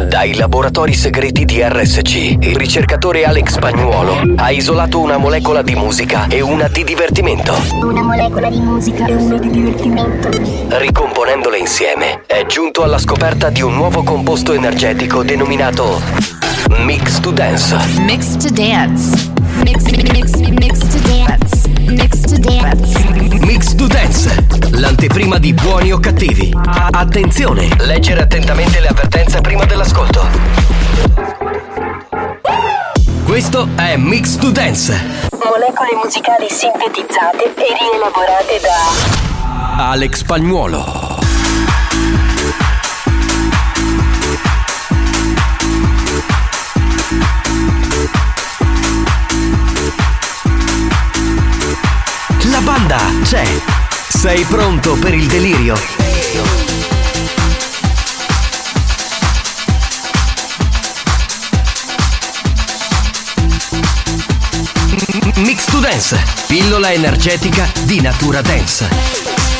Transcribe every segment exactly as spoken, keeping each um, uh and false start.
Dai laboratori segreti di R S C, il ricercatore Alex Spagnuolo ha isolato una molecola di musica e una di divertimento. Una molecola di musica e una di divertimento. Ricomponendole insieme, è giunto alla scoperta di un nuovo composto energetico denominato Mix to Dance. Mix to Dance. Mix, mix, mix to dance. Mix to dance. Mix to Dance, l'anteprima di Buoni o Cattivi. Attenzione, leggere attentamente le avvertenze prima dell'ascolto. Questo è Mix to Dance. Molecole musicali sintetizzate e rielaborate da Alex Spagnuolo. La banda c'è. Sei pronto per il delirio? Mix to Dance, pillola energetica di Natura Dance.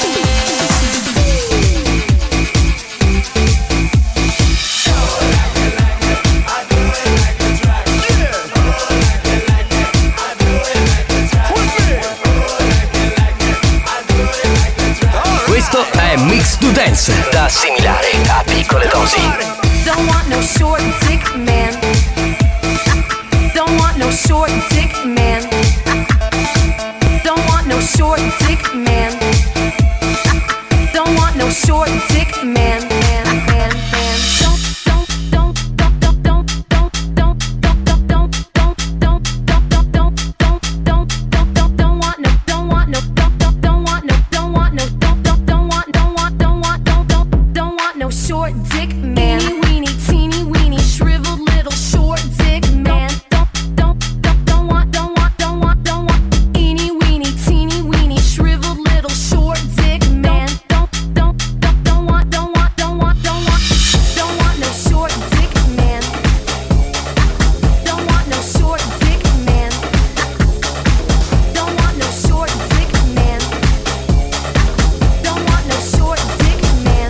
Questo è Mix to Dance, da assimilare a piccole dosi. Don't want no short dick man. Don't want no short dick man. Don't want no short dick man. Don't want no short dick man. Man, man, man. Don't, don't, don't, don't, don't, don't, don't, don't, don't, don't, don't, don't, don't, don't, don't, don't want no, don't want no, don't, don't want no, don't want no, don't, don't, don't want, don't want, don't want, don't, don't, don't want no short dick man. Teeny weeny, teeny weeny, shriveled little short dick man. Don't, don't, don't, don't want, don't want, don't want, don't want. Eeny weeny, teeny weeny, shriveled little short dick man. Don't, don't, don't, don't want, don't want, don't want, don't want, don't want no short dick man. Don't want no short dick man. Don't want no short dick man. Don't want no short dick man.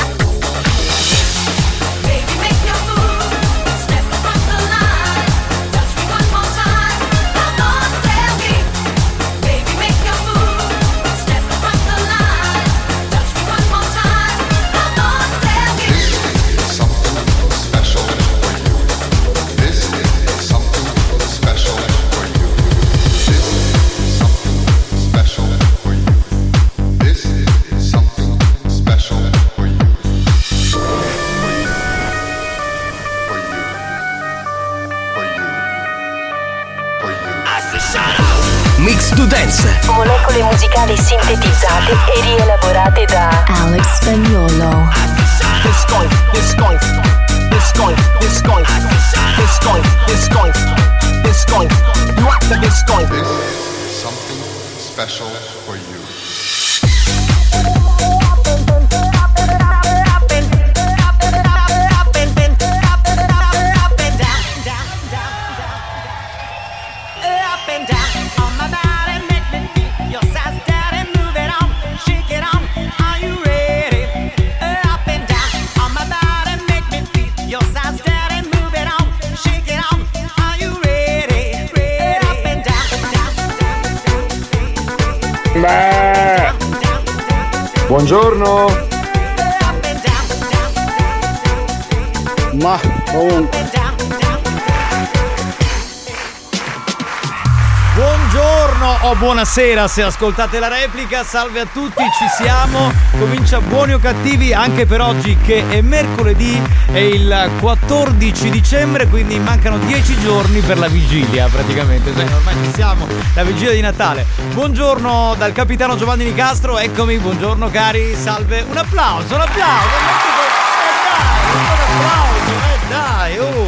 Baby, make your move, step across the line, touch me one more time, come on, tell me. Baby, make your move, step across the line, touch me one more time, come on, tell me. This is something special for you. This is something special for you. This is something special for you. This is something special for you. For you. For you. For you. For you. Mix to Dance, molecole musicali sintetizzate e rielaborate da Alex Spagnuolo. This going, this going, this going, this going, this going, this going, this going. You after this going. This is something special for you. Buongiorno. Ma comunque. Buongiorno o buonasera se ascoltate la replica, salve a tutti, ci siamo, comincia Buoni o Cattivi anche per oggi che è mercoledì, è il quattordici dicembre, quindi mancano dieci giorni per la vigilia praticamente, cioè, ormai ci siamo, la vigilia di Natale. Buongiorno dal capitano Giovanni Nicastro, eccomi, buongiorno cari, salve, un applauso, un applauso, eh dai, un applauso, eh dai, oh.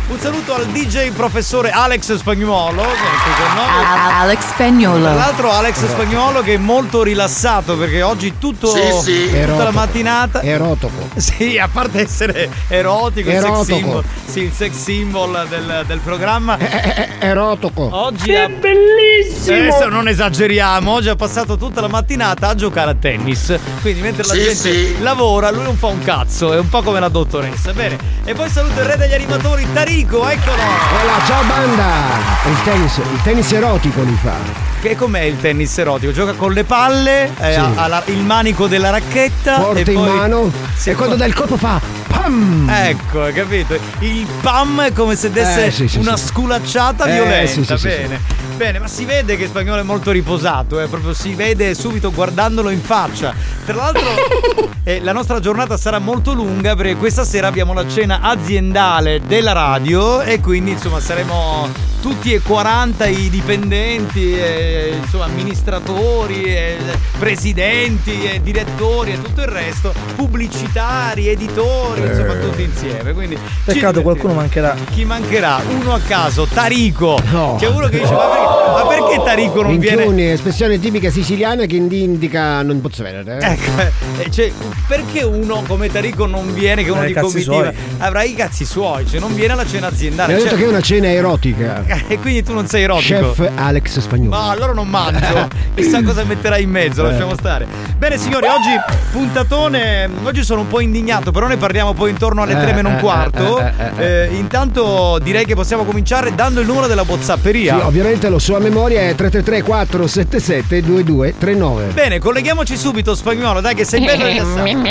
Un saluto al D J professore Alex Spagnuolo che è qui con noi. Alex Spagnuolo. Tra l'altro Alex Spagnuolo che è molto rilassato perché oggi tutto Sì, sì. tutta Erotico. la mattinata. Erotico. Sì, a parte essere erotico, il sex Erotico. symbol, sì, il sex symbol del, del programma. Erotico. Oggi è bellissimo. Adesso non esageriamo, oggi ha passato tutta la mattinata a giocare a tennis. Quindi mentre la Sì, gente sì. lavora, lui non fa un cazzo, è un po' come la dottoressa. Bene. E poi saluto il re degli animatori, Tarico, eccolo. Hola, ciao banda. Il tennis, il tennis erotico li fa. Che com'è il tennis erotico? Gioca con le palle, eh, Sì. ha, ha la- il manico della racchetta Forte e in poi mano. Sì, e quando poi- dà il colpo fa pam. Ecco, hai capito? Il pam è come se desse Eh, sì, sì, una sì. sculacciata Eh, violenta. sì, sì, sì, Bene. Bene, ma si vede che Spagnolo è molto riposato, eh, proprio si vede subito guardandolo in faccia. Tra l'altro eh, la nostra giornata sarà molto lunga perché questa sera abbiamo la cena aziendale della radio e quindi insomma saremo tutti e quaranta i dipendenti, eh, insomma amministratori, eh, presidenti, eh, direttori e tutto il resto, pubblicitari, editori, insomma tutti insieme. Quindi ci Peccato, qualcuno divertiremo. mancherà. Chi mancherà? Uno a caso, Tarico. No. C'è uno che dice: Ma perché, ma perché Tarico non viene? Minchioni, espressione tipica siciliana che indica non posso vedere. Eh? Ecco, eh, cioè, perché uno come Tarico non viene? Che è uno Avrà di i cazzi comitiva suoi. avrà i cazzi suoi, cioè non viene alla cena Mi aziendale. ha detto Cioè- che è una cena erotica. E quindi tu non sei erotico. Chef Alex Spagnuolo. Ma allora non mangio. Chissà cosa metterai in mezzo, lasciamo stare. Bene signori, oggi puntatone. Oggi sono un po' indignato, però ne parliamo poi intorno alle tre Eh, meno un eh, quarto. eh, eh, eh, Eh, intanto direi che possiamo cominciare dando il numero della Sì, WhatsApperia. ovviamente lo so a memoria è tre tre tre quattro sette sette due due tre nove. Bene, colleghiamoci subito, Spagnolo, dai che sei bello e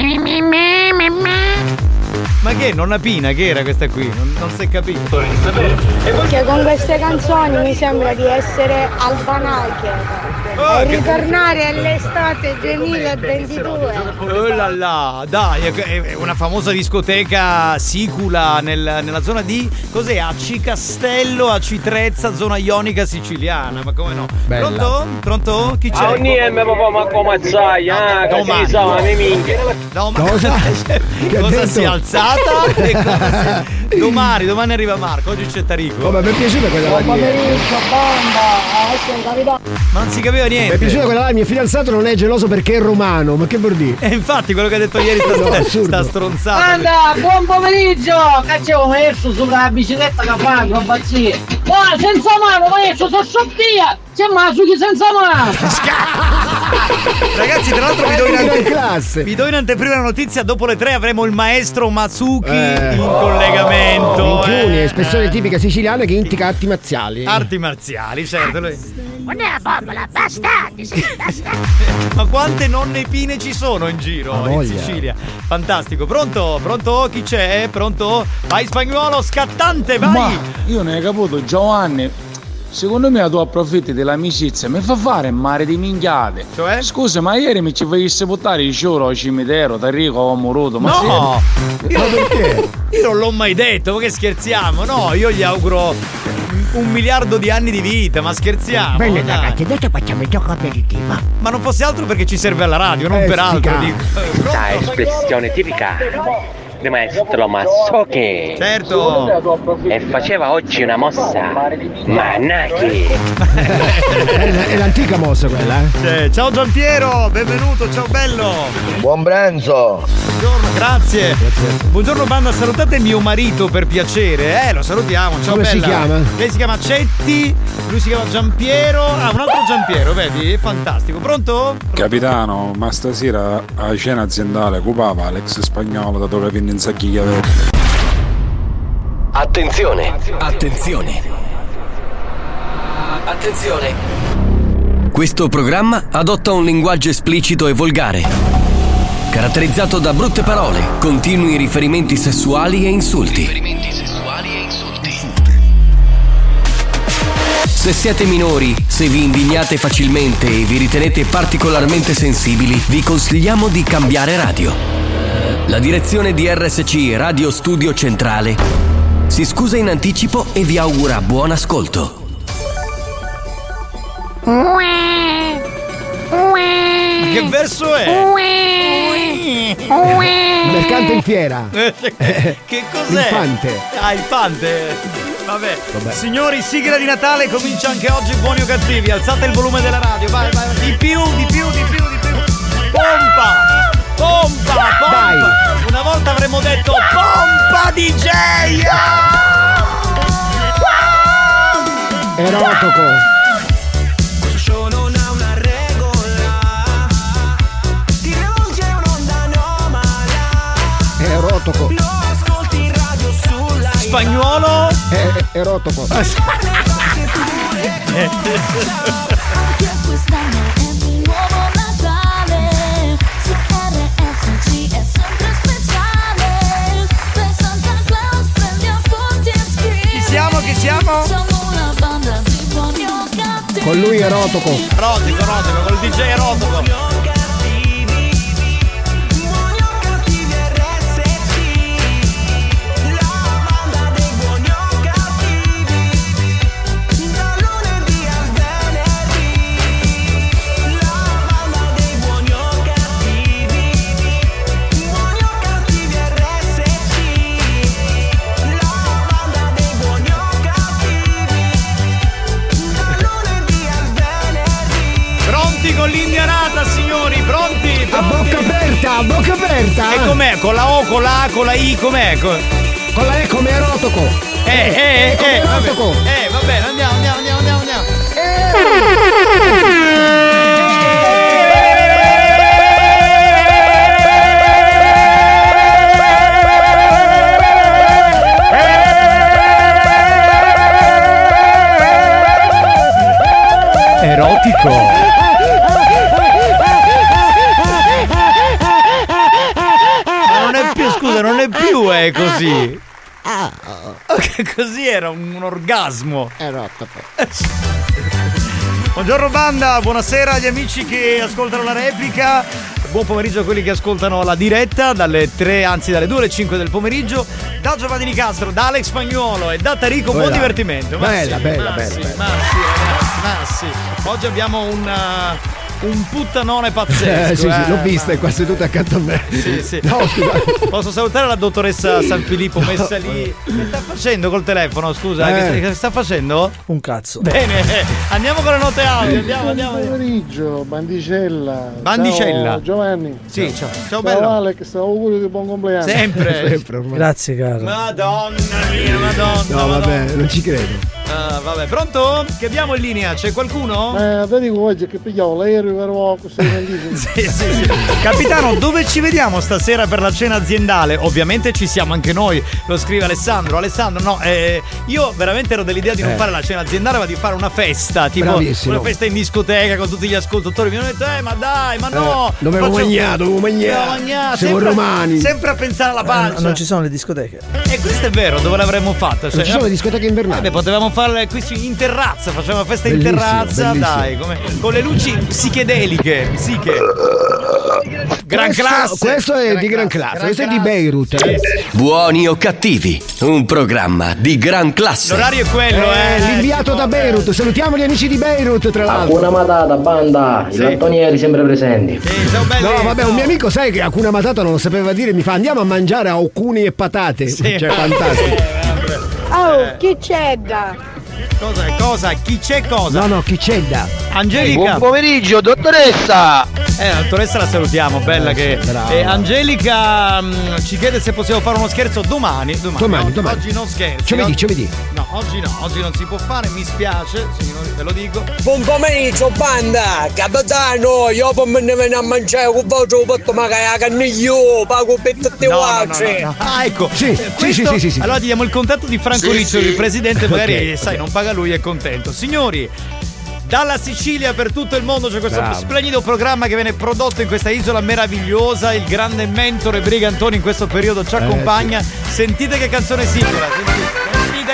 Ma che? Nonna Pina, che era questa qui? Non, non si è capito. Che con queste canzoni mi sembra di essere al Banacchia Oh, e che- ritornare all'estate duemilaventidue. Oh là là, dai, è- è una famosa discoteca sicula nel- nella zona di cos'è? Aci Castello, Aci Trezza, zona ionica siciliana, ma come no? Bella. Pronto? Pronto? Chi c'è? Ah, niente, papà, ma come sai, ah, che Domani. ci sono, mi minchia. No, ma Cosa? Che ha cosa detto? si è alzata? E cosa si- Domani, domani arriva Marco, oggi c'è Tarico. Oh, ma mi è piaciuta quella Buon là mia. pomeriggio, banda, ecco il capitano. Ma non si capiva Mi è niente. piaciuta quella là, il mio fidanzato non è geloso perché è romano, ma che vuol dire? E infatti quello che ha detto ieri sta, No, sta, assurdo. sta stronzata. Anda, buon pomeriggio! Cacciavo messo sulla bicicletta che fa, roba sì. Ma senza mano, ma io sono sottia! C'è Masuki senza mano! Ragazzi, tra l'altro vi do, in Era in ante- classe. vi do in anteprima la notizia. Dopo le tre avremo il maestro Matsuki Eh. in collegamento. Minchioni, eh. espressione tipica siciliana che indica arti marziali. Arti marziali, certo. lui- Non è la bombola, bastardi, sì, bastardi. Ma quante nonne pine ci sono in giro Ma in voglia. Sicilia? Fantastico. Pronto? Pronto? Chi c'è? Pronto? Vai Spagnuolo, scattante, vai! Ma io ne hai capito, Giovanni. Secondo me tu approfitti dell'amicizia, mi fa fare un mare di minchiate. Cioè? Scusa, ma ieri mi ci facessi portare il ciuro al cimitero, Tarico o Moruto, ma No! sì. Io, Ma perché? io non l'ho mai detto, ma che scherziamo? No, io gli auguro un miliardo di anni di vita, ma scherziamo. Bene dai. ragazzi, adesso facciamo il gioco aperitivo. Ma non fosse altro perché ci serve alla radio, non Eh, per altro. sti Dico. Questa Eh, pronto? espressione tipica di maestro Massoche. Certo. E faceva oggi una mossa Manaki. È, è l'antica mossa quella, eh? Cioè, ciao Giampiero, benvenuto, ciao bello. Buon pranzo. Buongiorno, grazie. Buongiorno banda, salutate mio marito per piacere, eh, lo salutiamo. Ciao Come si bella. chiama? Lei si chiama Cetti, lui si chiama Giampiero. Ah, un altro Giampiero, vedi? È fantastico. Pronto? Capitano, ma stasera a cena aziendale cupava Alex Spagnuolo da dove viene in sacchiglia verde. Attenzione, attenzione. Attenzione. Questo programma adotta un linguaggio esplicito e volgare, caratterizzato da brutte parole, continui riferimenti sessuali e insulti. Se siete minori, se vi indignate facilmente e vi ritenete particolarmente sensibili, vi consigliamo di cambiare radio. La direzione di R S C Radio Studio Centrale si scusa in anticipo e vi augura buon ascolto. Che verso è? Mercante in fiera. Che cos'è? Il fante. Ah, il fante. Vabbè. Vabbè. Signori, sigla di Natale comincia anche oggi, buoni o cattivi. Alzate il volume della radio, vai, vai, vai. Di più, di più, di più, di più. Pompa! Pompa! Pompa! Dai. Una volta avremmo detto pompa D J! Erotico. Erotico. Spagnuolo? Eh, erotico. Chi siamo? Chi siamo? Con lui erotico. Erotico, erotico, col D J erotico. Con l'indianata, signori, pronti? pronti? A bocca aperta, a bocca aperta. E com'è? Con la O, con la A, con la I, com'è? Con, con la E come erotico. Eh, eh, eh, eh, vabbè. Eh, va bene, andiamo, andiamo, andiamo, andiamo, andiamo. Erotico. Scusa, non è più è così. Che così era un, un orgasmo. Erotico. Buongiorno banda, buonasera agli amici che ascoltano la replica. Buon pomeriggio a quelli che ascoltano la diretta dalle tre, anzi dalle due alle cinque del pomeriggio. Da Giovanni Nicastro, da Alex Spagnuolo e da Tarico, buon Bella. divertimento. Ma Bella, sì, bella, ma bella, sì, bella. Ma sì, ragazzi, ma sì. Oggi abbiamo un uh, un puttanone pazzesco. Eh, sì, eh, sì, l'ho vista, ma... è qua seduta accanto a me. Sì, sì. No, scusa. Posso salutare la dottoressa San Filippo messa lì? Che sta facendo col telefono, scusa? Eh. Che, sta, che sta facendo? Un cazzo. Bene, andiamo con le note audio, andiamo, andiamo. Buon pomeriggio, Bandicella. Bandicella. Ciao Sì, Giovanni. ciao. Ciao, Ciao bello. Alex, auguri di buon compleanno. Sempre. Sempre ormai. Grazie caro. Madonna mia, madonna. No, vabbè, madonna. non ci credo. Ah, vabbè, pronto? Che abbiamo in linea? C'è qualcuno? Eh, te dico oggi che pigliavo l'aereo per così sì, sì, sì. Capitano, dove ci vediamo stasera per la cena aziendale? Ovviamente ci siamo anche noi, lo scrive Alessandro. Alessandro, no, eh, io veramente ero dell'idea di non Eh. fare la cena aziendale, ma di fare una festa, tipo Bravissimo. una festa in discoteca con tutti gli ascoltatori. Mi hanno detto, eh, ma dai, ma no! Eh, dovevo faccio- mangiare, dovevo mangiare. Dovevo mangiare, Siamo sempre- romani. Sempre a pensare alla Eh, pancia. non ci sono le discoteche. E questo è vero, dove l'avremmo fatta? Non ci sono le discoteche invernali. Vabbè, potevamo farle qui su- in terrazza, facciamo una festa in Bellissimo, terrazza, bellissimo. dai, come, con le luci psichedeliche, psiche. Gran Questo- classe. questo è di gran classe, questo è di Beirut, eh. Buoni o cattivi, un programma di gran classe. L'orario è quello, eh. Eh, l'inviato da Beirut, salutiamo gli amici di Beirut tra l'altro. Hakuna Matata, banda, i lattonieri sempre presenti. No, vabbè, un mio amico, sai che Hakuna Matata non lo sapeva dire, mi fa andiamo a mangiare a ocuni e patate. Sì. Cioè, fantastico. Oh, chi c'è da? Cosa? Cosa? Chi c'è cosa? No, no, chi c'è da? Angelica. Buon pomeriggio, dottoressa! Eh, la dottoressa la salutiamo, bella Eh, che. sì, brava. E Angelica mh, ci chiede se possiamo fare uno scherzo domani. Domani, Domani, oggi, domani. oggi non scherzi. Giovedì, oggi- giovedì. No, oggi no, oggi non si può fare, mi spiace, signori, ve lo dico. Buon pomeriggio banda, capitano, io poi me ne vengo a mangiare con vostro potto magari a canniglio, pago per tutti No, no, no, altri. no, no. Ah, ecco. Sì, Eh, sì, questo- sì, sì, sì. Allora ti diamo il contatto di Franco Sì, Riccioli, sì. il presidente, magari Ok, sai, ok. non paga lui, è contento. Signori, dalla Sicilia per tutto il mondo c'è questo Bravo. splendido programma che viene prodotto in questa isola meravigliosa. Il grande mentore Brigantoni in questo periodo ci accompagna. Sentite che canzone sigla. Sentite, sentite che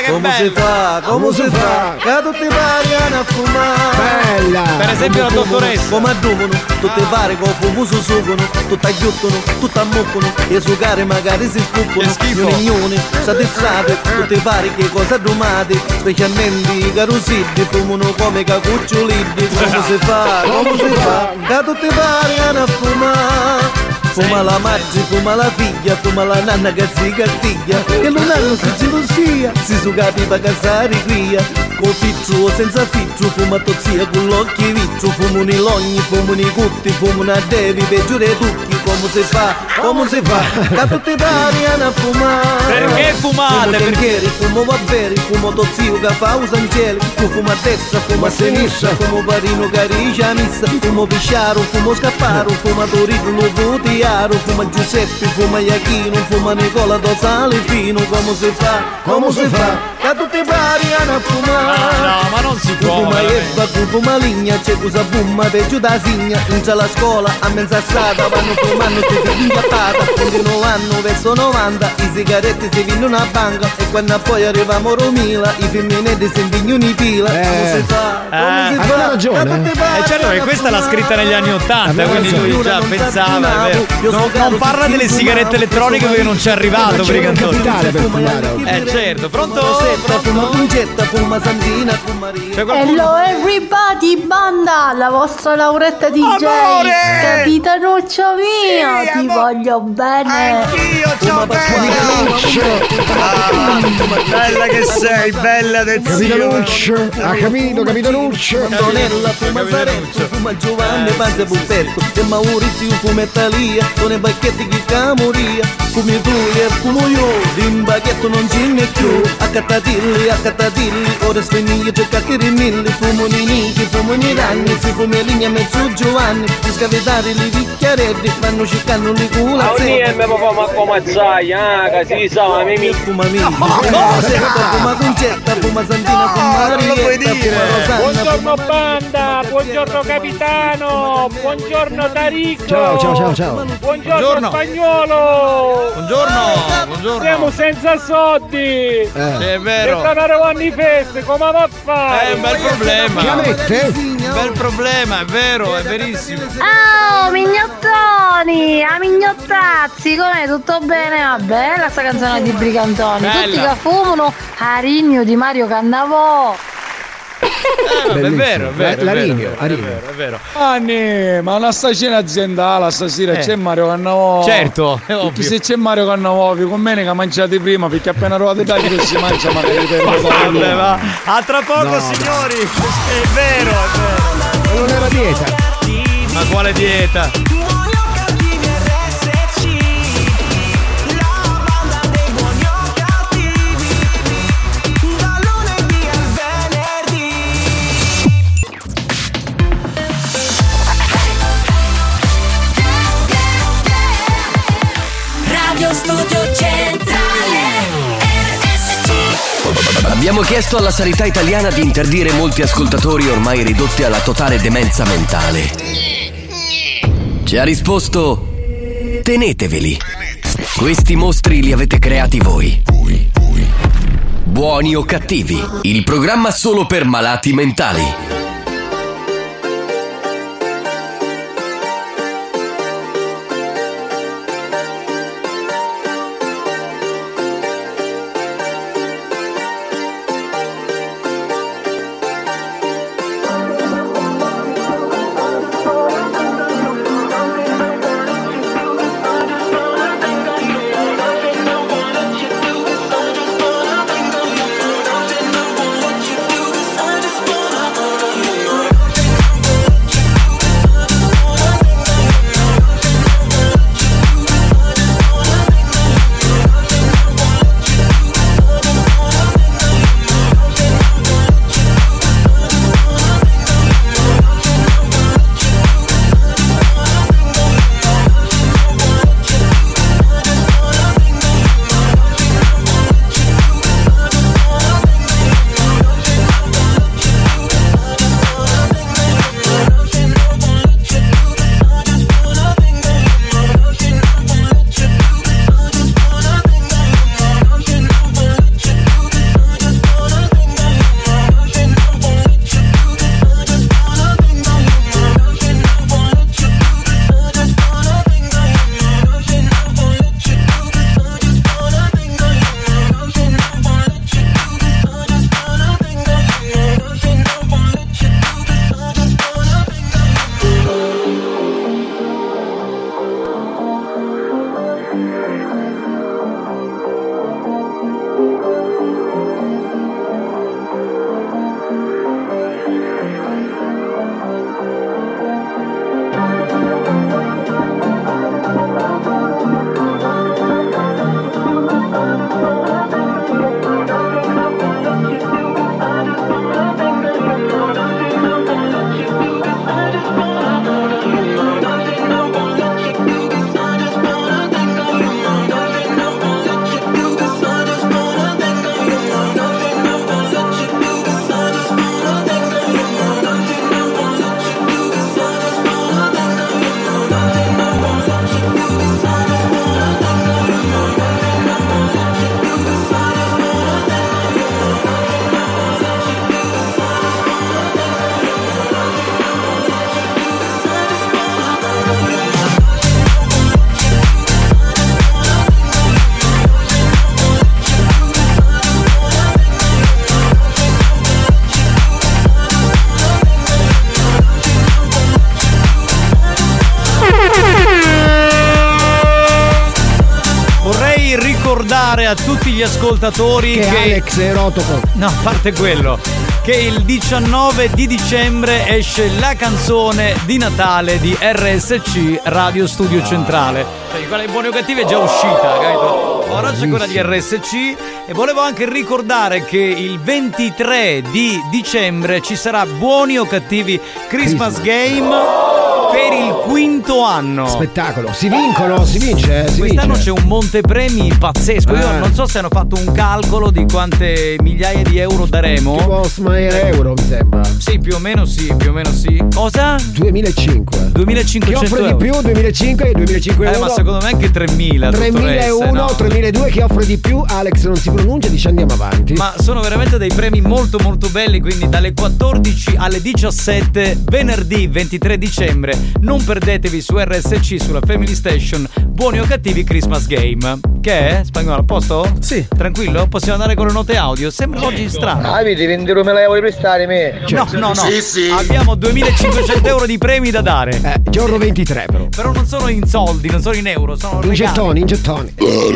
come si fa, come si fa, che tutti pariano a fumare. Bella. Per esempio la dottoressa. Come addumono, tutti pari con fumo su sugono, tutti agghiottano, tutti ammuccono, e su care magari si spuccono. Gnoni, satisfate, tutti pari che cosa domate, specialmente i carosiddi, fumano come cacuccioliddi. Come si fa, come si fa, che tutti pariano a fumare. Fuma la madre, fuma la figlia, fuma la nanna che si cattiglia, che non hanno si gelosia, si su capiva che si ricria, con ficcio o senza ficcio, fuma tozzia con l'occhio vitro, fumano i logni, fumano i cutti, fumano a devi, peggiore tutti, come si fa, come si fa, che tutti pariano a fumare. Perché fumate? Fumo perché fumo vabberi, fumo tozzio che fa usangeli, fumo a destra, fumo a sinistra, fumo parino che ricia missa, fumo pisciaro, fumo scapparo, fumo torino, vuoti. Fuma Giuseppe, fuma Iachino, fuma Nicola do Salifino, come si fa, come si fa, che tutti pariano a fumare. No, no, ma non si può. Fuma Eva, fuma Ligna, c'è cosa fuma, peggio da signa, non c'è la scuola, a mezza strada, vanno fumando, ti si incappata, continuano vanno verso novanta, i sigaretti si vincono una banca, e quando poi arriviamo a Romila, i femminetti si invignano i pila, come si fa, come si fa, ha ragione. Eh certo che questa l'ha scritta negli anni ottanta, quindi lui già pensava, è vero. Non, non parla delle sigarette elettroniche perché non c'è arrivato per i cantori. Eh certo, pronto? Fuma Concetta, fuma Santina, fuma Maria. Hello everybody, banda, la vostra Lauretta D J. Amore! Capitanuccio mio, sì, ti amore. Voglio bene. Anch'io ciao bella che sei, bella del Capitanuccio, ha capito, Capitanuccio. Antonella, fuma Saretto, fuma Giovanni, Panza Buffetto, e Maurizio, fumetta Lia, con i bacchetti che camoria, fumi tu e fumo io, in bacchetto non ce n'è più, accattatilli, accattatilli, ora svenigli per cacchirinilli, fumo ninichi, fumo ni ragni, si fume ligna mezzo Giovanni, di scavetare li vicchiaretti, vanno cercando li culazzetti. A un papà ma come sai, ah, che si sa, ma mi fuma mia, fuma Concetta, fuma Santina, fuma Marietta, fuma Rosanna. Buongiorno banda, buongiorno capitano, buongiorno Taricco. Ciao, ciao, ciao, ciao. Buongiorno, Buongiorno. Spagnolo. Buongiorno, buongiorno. Siamo senza soldi. Eh. Sì, è vero. E tornare anni feste, come va a fare? È un bel problema. Chiamette? Un bel problema, è vero, è verissimo. Oh, mignottoni, a mignottazzi, com'è? Tutto bene? Va bella sta canzone di Brigantoni. Bella. Tutti che fumano a Rigno di Mario Cannavò. Eh, è vero, è vero, La è vero, Rigno, è a Rigno. vero, è vero. Anni, ma una stagione aziendale stasera Eh. c'è Mario Cannavò. Certo, è Perché ovvio. se c'è Mario Cannavò, vi conviene che mangiate prima, perché appena trovate tagli che si mangia magari per Vabbè, va. A tra poco, No, signori. È vero, è vero. Non era dieta. Ma quale dieta? Radio Studio Centrale R S C. Abbiamo chiesto alla sanità italiana di interdire molti ascoltatori ormai ridotti alla totale demenza mentale. Ci ha risposto: teneteveli. Questi mostri li avete creati voi. Buoni o cattivi, il programma solo per malati mentali. I just wanna ricordare a tutti gli ascoltatori che, che Alex è erotico. No, a parte quello, che il diciannove di dicembre esce la canzone di Natale di R S C Radio Studio Centrale. Cioè, quella di Buoni o Cattivi è già uscita, capito? Ora c'è quella di R S C e volevo anche ricordare che il ventitré di dicembre ci sarà Buoni o Cattivi Christmas Game per il quinto anno. Spettacolo, si vincono, si vince, eh, si Quest'anno vince. c'è un montepremi pazzesco. Io Eh. non so se hanno fatto un calcolo di quante migliaia di euro daremo. Tipo Smail Euro, mi sembra. Sì, più o meno sì, più o meno sì. Cosa? duemilacinque. duemilacinquecento Chi offre euro. di più? duemilacinque, duemilacinque Eh, euro. ma secondo me anche tremila. tremilauno, no? tremiladue, chi offre di più? Alex non si pronuncia, dice andiamo avanti. Ma sono veramente dei premi molto molto belli, quindi dalle quattordici alle diciassette venerdì ventitré dicembre non perdetevi su R S C, sulla Family Station, Buoni o Cattivi Christmas Game. Che è? Spagnolo, a posto? Sì. Tranquillo? Possiamo andare con le note audio? Sembra oggi strano. Ah, vedi, venderò me la vuoi prestare me? No, no, no. Sì, sì. Abbiamo duemilacinquecento euro di premi da dare. Eh, giorno ventitré però. Però non sono in soldi, non sono in euro, sono In regali. gettoni, in gettoni.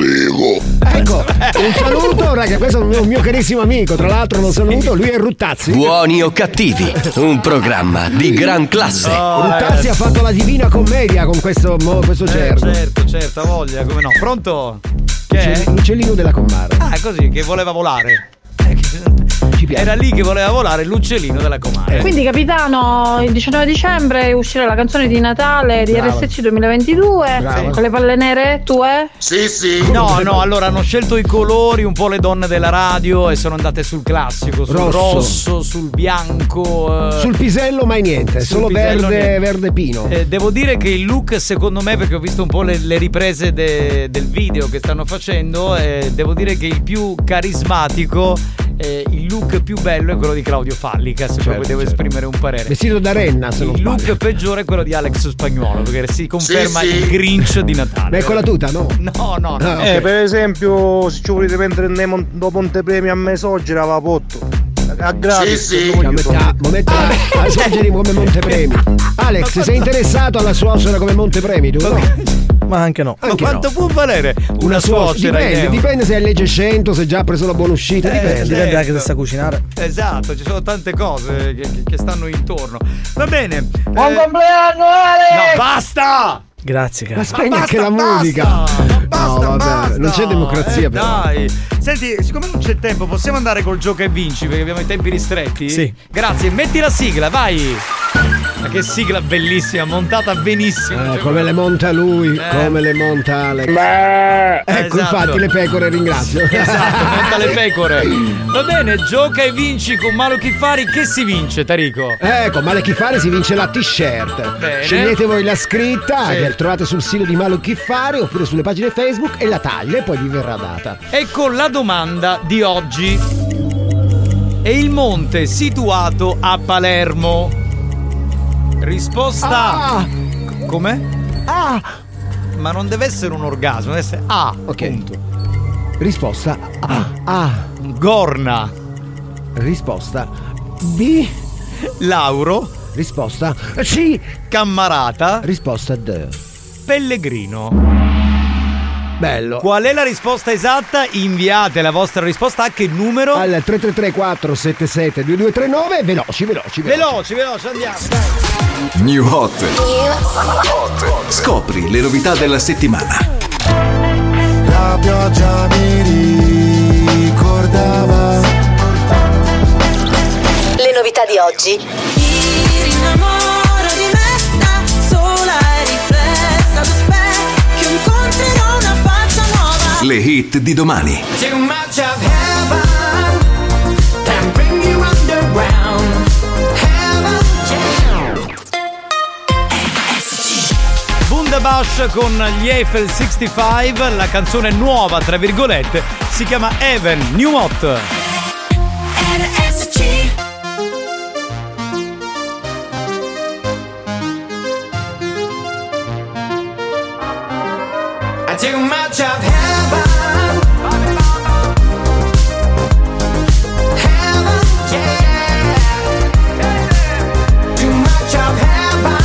Ecco, un saluto, raga, questo è un mio, un mio carissimo amico, tra l'altro lo saluto, lui è Ruttazzi. Buoni o Cattivi, un programma di gran classe. Ruttazzi ha fatto la Divina Commedia con questo, mo- questo Eh, gergo. certo, certo, ha voglia, come no. Pronto? Che è? L'uccellino della Comare. Ah, così, che voleva volare. Eh, che- Era lì che voleva volare l'uccellino della Comare. Quindi capitano, il diciannove dicembre uscirà la canzone di Natale di Brava. R S C duemilaventidue. Brava. Con le palle nere, tu eh? Sì, sì. No, no, allora hanno scelto i colori, un po' le donne della radio e sono andate sul classico, sul rosso, Rosso. sul bianco. eh, Sul pisello mai niente, sul solo pisello verde, niente. verde pino. Eh, devo dire che il look, secondo me, perché ho visto un po' le, le riprese de- del video che stanno facendo, eh, devo dire che il più carismatico, eh, il look più bello è quello di Claudio Fallica, se proprio devo esprimere un parere. Vestito da renna, se non Il look sbaglio. peggiore è quello di Alex Spagnuolo, perché si conferma Sì, sì. il Grinch di Natale. Beh, con la tuta, no? No, no, no. Ah, Eh, ok. per esempio, se ci volete prendere nei mon- dopo Montepremi a Mesoggira, va potto. A gratis. Sì, sì. non voglio Cioè, a- momento a, a sorgere come Montepremi. Alex, sei interessato alla suocera come Montepremi tu? No? Ma anche no. Ma Anche quanto no. può valere una suocera? in Dipende, euro? dipende se è legge cento, se già ha preso la buona uscita, Eh, dipende. dipende anche se sa cucinare. Esatto, ci sono tante cose che, che- che stanno intorno. Va bene. Buon eh, compleanno, Ale! No, basta! Grazie, Ma cara. spegni anche la basta, musica. basta, no, vabbè, basta. non c'è democrazia Eh, però. Dai. Senti, siccome non c'è tempo, possiamo andare col gioca e vinci perché abbiamo i tempi ristretti? Sì. Grazie, metti la sigla, vai. Ma che sigla bellissima, montata benissimo. Eh, Cioè, come le monta lui, Eh. come le monta Alex. Ecco, Esatto. infatti le pecore ringrazio. Esatto, monta le pecore. Va bene, gioca e vinci con Malo Chiffari. Che si vince, Tarico? Ecco, male chi fare si vince la t-shirt. Bene. Scegliete voi la scritta Sì. che trovate sul sito di Malo Chiffari oppure sulle pagine Facebook e la taglia e poi vi verrà data. Ecco la domanda di oggi. È il monte situato a Palermo? Risposta Ah! A. Com'è? Ah! Ma non deve essere un orgasmo, deve essere A. Ok. Punto. Risposta A. A. Gorna. Risposta B. Lauro. Risposta C. Cammarata. Risposta D. Pellegrino. Bello. Qual è la risposta esatta? Inviate la vostra risposta a che numero? Al tre tre tre quattro sette sette due due tre nove. Veloci, veloci, veloci. Veloci, veloci, andiamo. Dai. New Hot. Scopri le novità della settimana. La pioggia mi ricordava. Le novità di oggi. Mi rinnamoro di me da sola e riflessa allo specchio, incontrerò una faccia nuova. Le hit di domani. Too much of heaven can bring you underground. Heaven, Bundabash con gli Eiffel sessantacinque, la canzone nuova, tra virgolette, si chiama Heaven, New Hot. R S C. Too much of heaven. Heaven, yeah. Too much of heaven.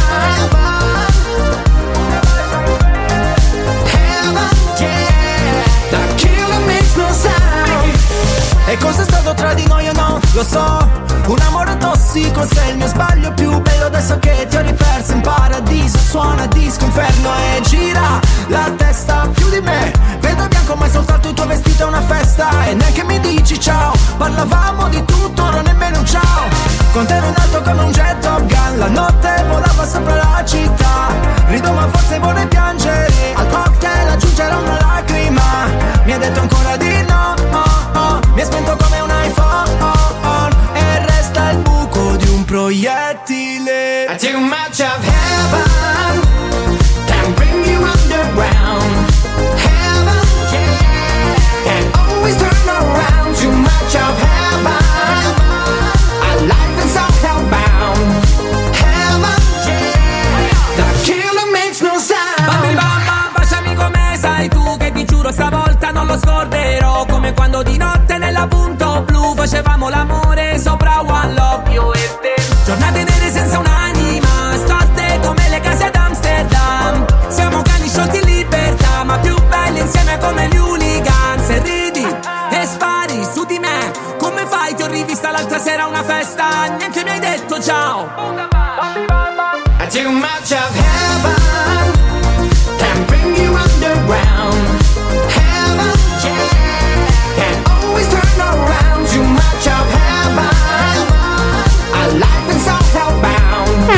Heaven, yeah. The kill E cosa è stato tra di noi io no, lo so. Un amore tossico, sei il mio sbaglio più bello. Adesso che ti ho riperso in paradiso, suona disco inferno e gira la testa più di me. Vedo bianco ma è soltanto il tuo vestito è una festa. E neanche mi dici ciao, parlavamo di tutto, non nemmeno un ciao. Con te ero in alto come un jet Top Gun, la notte volava sopra la città. Rido ma forse vorrei piangere, al cocktail aggiungerò una lacrima. Mi ha detto ancora di no, oh, oh. Mi ha spento come un iPhone, oh, oh. E resta il buco di un proiettile. I take a match of heaven and bring you underground. Heaven, yeah, can always turn around. Too much of heaven, our life is all hellbound. Heaven, yeah, the killer makes no sound. Bambini mamma, baciami come sai tu, che ti giuro stavolta non lo scorderò. Come quando di notte nella punto blu facevamo l'amore sopra One Love, io e te. Giornate nere senza un'anima, storte come le case ad Amsterdam. Siamo cani sciolti in libertà, ma più belli insieme come gli hooligans. E ridi e spari su di me. Come fai? Ti ho rivista l'altra sera a una festa, neanche mi hai detto ciao. I take a match of heaven and bring you underground. Heaven, yeah, can always turn around. Too much of heaven, our life is all hellbound.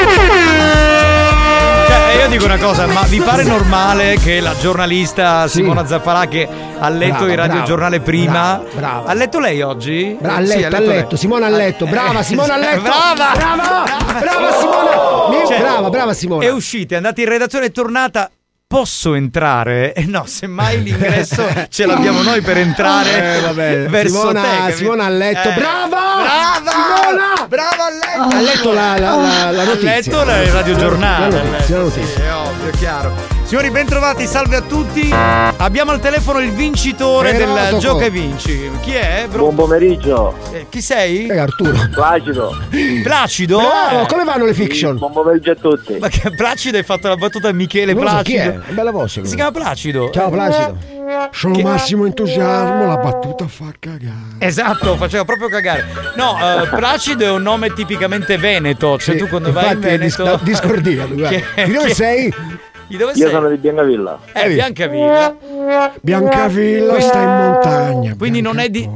Cioè, io dico una cosa, ma vi pare normale che la giornalista Simona Zappalà, che ha letto Brava, il radiogiornale brava, prima, brava, brava. ha letto lei oggi? Bra- ha Sì, letto, ha lei. letto, Simona ha letto, brava Simona ha letto. Brava! Brava! Brava Simona! Mi- Cioè, brava, brava Simona. È uscita, è andata in redazione, è tornata. Posso entrare? Eh no, semmai l'ingresso ce l'abbiamo noi per entrare Eh, vabbè. verso Simona, te. capito? Simona ha letto. Eh. Brava! Brava! Simona! Brava, ha letto! Ha letto la, la, la, la notizia. Ha letto la- il radiogiornale. La notizia, la notizia. Sì, è ovvio, è chiaro. Signori, bentrovati, salve a tutti. Abbiamo al telefono il vincitore del Erotoco. Gioca e Vinci. Chi è? Bro- Buon pomeriggio. Eh, chi sei? Eh, Arturo. Placido. Placido? Bravo, Eh. come vanno le fiction? Buon pomeriggio a tutti. Ma che Placido, hai fatto la battuta a Michele Non lo so Placido? chi è? È bella voce. Si però. chiama Placido. Ciao Placido. Sono Che- massimo entusiasmo, la battuta fa cagare. Esatto, faceva proprio cagare. No, eh, Placido è un nome tipicamente veneto. Cioè, Sì, tu quando vai in infatti è Veneto. dis- discordicato, guarda. Che- Di dove che- sei? Di dove Io sei? sono di Biancavilla. Eh, Biancavilla. Biancavilla sta in montagna. Quindi non è di.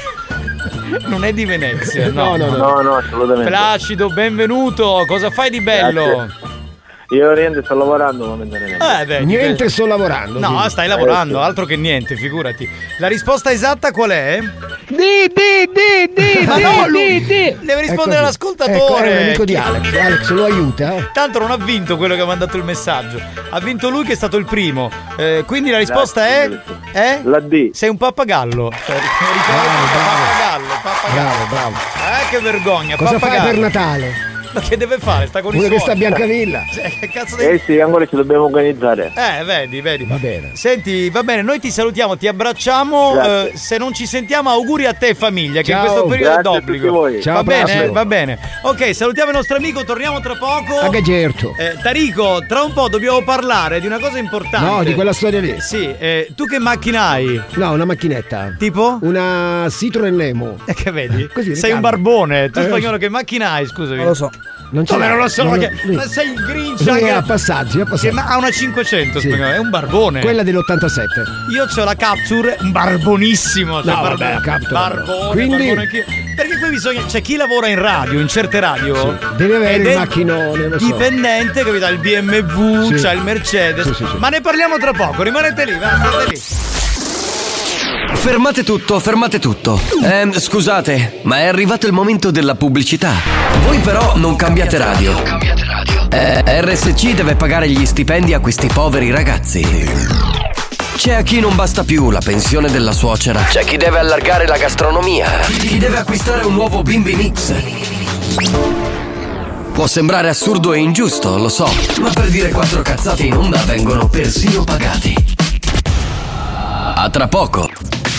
Non è di Venezia, no. No, no, no. No, no, assolutamente. Placido, benvenuto. Cosa fai di bello? Grazie. Io niente, sto lavorando momentaneamente. Eh, vedi, Niente, vedi. sto lavorando. No, quindi. stai lavorando, altro che niente, figurati. La risposta esatta qual è? Di, di, di, di, Ma di, no, di, lui- di. Deve rispondere Ecco, l'ascoltatore. Ecco, è un amico di Alex. Alex lo aiuta. eh? Tanto non ha vinto quello che ha mandato il messaggio. Ha vinto lui che è stato il primo. Eh, quindi la risposta è? È? La D. Sei un pappagallo. Cioè, ricordati, pappagallo, pappagallo. Bravo, bravo. Eh, che vergogna. Cosa fai pappagallo. per Natale? Ma che deve fare? Sta con i Uno che suoni. sta a Biancavilla. Cioè, che cazzo devi... Eh sì, ancora ci dobbiamo organizzare. Eh, vedi, vedi. Va bene. Senti, va bene, noi ti salutiamo, ti abbracciamo. Grazie. eh, se non ci sentiamo, auguri a te e famiglia, che in Ciao. questo periodo è Grazie a tutti d'obbligo. voi. Ciao, va bene, Placido. va bene. Ok, salutiamo il nostro amico, torniamo tra poco. A Gagerto. Eh, Tarico, tra un po' dobbiamo parlare di una cosa importante. No, di quella storia lì. Sì, eh, tu che macchina hai? No, una macchinetta. Tipo? Una Citroen Nemo. Eh, che vedi? Così, Sei un ricambio. barbone. Tu Eh, spagnolo che macchina hai, scusami? Non lo so. Non ce Come l'ha. non lo so? Non- che- lui- ma sei il Grinch lui anche- è a passaggi, è a Che passaggi. ma ha una cinquecento Sì. spagnolo, è un barbone. Quella dell'ottantasette. Io c'ho la Capture, un barbonissimo. Cioè No, bar- vabbè, la Capture. Barbone, Quindi- barbone anch'io. Perché qui bisogna. C'è chi lavora in radio, in certe radio. Deve avere ed il è macchinone, lo so. dipendente, capito? Il B M W, Sì. c'ha il Mercedes. Sì, sì, sì. Ma ne parliamo tra poco, rimanete lì, va, state lì. Fermate tutto, fermate tutto. Ehm, scusate, ma è arrivato il momento della pubblicità. Voi però non cambiate radio. Eh, R S C deve pagare gli stipendi a questi poveri ragazzi. C'è a chi non basta più la pensione della suocera. C'è chi deve allargare la gastronomia. Chi deve acquistare un nuovo Bimbi Mix. Può sembrare assurdo e ingiusto, lo so, ma per dire quattro cazzate in onda vengono persino pagati. A tra poco.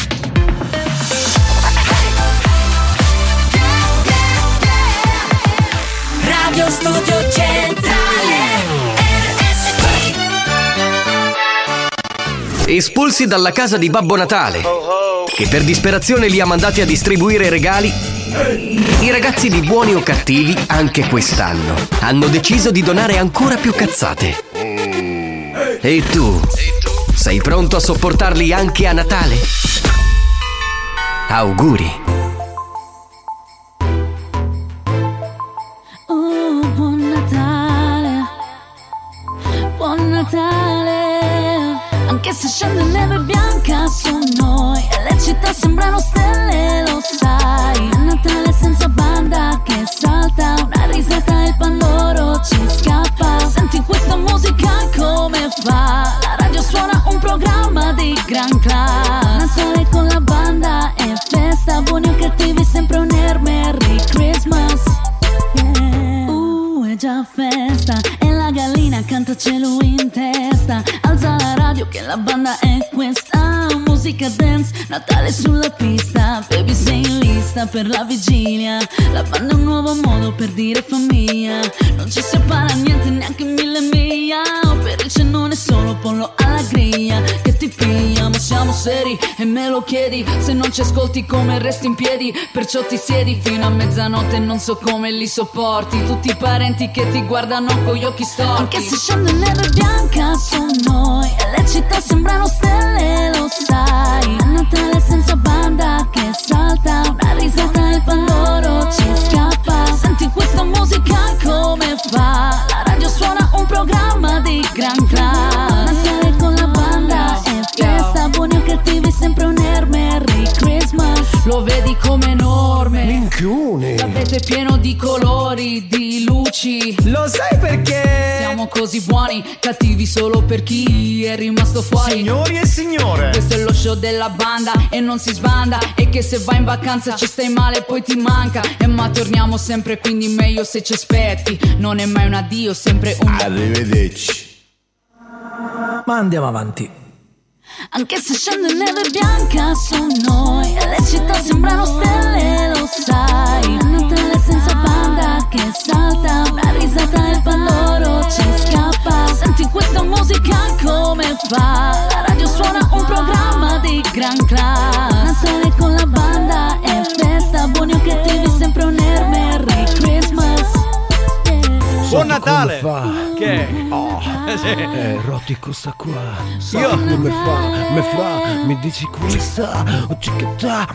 Radio Studio Centrale R S C. Espulsi dalla casa di Babbo Natale. che per disperazione li ha mandati a distribuire regali, i ragazzi di Buoni o Cattivi anche quest'anno hanno deciso di donare ancora più cazzate. E tu? Sei pronto a sopportarli anche a Natale? Auguri! Oh, buon Natale, buon Natale. Anche se scende neve bianca su noi e le città sembrano stelle, lo sai. È Natale senza banda che salta, una risata e il pandoro ci scappa. Senti questa musica come fa? La radio suona un programma di gran class. Natale con la banda e festa, buoni o cattivi sempre un air, Merry Christmas. Yeah. Uh, è già festa e la gallina canta cielo in testa. Alza la radio che la banda è questa. Musica dance, Natale sulla pista. Baby sei in lista per la vigilia. La banda è un nuovo modo per dire famiglia. Non ci separa niente, neanche mille miglia. Per il cenone solo pollo alla griglia che ti piglia, ma siamo seri e me lo chiedi. Se non ci ascolti come resti in piedi. Perciò ti siedi fino a mezzanotte e non so come li sopporti. Tutti i parenti che ti guardano con gli occhi storti. Anche se scende neve bianca su noi e le città sembrano stelle, lo sai. È Natale senza banda che salta, una risata e il pandoro ci scappa. Senti questa musica come fa? La radio suona un programma di gran class. Natale con la banda e festa, buoni o cattivi sempre un air, Merry Christmas. Lo vedi come enorme, minchione. L'abete pieno di colori, di luci. Lo sai perché? Siamo così buoni, cattivi solo per chi è rimasto fuori. Signori e signore, questo è lo show della banda e non si sbanda. E che se vai in vacanza ci stai male poi ti manca. E ma torniamo sempre, quindi meglio se ci aspetti. Non è mai un addio, sempre un arrivederci. Ma andiamo avanti. Anche se scende neve bianca su noi e le città sembrano stelle, lo sai. È Natale senza banda che salta, una risata e il pandoro ci scappa. Senti questa musica come fa? La radio suona un programma di gran class. Natale con la banda e festa, buoni o cattivi sempre un air, Merry Christmas. Buon Natale! Che? Oh, sì. eh, Rotti questa qua. Sai Io- come fa? Me fa? Mi dici questa? Ciccata?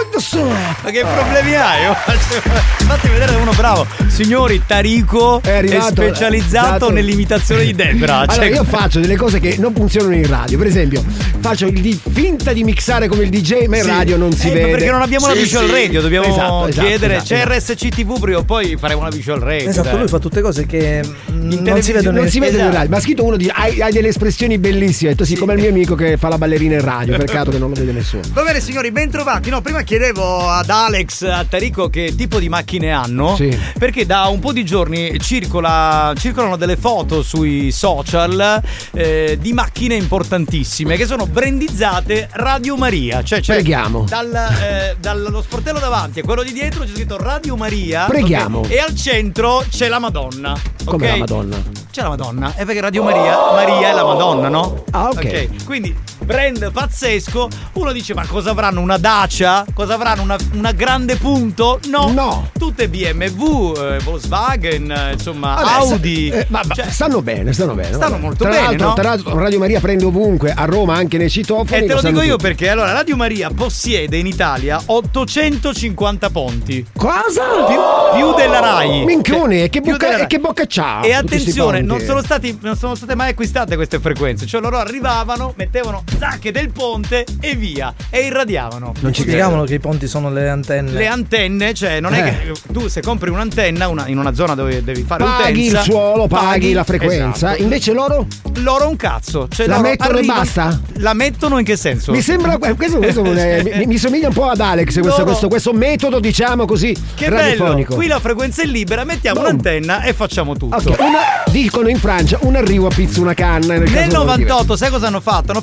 Ma che problemi hai? Oh, fatti vedere uno bravo. Signori, Tarico è, arrivato, specializzato esatto. nell'imitazione di Debra. Allora Cioè- io faccio delle cose che non funzionano in radio. Per esempio, faccio il di finta di mixare come il D J, ma in Sì. radio non si Eh, vede. perché non abbiamo la visual radio, dobbiamo Esatto, esatto, chiedere. esatto, C'è esatto. R S C T V, prima o poi faremo una visual radio. Esatto, dai. lui fa tutte cose che mm, non si televisione vedono Non si vede Esatto. in radio, ma ha scritto uno di hai, hai delle espressioni bellissime. Ho detto sì, come il mio amico che fa la ballerina in radio. Peccato che non lo vede nessuno. Va bene signori, ben trovati. No, prima chiedevo ad Alex, a Tarico che tipo di macchine hanno. Sì. Perché da un po' di giorni circola, circolano delle foto sui social eh, di macchine importantissime che sono brandizzate Radio Maria. Cioè, cioè Preghiamo. dal, eh, dallo sportello davanti a quello di dietro c'è scritto Radio Maria. Preghiamo. ok? E al centro c'è la Madonna. Come ok? la Madonna? C'è la Madonna. È perché Radio Maria, Maria è la Madonna, no? Ah, ok. Quindi brand pazzesco. Uno dice ma cosa avranno, una Dacia? Cosa avranno, una, una grande punto? No, No. Tutte B M W, eh, Volkswagen, eh, insomma Vabbè, Audi. sa- eh, ma, ma Cioè, stanno bene, stanno bene. Stanno vabbè. molto tra bene, l'altro, no? Tra l'altro Radio Maria prende ovunque, a Roma anche nei citofoni. e te lo sanno dico io tutti. perché allora Radio Maria possiede in Italia ottocentocinquanta ponti. Cosa? Più, più della Rai. Minchione, Cioè, e che più bocca, della e Rai. che bocca c'ha? E tutti sti attenzione, ponti? non sono, stati, non sono state mai acquistate queste frequenze. Cioè loro arrivavano, mettevano sacche del ponte e via. E irradiavano. Non ci spiegavano che i ponti sono le antenne. Le antenne, cioè non è Eh. che tu se compri un'antenna una, in una zona dove devi fare Paghi utenza, il suolo, paghi, la frequenza. esatto. Invece loro Loro un cazzo. Cioè la loro mettono arrivano- e basta? La mettono in che senso? Mi sembra questo, questo non è- mi, mi somiglia un po' ad Alex questo, Loro- questo, questo metodo, diciamo così, Che bello! radiofonico. Qui la frequenza è libera, mettiamo Boom. un'antenna e facciamo tutto. Ok, una, dicono in Francia un arrivo a pizza una canna. Nel, caso Nel non novantotto, sai cosa hanno fatto? Hanno fatto la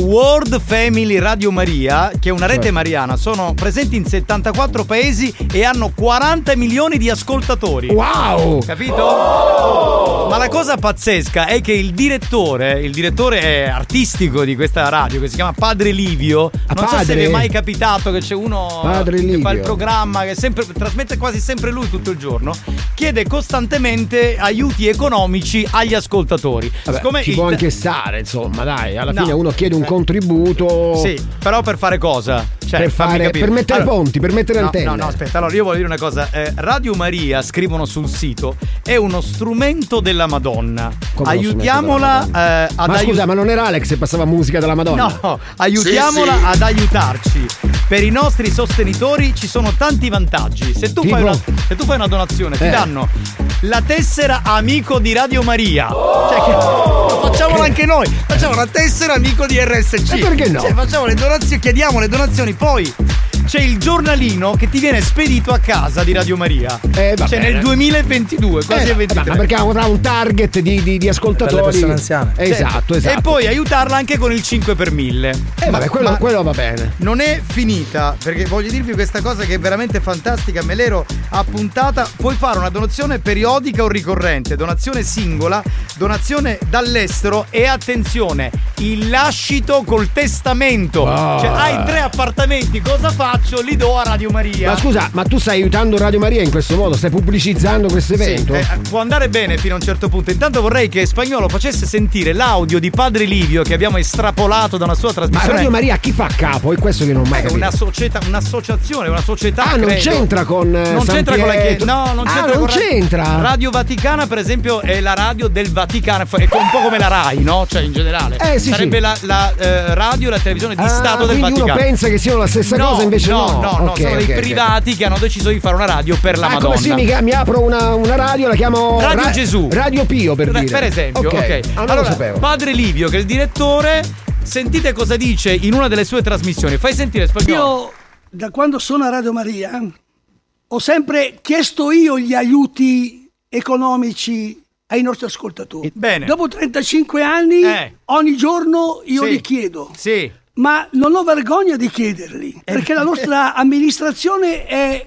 World Family Radio Maria, che è una rete mariana, sono presenti in settantaquattro paesi e hanno quaranta milioni di ascoltatori. Wow! Capito? Oh! Ma la cosa pazzesca è che il direttore, il direttore artistico di questa radio, che si chiama Padre Livio, A non padre? so se vi è mai capitato che c'è uno Padre che Livio. fa il programma, che sempre, trasmette quasi sempre lui tutto il giorno, chiede costantemente aiuti economici agli ascoltatori. Vabbè, Siccome ci il- può anche stare, insomma, dai, alla No. fine uno chiede un contributo. Sì, però per fare cosa? Cioè, Per fammi fare- capire. per mettere ponti, per mettere no, antenne. No, no, aspetta, allora io voglio dire una cosa. Eh, Radio Maria, scrivono sul sito, è uno strumento della Madonna. Come uno Aiutiamola strumento della eh, ad Ma scusa, aiut- ma non era Alex che passava musica della Madonna? No, aiutiamola Sì, sì. ad aiutarci. Per i nostri sostenitori ci sono tanti vantaggi. Se tu, Tipo? fai una, se tu fai una donazione, ti Eh. danno la tessera amico di Radio Maria. Cioè, che, lo facciamolo anche noi. Facciamo la tessera amico di R S C. E perché no? Cioè, facciamo le donazioni, chiediamo le donazioni, poi c'è il giornalino che ti viene spedito a casa di Radio Maria. Eh, va cioè bene. nel duemilaventidue, quasi Eh, al ventitré. ma perché avrà un target di, di, di ascoltatori. Per le persone anziane. Esatto, Sì. esatto. E poi aiutarla anche con il cinque per mille. Eh, vabbè, quello, Ma- quello va bene. Non è finita, perché voglio dirvi questa cosa che è veramente fantastica, me l'ero appuntata. Puoi fare una donazione periodica o ricorrente, donazione singola, donazione dall'estero e attenzione, il lascito col testamento. Wow. Cioè hai tre appartamenti, cosa faccio? Li do a Radio Maria. Ma scusa, ma tu stai aiutando Radio Maria in questo modo? Stai pubblicizzando questo evento? Sì, eh, può andare bene fino a un certo punto. Intanto vorrei che Spagnolo facesse sentire l'audio di Padre Livio che abbiamo estrapolato da una sua Ma trasmissione. Radio Maria a chi fa capo? È questo che non ho mai È capito. una società, un'associazione, una società. Ah, non credo. c'entra con, eh, Non San c'entra con la Pietro. Chiesa. No, non Ah, c'entra non con Ra- c'entra? Radio Vaticana, per esempio, è la radio del Vaticano. È un po' come la Rai, no? Cioè, in generale. Eh, sì, Sarebbe sì. la, la, eh, radio e la televisione di Ah, Stato del quindi Vaticano. uno pensa che siano la stessa no, cosa, invece no. no. No, no, Ok, sono ok, dei ok. privati che hanno deciso di fare una radio per la Ah, Madonna. come se mi, mi apro una, una radio, la chiamo Radio Ra- Gesù. Radio Pio, per Per- dire. per esempio, ok. Ah, non allora, lo sapevo. Padre Livio, che è il direttore, sentite cosa dice in una delle sue trasmissioni. Fai sentire, Spagnolo. Io, da quando sono a Radio Maria, ho sempre chiesto io gli aiuti economici ai nostri ascoltatori. Bene. Dopo trentacinque anni, Eh. ogni giorno io Sì. li chiedo. Sì. Ma non ho vergogna di chiederli, perché la nostra amministrazione è,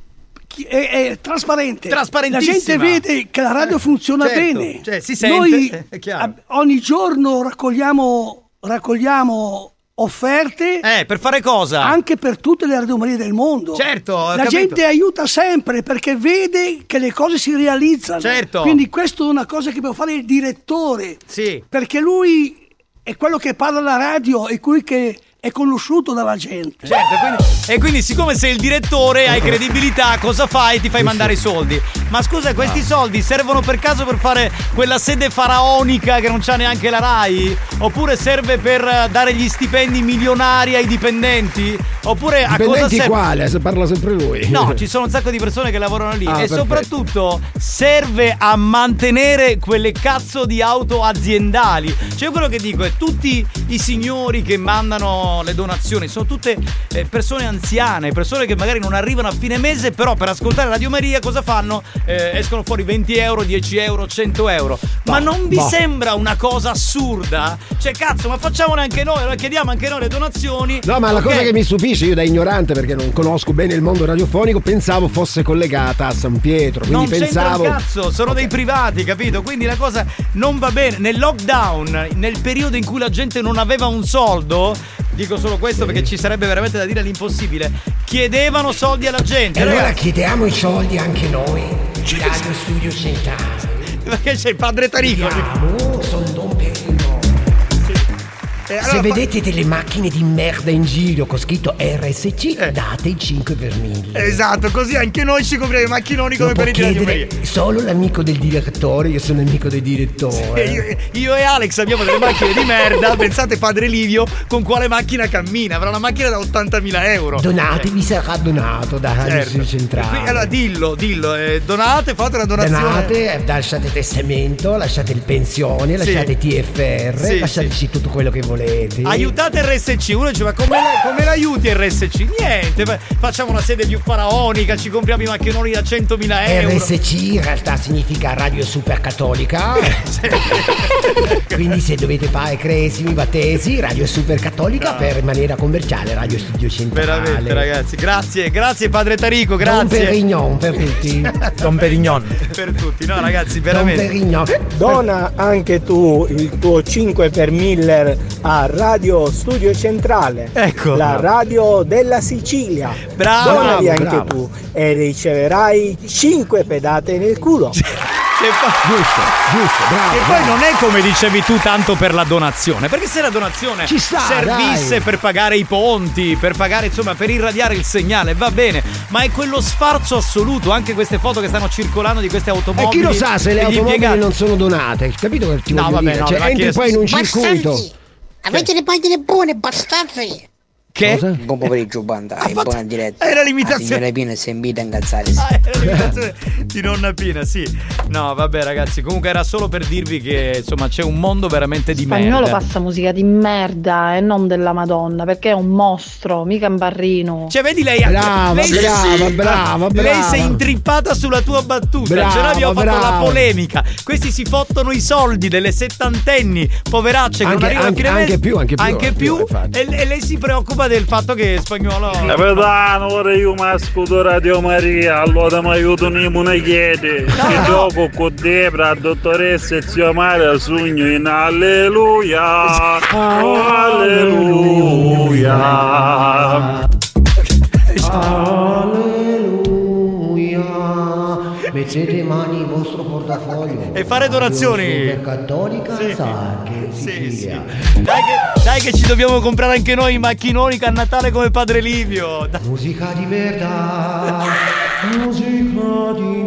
è, è trasparente. La Trasparentissima. gente vede che la radio funziona certo, bene. cioè, si sente, Noi è chiaro. ab- ogni giorno raccogliamo, raccogliamo offerte. Eh, per fare cosa? Anche per tutte le radiomarie del mondo. Certo, ho la capito. gente aiuta sempre perché vede che le cose si realizzano. Certo. Quindi questo è una cosa che può fare il direttore. Sì. Perché lui è quello che parla alla radio e qui che è conosciuto dalla gente. Certo, e quindi, e quindi siccome sei il direttore, hai credibilità, cosa fai? Ti fai mandare i soldi. Ma scusa, questi soldi servono per caso per fare quella sede faraonica che non c'ha neanche la Rai? Oppure serve per eh, dare gli stipendi milionari ai dipendenti? Oppure a cosa Dipendenti serve? quale? Se parla sempre lui. No, ci sono un sacco di persone che lavorano lì. Ah, e perfetto. soprattutto serve a mantenere quelle cazzo di auto aziendali. Cioè, io quello che dico è tutti i signori che mandano le donazioni sono tutte eh, persone anziane, persone che magari non arrivano a fine mese, però per ascoltare Radio Maria cosa fanno? Eh, escono fuori venti euro, dieci euro, cento euro. Ma non vi boh. sembra una cosa assurda? Cioè, cazzo, ma facciamole anche noi, allora chiediamo anche noi le donazioni. No, ma la ok? cosa che mi stupisce, io da ignorante perché non conosco bene il mondo radiofonico, pensavo fosse collegata a San Pietro. Quindi non c'entra pensavo. un cazzo, sono dei privati, capito? Quindi la cosa non va bene. Nel lockdown, nel periodo in cui la gente non aveva un soldo, dico solo questo perché ci sarebbe veramente da dire l'impossibile, chiedevano soldi alla gente. E allora ragazzi. chiediamo i soldi anche noi, di Radio Studio Centrale. Perché c'è il padre Tarico. Chiediamo, sono Don Perino. Eh, Se allora, vedete delle macchine di merda in giro con scritto R S C, date il cinque per mille. Esatto, così anche noi ci compriamo i macchinoni come Lo può quelli di Radio chiedere Maria. solo l'amico del direttore, io sono amico del direttore. E io, io e Alex abbiamo delle macchine di merda. Pensate padre Livio con quale macchina cammina. Avrà una macchina da ottantamila euro. Donate, vi sarà donato da Radio Certo. Studio E Centrale. qui- allora dillo, dillo, eh, donate, fate una donazione. Donate, eh, lasciate testamento, lasciate il pensione, lasciate T F R, Sì, lasciateci tutto quello che volete. volete? Aiutate R S C. Uno dice ma come, la, come l'aiuti R S C? Niente, beh, facciamo una sede più faraonica, ci compriamo i macchinoni da centomila euro. R S C in realtà significa Radio Super Cattolica. Quindi se dovete fare cresimi, battesi, Radio Super Cattolica, no. Per maniera commerciale Radio Studio Centrale. Veramente ragazzi, grazie, grazie padre Tarico, grazie. Don Perignon per tutti. Don Perignon. Per tutti, no ragazzi, veramente. Don Perignon. Dona anche tu il tuo cinque per mille a Radio Studio Centrale. Ecco. La radio della Sicilia. Bravo. Donali anche bravo. tu e riceverai cinque pedate nel culo. Che poi, giusto, giusto, bravo. Che poi non è come dicevi tu tanto per la donazione, perché se la donazione Ci sta, servisse dai. per pagare i ponti, per pagare insomma per irradiare il segnale, va bene, ma è quello sfarzo assoluto, anche queste foto che stanno circolando di queste E automobili. chi lo sa se le degli automobili impiegati. non sono donate? Capito che ti No, voglio vabbè, dire? no, Cioè, le entri macchine- poi in un Bastardi, circuito. avete le pagine buone, bastardi. Che? Buon pomeriggio, banda, in buona diretta. Era l'imitazione. La signora Pina si invita a incazzare. Ah, era l'imitazione di nonna Pina, sì. No, vabbè ragazzi, comunque era solo per dirvi che insomma c'è un mondo veramente di Spagnolo merda. passa musica di merda e non della Madonna, perché è un mostro, mica un barrino. Cioè vedi lei Brava, lei, brava, brava, Lei brava. si è intrippata sulla tua battuta. Brava, Ce l'abbiamo fatto brava. la polemica. Questi si fottono i soldi delle settantenni, poveracce che non Anche- arrivano a anche- fine mese. anche più, anche più, Anche anche più, più, infatti. e, e lei si preoccupa del fatto che Spagnolo. Capitano, ora io mi ascolto Radio Maria, allora mi aiutano i monachietti. Che gioco con Debra, dottoressa e zio Mario sogno in alleluia. Alleluia. Alleluia. Mettete mani in vostro portafoglio. E fare donazioni. Per Cattolica Sì. sa che Sì, Sicilia. Dai che, dai che ci dobbiamo comprare anche noi i macchinoni a Natale come Padre Livio. Dai. Musica di merda. Musica di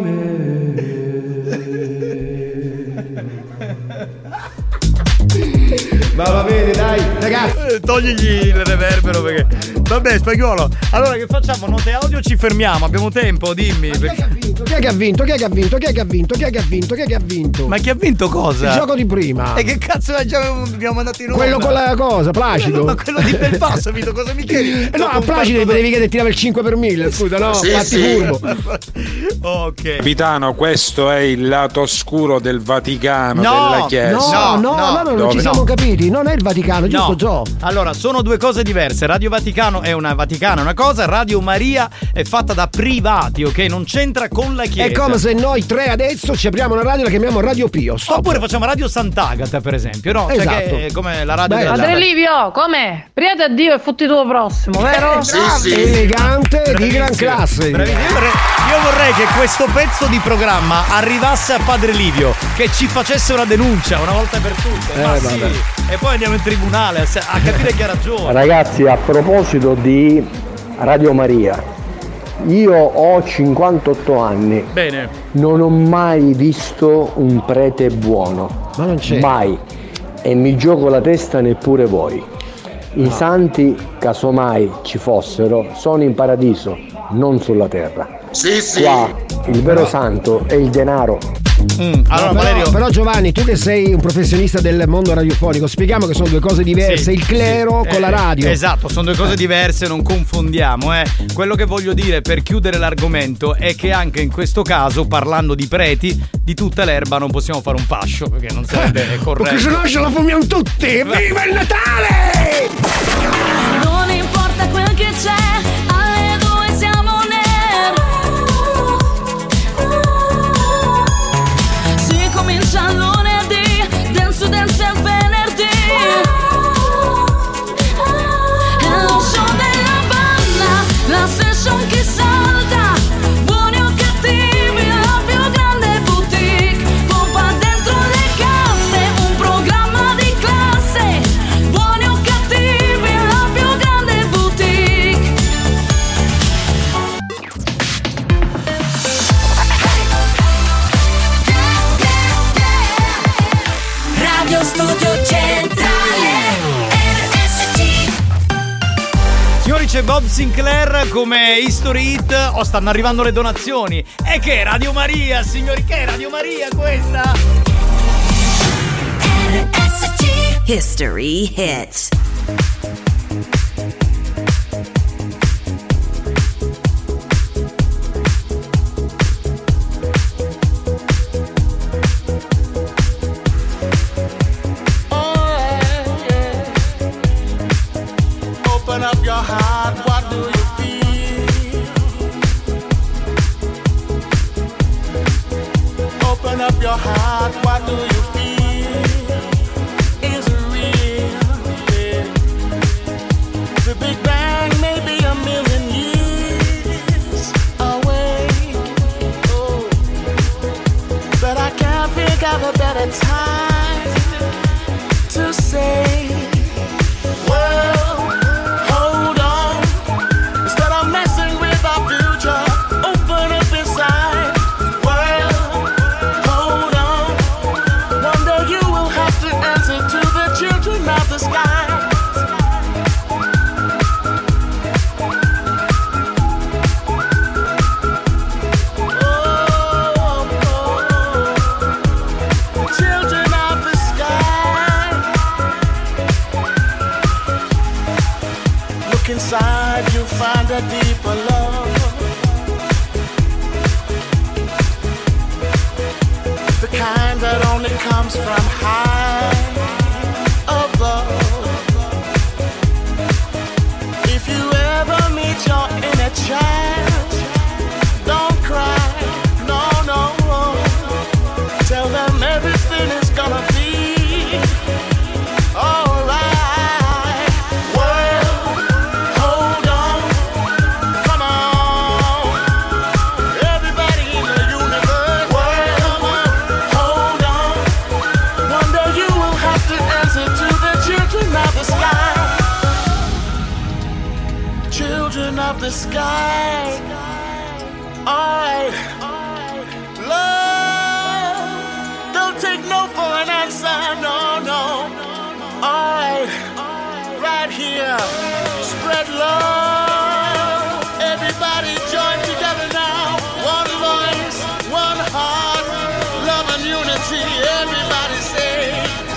Ma va bene, dai, ragazzi. Eh, Togligli il reverbero perché. Vabbè, Spagnolo. Allora che facciamo? Note audio o ci fermiamo? Abbiamo tempo, dimmi. Chi è che ha vinto? Chi è che ha vinto? Chi è che ha vinto? Chi è che ha vinto? Chi è che ha vinto? Chi è che ha vinto? Ma chi ha vinto cosa? Il gioco di prima. E che cazzo già abbiamo mandato in onda? Quello con la cosa, Placido. Ma quello di Belpasso, Vito, cosa mi chiedi? Eh no, a Placido devi chiedere tirava il cinque per mille, scusa, no, Sì, fatti sì. furbo. Ok. Capitano, questo è il lato oscuro del Vaticano, No, della Chiesa. No, no, no, no, non Dove? ci siamo No. capiti, non è il Vaticano, giusto No. Gio? Allora, sono due cose diverse. Radio Vaticano è una Vaticano, è una cosa, Radio Maria è fatta da privati, ok? Non c'entra con la Chiesa. È come se noi tre adesso ci apriamo una radio e la chiamiamo Radio Pio. Stop. Oppure facciamo Radio Sant'Agata, per esempio, no? Cioè Esatto. che è come la radio Beh, della Padre Livio, come? Priate a Dio e fotti tuo prossimo, vero? Elegante di gran classe. Bravissimo. Io vorrei, io vorrei che questo pezzo di programma arrivasse a Padre Livio, che ci facesse una denuncia una volta per tutte. Eh, Ma sì. vabbè. E poi andiamo in tribunale a, a capire chi ha ragione. Ragazzi, a proposito di Radio Maria, io ho cinquantotto anni. Bene. Non ho mai visto un prete buono. Ma non c'è. Mai. E mi gioco la testa neppure voi. I santi, casomai ci fossero, sono in paradiso, non sulla terra. Sì, sì. Qua il vero santo è il denaro. Mm, allora, No, però, Valerio. però Giovanni, tu che sei un professionista del mondo radiofonico, spieghiamo che sono due cose diverse, Sì, il clero sì. con Eh, la radio. Esatto, sono due cose diverse, non confondiamo. Eh. Quello che voglio dire per chiudere l'argomento è che anche in questo caso, parlando di preti, di tutta l'erba non possiamo fare un fascio, perché non sarebbe corretto. Perché sennò ce la fumiamo tutti! Viva il Natale! Non importa quel che c'è, alle due siamo nerd. Si comincia lunedì, dance dance il venerdì. È lo show della banda, la session che salta. Buoni o cattivi, la più grande boutique. Pompa dentro le casse, un programma di classe. Buoni o cattivi, la più grande boutique. Radio Studio Centrale R S C. Signori, c'è Bob Sinclair come History Hit. Oh, stanno arrivando le donazioni. E che è Radio Maria, signori, che è Radio Maria questa? R S C, History Hit. Open up your heart, what do you feel? Open up your heart, what do you feel? Is it real? Yeah. The Big Bang may be a million years away. Oh. But I can't think of a better time to say, well, inside you find a deeper love, the kind that only comes from high above. If you ever meet your inner child, don't cry, no, no, tell them everything is gonna be alright. Of the sky, alright, love, don't take no for an answer, no, no, alright, right here, spread love, everybody join together now, one voice, one heart, love and unity, everybody say,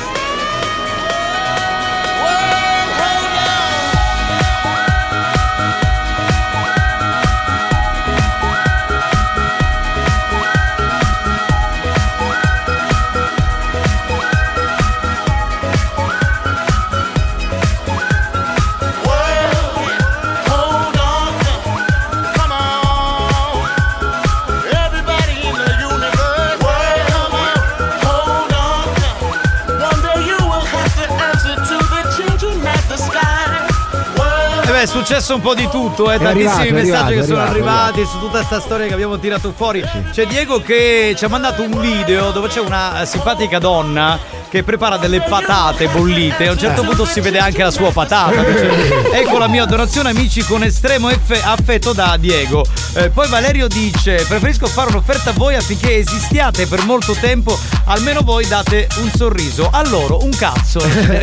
è successo un po' di tutto, eh. Tantissimi arrivato, messaggi arrivato, che sono arrivato, arrivati su tutta questa storia che abbiamo tirato fuori. C'è Diego che ci ha mandato un video dove c'è una simpatica donna che prepara delle patate bollite. A un certo punto si vede anche la sua patata. Ecco la mia donazione, amici, con estremo eff- affetto da Diego. Eh, poi Valerio dice: preferisco fare un'offerta a voi affinché esistiate per molto tempo, almeno voi date un sorriso, a loro un cazzo.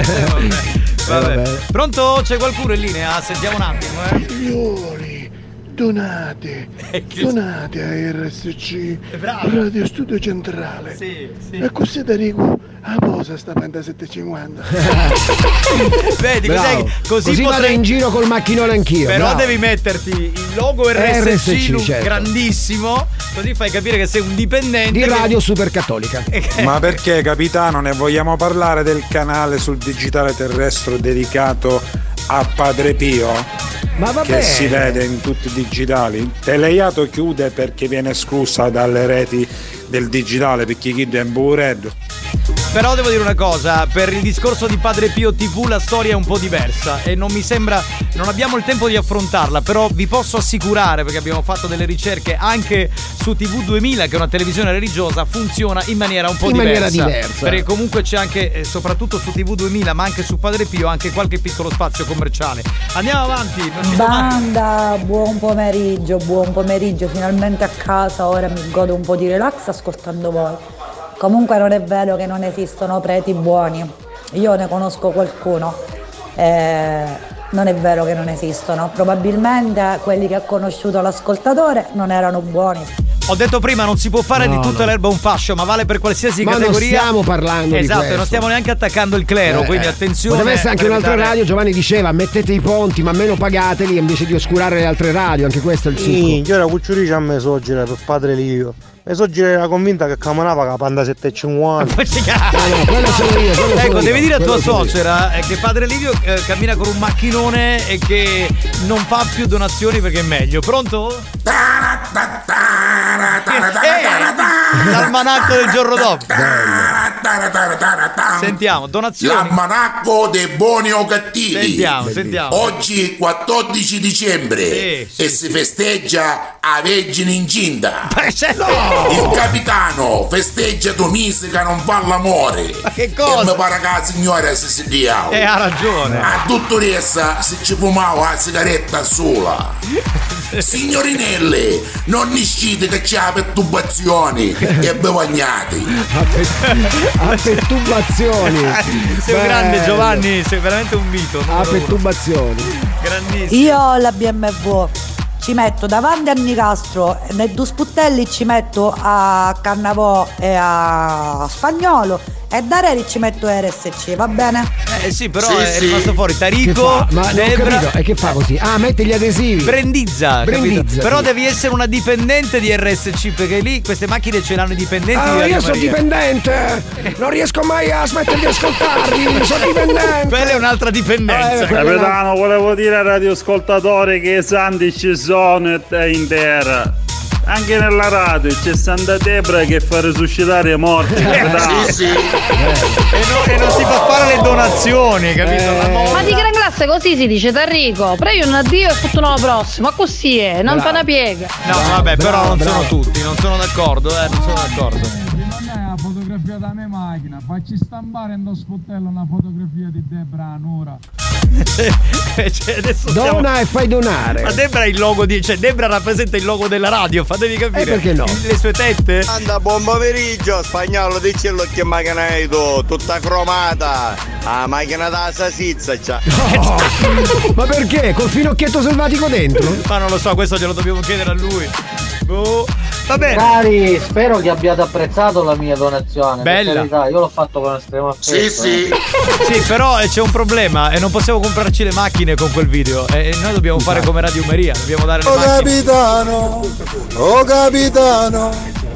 Vabbè. Vabbè. Pronto? C'è qualcuno in linea? Sentiamo un attimo, eh. Signori, donate, donate a R S C Radio Studio Centrale. Sì, sì. E così da Rico a posa sta panda settecentocinquanta. Vedi, cos'è? Così, così potrei... vado in giro col macchinone anch'io. Però bravo. Devi metterti il logo R S C, R S C certo. grandissimo, così fai capire che sei un dipendente di che... Radio Super Cattolica. Ma perché, capitano, ne vogliamo parlare del canale sul digitale terrestre dedicato a Padre Pio? Ma vabbè. Che si vede in tutti i digitali. Teleiato chiude perché viene esclusa dalle reti del digitale, perché chi è imbureddo. Però devo dire una cosa, per il discorso di Padre Pio tivù la storia è un po' diversa e non mi sembra, non abbiamo il tempo di affrontarla, però vi posso assicurare, perché abbiamo fatto delle ricerche anche su tivù duemila, che è una televisione religiosa, funziona in maniera un po' in diversa. maniera diversa. Perché comunque c'è anche, eh, soprattutto su tivù duemila, ma anche su Padre Pio, anche qualche piccolo spazio commerciale. Andiamo avanti. Banda, buon pomeriggio, buon pomeriggio, finalmente a casa, ora mi godo un po' di relax ascoltando voi. Comunque non è vero che non esistono preti buoni, io ne conosco qualcuno, eh, non è vero che non esistono, probabilmente quelli che ha conosciuto l'ascoltatore non erano buoni. Ho detto prima, non si può fare No, di tutta no. l'erba un fascio, ma vale per qualsiasi Ma non categoria. stiamo parlando di Esatto, questo. non stiamo neanche attaccando il clero, Eh, quindi eh. attenzione. Poteva essere anche per un'altra evitare- radio. Giovanni diceva mettete i ponti ma meno pagateli invece di oscurare le altre radio. Anche questo è il succo. Sì, io ero cucciurice a me soggira per padre Livio. E soggira era convinta che camminava con la Panda settecentocinquanta. no, quello sono io, quello Ecco, sono devi io, dire a tua quello sono io. suocera eh, che padre Livio eh, cammina con un macchinone e che non fa più donazioni perché è meglio. Pronto? Eh, l'almanacco del giorno dopo. Sentiamo, donazioni. L'almanacco dei buoni o cattivi. Sentiamo, sentiamo. Oggi quattordici dicembre Sì, sì, e si festeggia a Vergine incinta. No! Il capitano festeggia due mesi che non fa l'amore. Ma che cosa? E mi pare che la signora si sedia. Eh, ha ragione. A dottoressa si ci fumava la sigaretta sola. Signorinelle, non niscite che c'è perturbazioni e bevagnati. A perturbazioni. Sei un Beh. grande Giovanni, sei veramente un mito. A numero uno. perturbazioni. Grandissimo. Io ho la B M W ci metto davanti a Nicastro e nei due sputtelli ci metto a Cannavò e a Spagnolo e da Reri ci metto R S C, va bene? Eh sì, però Sì, è sì. rimasto fuori Che Tarico, fa? Ma non ho Debra, capito. E che fa così? Ah, mette gli adesivi. Brendizza, capito? Brendizza, Però sì. devi essere una dipendente di R S C perché lì queste macchine ce l'hanno i dipendenti di Ah, Radio io sono Maria. dipendente. Non riesco mai a smettere di ascoltarvi. Sono dipendente. Quella è un'altra dipendenza. Eh, quella- Capitano, volevo dire ai radioascoltatori che i santi ci sono e te in terra. Anche nella radio c'è Santa Debra che fa risuscitare i morti, capitano. Sì, sì. E, non, e non si fa fare le donazioni, capito? La mo- Ma di gran classe così si dice Tarrico. Prego un addio e tutto l'anno prossimo. Ma così è, non fa una piega. No, vabbè, però bravo, non bravo. sono tutti, non sono d'accordo, eh, non sono d'accordo. La fotografia da mia macchina, facci stampare in spottello una fotografia di Debra Nora. Cioè, adesso stiamo- Dona e fai donare. Ma Debra è il logo di. Cioè, Debra rappresenta il logo della radio, fatevi capire. Eh, perché no? Le sue tette. Anda, buon pomeriggio, spagnolo, dicelo che macchina hai tu, tutta cromata, la macchina da salsiccia c'ha. Oh, ma perché? Col finocchietto selvatico dentro? Ma non lo so, questo glielo dobbiamo chiedere a lui. Boh. Va bene. Cari, spero che abbiate apprezzato la mia donazione. per Bella. carità, io l'ho fatto con estremo affetto. Sì, sì. eh. Sì, però eh, c'è un problema e non possiamo comprarci le macchine con quel video. E noi dobbiamo fare come Radio Maria, dobbiamo dare le Oh macchine. capitano, oh capitano,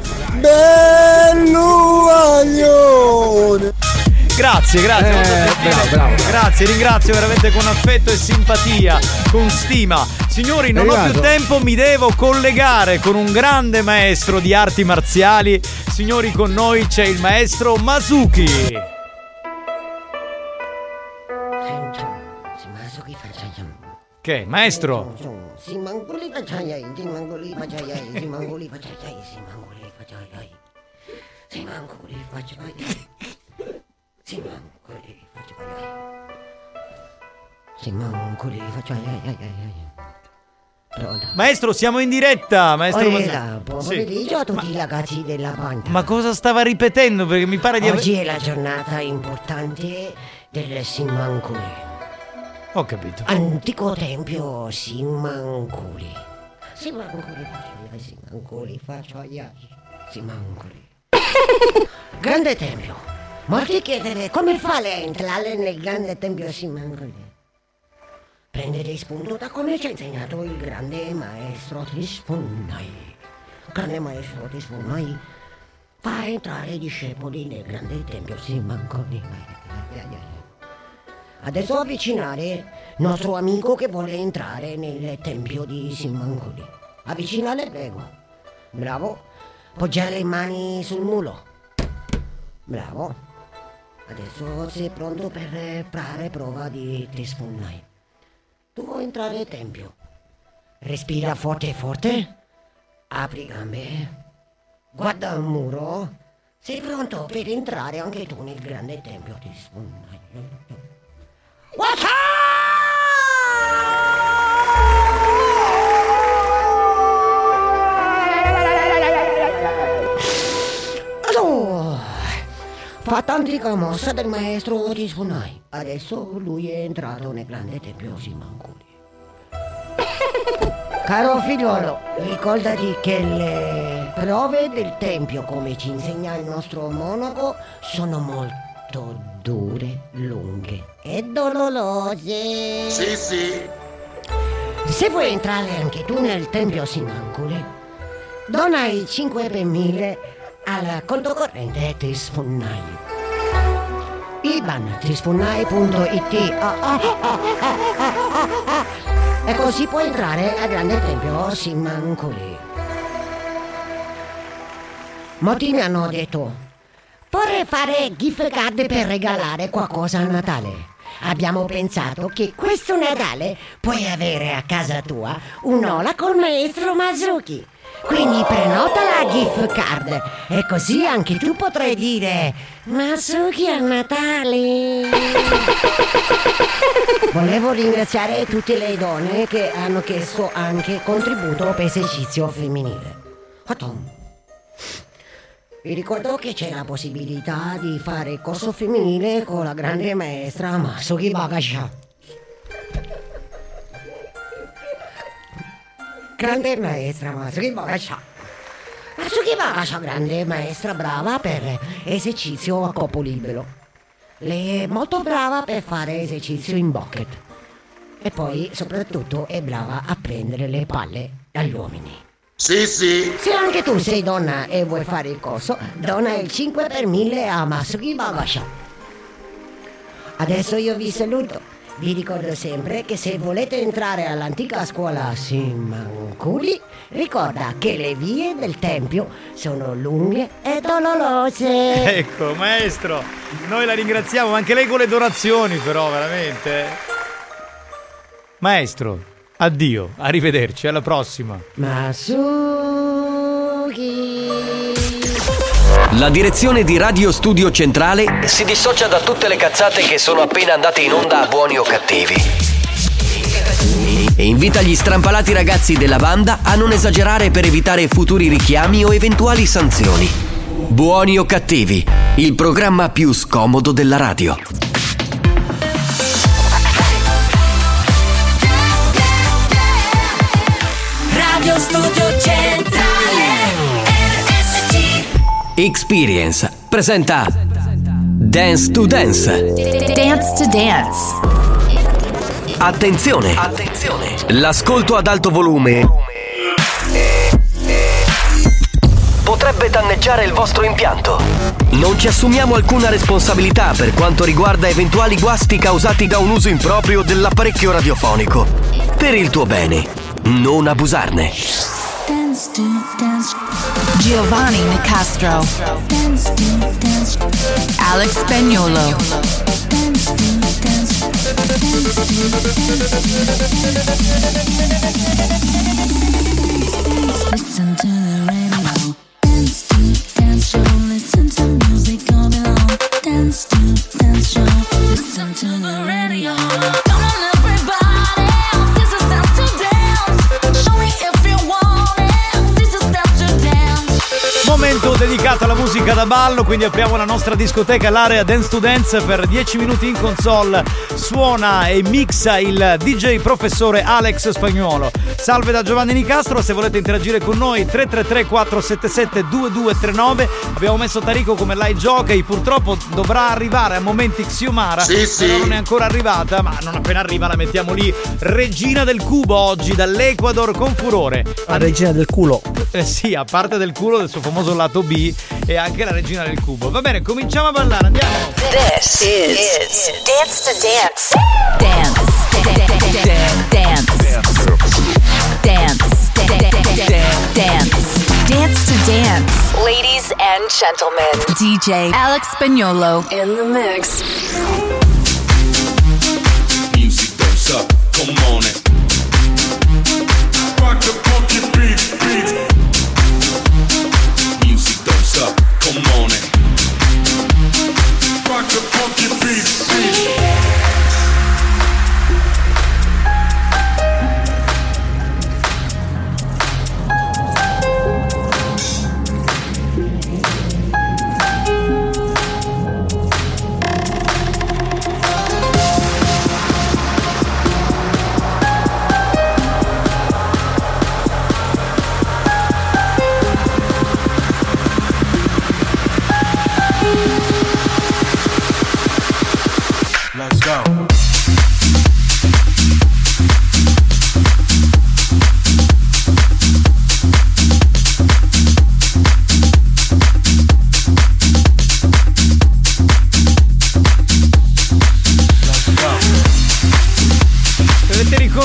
belluaglione. Grazie, grazie. Eh, molto gentile. bravo, bravo. Grazie, ringrazio veramente con affetto e simpatia, con stima. Signori, non È ho più arrivato? tempo, mi devo collegare con un grande maestro di arti marziali. Signori, con noi c'è il maestro Masuki. Che? Maestro? Si mangoli facciai, si mangoli facciai, si mangoli facciai, si mangoli facciai. Si mangoli facciai. Si mangoli facciai. Si mangoli facciai. Maestro, siamo in diretta, maestro Ora, Masuki. buon Sì. pomeriggio a tutti i ragazzi della banda. Ma cosa stava ripetendo? Perché mi pare di aver... Oggi è la giornata importante del Simanculi. Ho capito. Antico tempio Simanculi. Simanculi facciai, Simanculi facciai, Simanculi. Grande tempio. Molti chiedono come fa lei a entrare nel grande tempio Simanculi. Prendere spunto da come ci ha insegnato il grande maestro Trispunnai. Grande maestro Trispunnai fa entrare i discepoli nel grande tempio Simanculi. Adesso avvicinare il nostro amico che vuole entrare nel tempio di Simanculi. Avvicinare, prego. Bravo. Poggiare le mani sul mulo. Bravo. Adesso sei pronto per fare prova di Trispunnai. Tu vuoi entrare nel tempio. Respira forte forte. Apri gambe. Guarda il muro. Sei pronto per entrare anche tu nel grande tempio di Trispunnai. Allora, fa tantrica mossa del maestro Trispunnai. Adesso lui è entrato nel grande tempio Simanculi. Caro figliolo, ricordati che le prove del tempio, come ci insegna il nostro monaco, sono molto dure, lunghe e dolorose. Sì, sì. Se vuoi entrare anche tu nel tempio Simanculi, dona i cinque per mille al conto corrente Trisfonnai. I B A N trisfonnai punto it. Oh, oh, oh, oh, oh, oh. E così puoi entrare al grande tempio Simanculi. Molti mi hanno detto: vorrei fare gift card per regalare qualcosa a Natale. Abbiamo pensato che questo Natale puoi avere a casa tua un'ola col maestro Masuki. Quindi prenota la gift card e così anche tu potrai dire Masuki a Natale. Volevo ringraziare tutte le donne che hanno chiesto anche contributo per esercizio femminile. Vi ricordo che c'è la possibilità di fare corso femminile con la grande maestra Masuki Bagasha. Grande maestra Masuki Bagasha. Masuki Bagasha, grande maestra brava per esercizio a corpo libero. Lei è molto brava per fare esercizio in bucket. E poi, soprattutto, è brava a prendere le palle dagli uomini. Sì, sì. Se anche tu sei donna e vuoi fare il corso, dona il cinque per mille a Masuki Bagasha. Adesso io vi saluto. Vi ricordo sempre che se volete entrare all'antica scuola Simanculi, ricorda che le vie del tempio sono lunghe e dolorose. Ecco, maestro, noi la ringraziamo, anche lei con le donazioni, però, veramente. Maestro, addio, arrivederci, alla prossima. Masuki. La direzione di Radio Studio Centrale si dissocia da tutte le cazzate che sono appena andate in onda a Buoni o Cattivi e invita gli strampalati ragazzi della banda a non esagerare per evitare futuri richiami o eventuali sanzioni. Buoni o Cattivi, il programma più scomodo della radio. Radio Studio Centrale. Experience presenta Dance to Dance. Dance to Dance. Attenzione, attenzione. L'ascolto ad alto volume potrebbe danneggiare il vostro impianto. Non ci assumiamo alcuna responsabilità per quanto riguarda eventuali guasti causati da un uso improprio dell'apparecchio radiofonico. Per il tuo bene, non abusarne. Dance to dance. Giovanni Nicastro. Dance to dance. Alex Spagnuolo. Dance to dance. Listen to the radio. Dance to dance show. Listen to music all day long. Dance to dance show. Listen to the radio. Come on everybody, this is dance to dance. Show me if you want it. This is dance to dance. Momento dedicato alla musica da ballo, quindi apriamo la nostra discoteca, l'area Dance to Dance. Per dieci minuti in console suona e mixa il D J professore Alex Spagnuolo. Salve da Giovanni Nicastro, se volete interagire con noi tre tre tre quattro sette sette due due tre nove. Abbiamo messo Tarico come live jockey, purtroppo dovrà arrivare a momenti Xiomara, sì, sì. però non è ancora arrivata, ma non appena arriva la mettiamo lì. Regina del cubo oggi dall'Ecuador con furore. La regina del culo. Eh sì, a parte del culo, del suo famoso lato B, e anche la regina del cubo. Va bene, cominciamo a ballare, andiamo. This is, is Dance to Dance. Dance. Dance. Dance. Dance. Dance to Dance. Ladies and gentlemen, D J Alex Spagnuolo in the mix. Music don't suck, come on it. Rock the funky beat, beat. Music don't suck, come on it. Rock the funky beat, beat.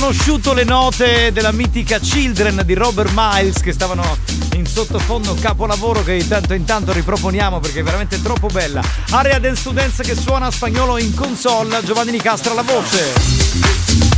riconosciuto le note della mitica Children di Robert Miles, che stavano in sottofondo, capolavoro che di tanto in tanto riproponiamo perché è veramente troppo bella. Area del Students che suona Spagnolo in console, Giovanni Nicastra alla voce.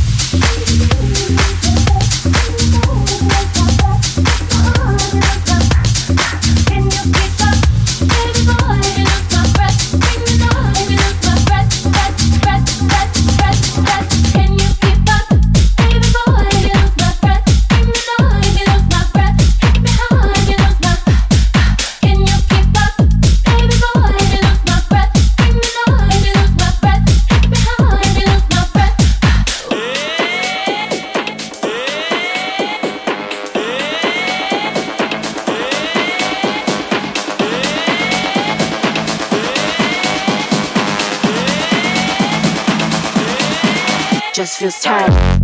Just feels tired.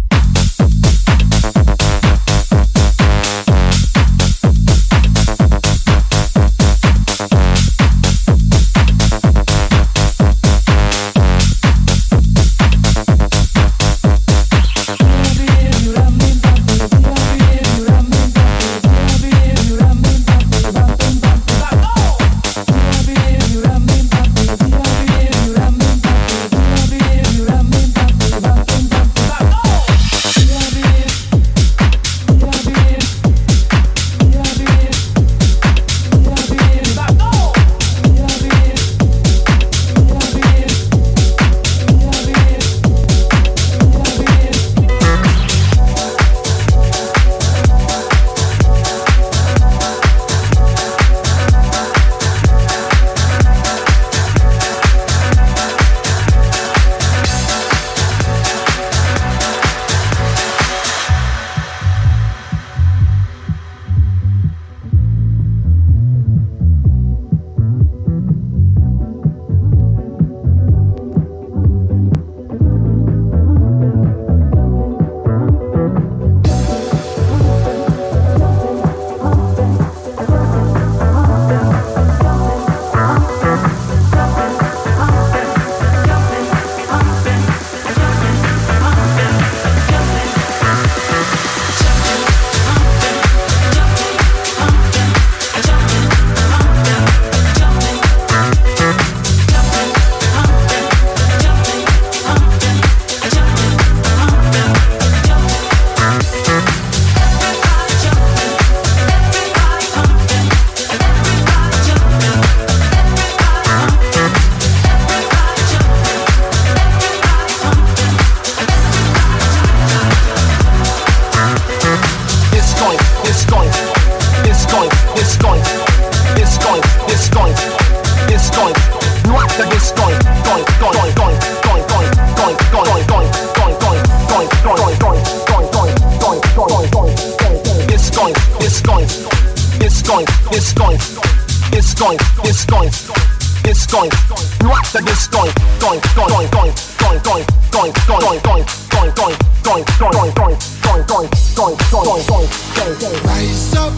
Rise up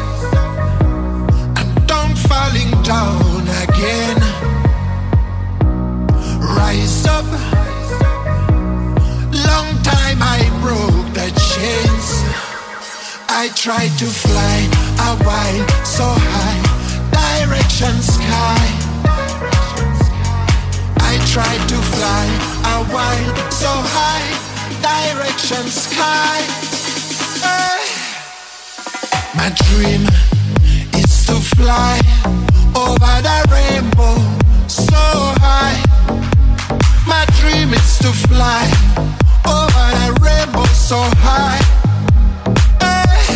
and don't falling down again. Rise up. Long time I broke the chains. I tried to fly a while so high, direction sky. I tried to fly a while so high, direction sky. Hey. My dream is to fly over the rainbow so high. My dream is to fly over the rainbow so high. Hey.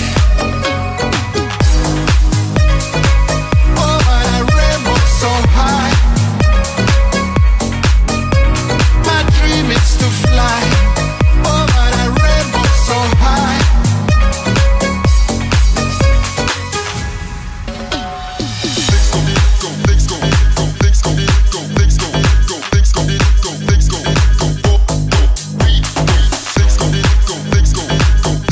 Over the rainbow so high. My dream is to fly over the rainbow so high. Go,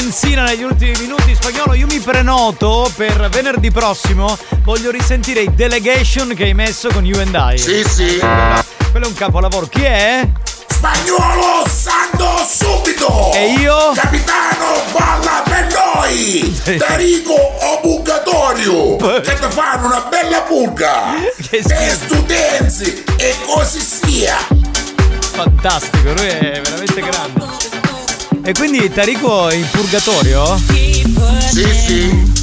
benzina negli ultimi minuti. Spagnolo, io mi prenoto per venerdì prossimo. Voglio risentire i Delegation che hai messo con You and I. Sì, sì. Quello è un capolavoro. Chi è? Spagnolo Sando subito! E io? Capitano balla per noi! Tarico Obugatorio! Che ti fanno una bella purga! Testu Denzi e così sia! Fantastico, lui è veramente grande. E quindi Tarico è in purgatorio? Sì, sì.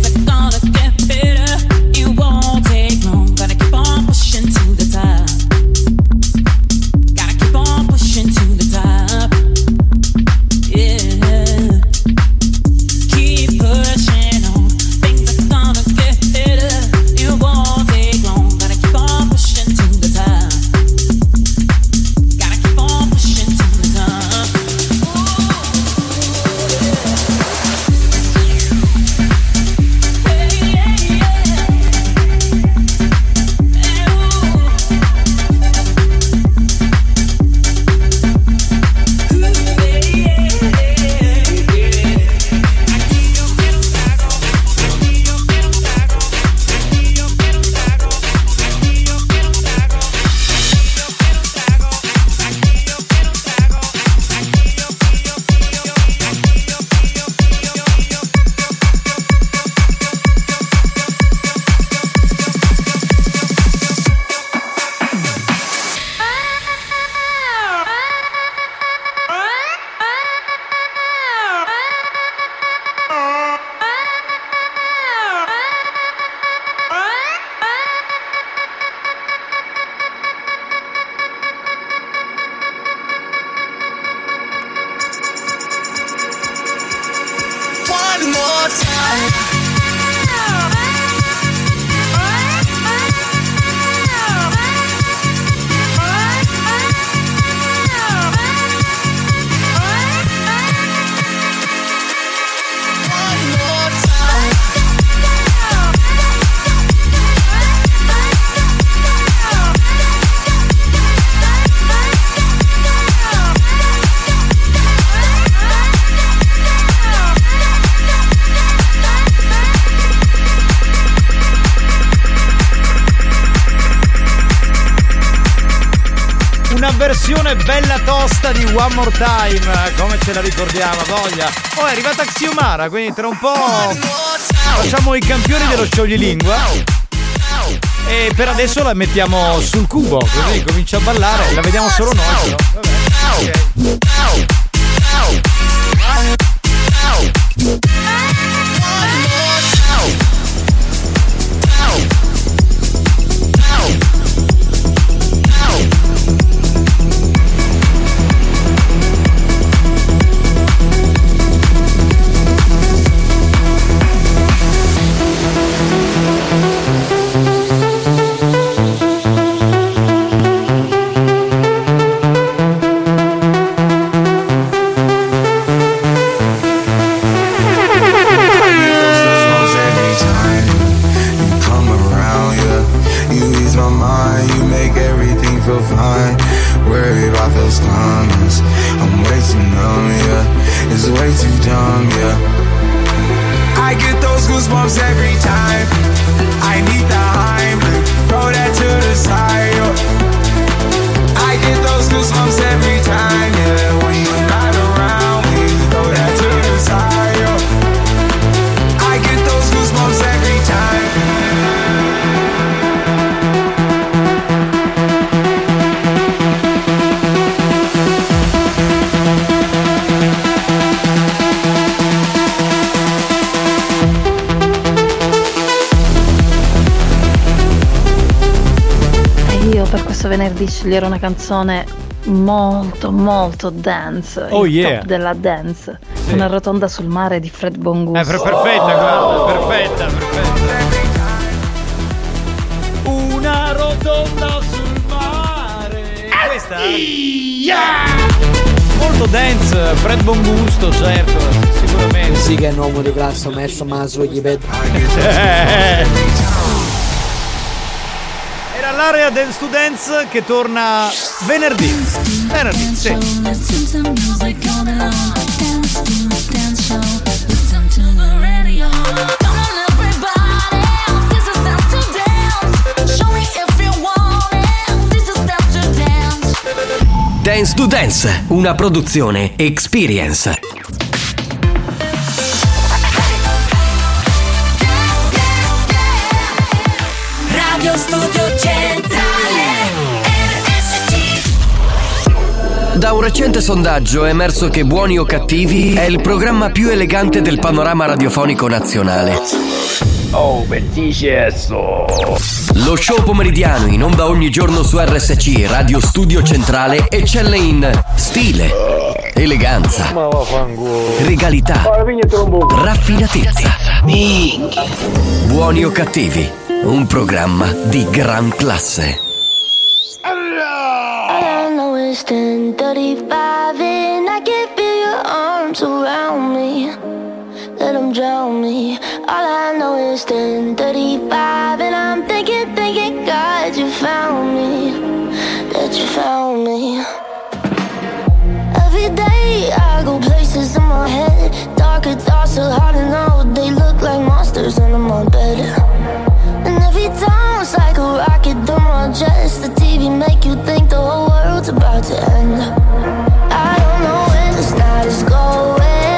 Versione bella tosta di One More Time, come ce la ricordiamo, voglia. Oh, è arrivata Xiomara, quindi tra un po' facciamo i campioni dello scioglilingua. E per adesso la mettiamo sul cubo, così comincia a ballare, la vediamo solo noi. Però. Vabbè. Okay. Venerdì scegliere una canzone molto molto dance, oh il yeah. top della dance, sì. Una rotonda sul mare di Fred Bongusto. Eh, per- perfetta, guarda, perfetta, perfetta. Una rotonda sul mare. Questa? Yeah! Molto dance, Fred Bongusto, certo, sicuramente. Sì che è un uomo di classe, ho messo ma sugli pet. dall'area del Students che torna venerdì. Venerdì, sì. Dance to Dance, una produzione Experience. Radio Studio Centrale R S C. Da un recente sondaggio è emerso che Buoni o Cattivi è il programma più elegante del panorama radiofonico nazionale. Oh, benissimo. Lo show pomeridiano in onda ogni giorno su R S C Radio Studio Centrale eccelle in stile, eleganza, regalità, raffinatezza. Buoni o Cattivi, un programma di gran classe. All I know is ten thirty-five and I can feel your arms around me. Let them drown me. All I know is ten thirty-five and I'm thinking, thinking, God, you found me. That you found me. Every day I go places in my head. Darker thoughts are hard to know. They look like monsters under my bed. And every time it's like a rocket through my chest. The T V make you think the whole world's about to end. I don't know where this night is going.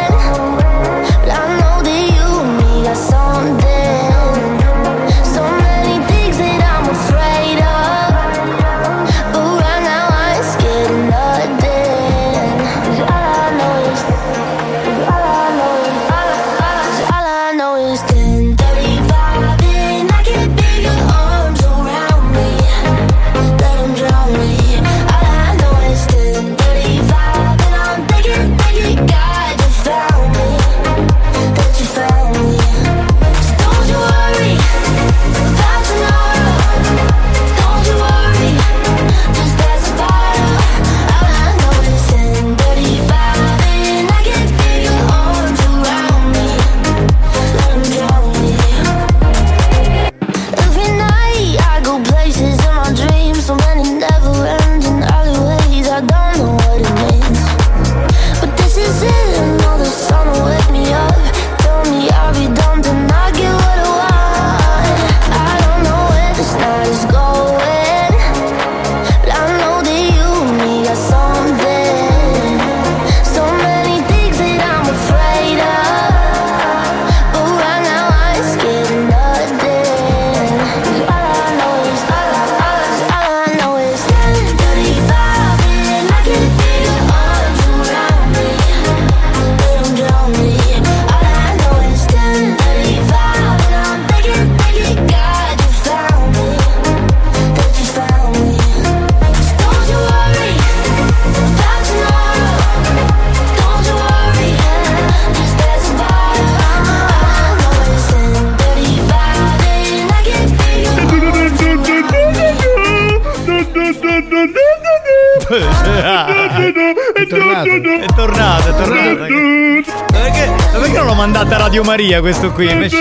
È tornato, è tornato, è tornato. Perché, perché non l'ho mandata a Radio Maria questo qui? Invece...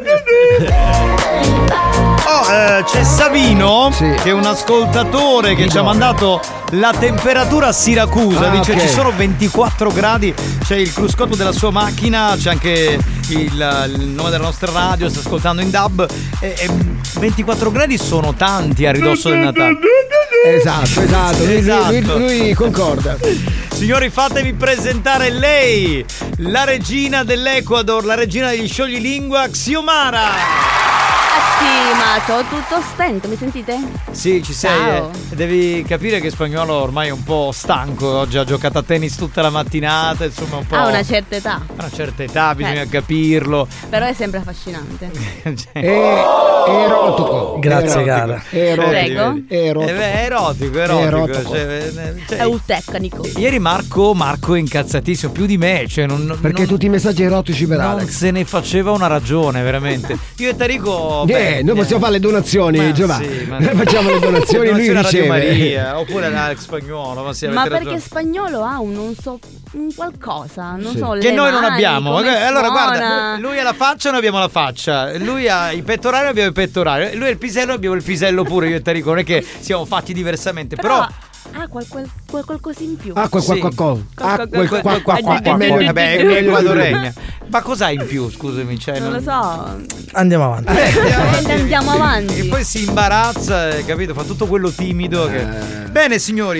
Oh, eh, c'è Savino, sì, che è un ascoltatore che ci ha mandato la temperatura a Siracusa. Ah, dice okay, ci sono ventiquattro gradi, c'è il cruscotto della sua macchina, c'è anche il, il nome della nostra radio, sta ascoltando in D A B. E, e ventiquattro gradi sono tanti a ridosso del Natale. Esatto, esatto, lui, esatto. Lui, lui, lui concorda. Signori, fatemi presentare lei, la regina dell'Ecuador, la regina degli scioglilingua, Xiomara. Sì, ma ho tutto spento, mi sentite? Sì, ci sei. Eh. Devi capire che Spagnolo ormai è un po' stanco. Oggi ha giocato a tennis tutta la mattinata, insomma un po'. Ha una certa età. A una certa età, bisogna eh. capirlo. Però è sempre affascinante. È erotico. Grazie, cara. Prego. È erotico, è erotico. È, erotico. Cioè, cioè, è un tecnico. Ieri Marco, Marco è incazzatissimo, più di me. Cioè non, Perché non, tutti i messaggi erotici per non Alex. se ne faceva una ragione, veramente. Io e Tarico però. Eh, beh, noi possiamo fare le donazioni, ma Giovanni. sì, ma- Noi facciamo le donazioni e lui Donazione a Radio riceve. Maria, oppure l'Alex Spagnolo. Ma, sì, Ma avete perché ragione. spagnolo ha un non so un qualcosa, non Sì. so, Che le noi non mani, abbiamo. come Ok, allora suona. guarda, lui ha la faccia, noi abbiamo la faccia. Lui ha i pettorali, noi abbiamo i pettorali. Lui ha il pisello, abbiamo il pisello pure. Io e Tarico, non è che siamo fatti diversamente. Però, Però ha qual, qual, qual- qualcosa in più. Ah, quel Sì. quel quel Ah, quel quel- quel quel- quel è meglio- vabbè, è meglio equadoregna. Ma cos'ha in più, scusami? Cioè, Non lo so. Andiamo avanti. Eh, andiamo avanti. E poi si imbarazza, eh, capito? Fa tutto quello timido che... Bene signori.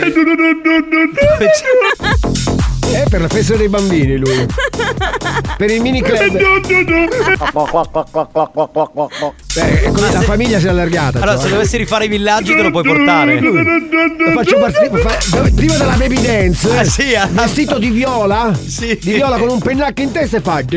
Eh, per la festa dei bambini lui. Per il mini club. Beh, come la famiglia si è allargata. Allora, cioè. se dovessi rifare i villaggi te lo puoi portare. Lui, lo faccio partire fa- prima della baby dance. Ah, sì, ah. Vestito di viola. Sì. Di viola con un pennacchio in testa e fa. Sì,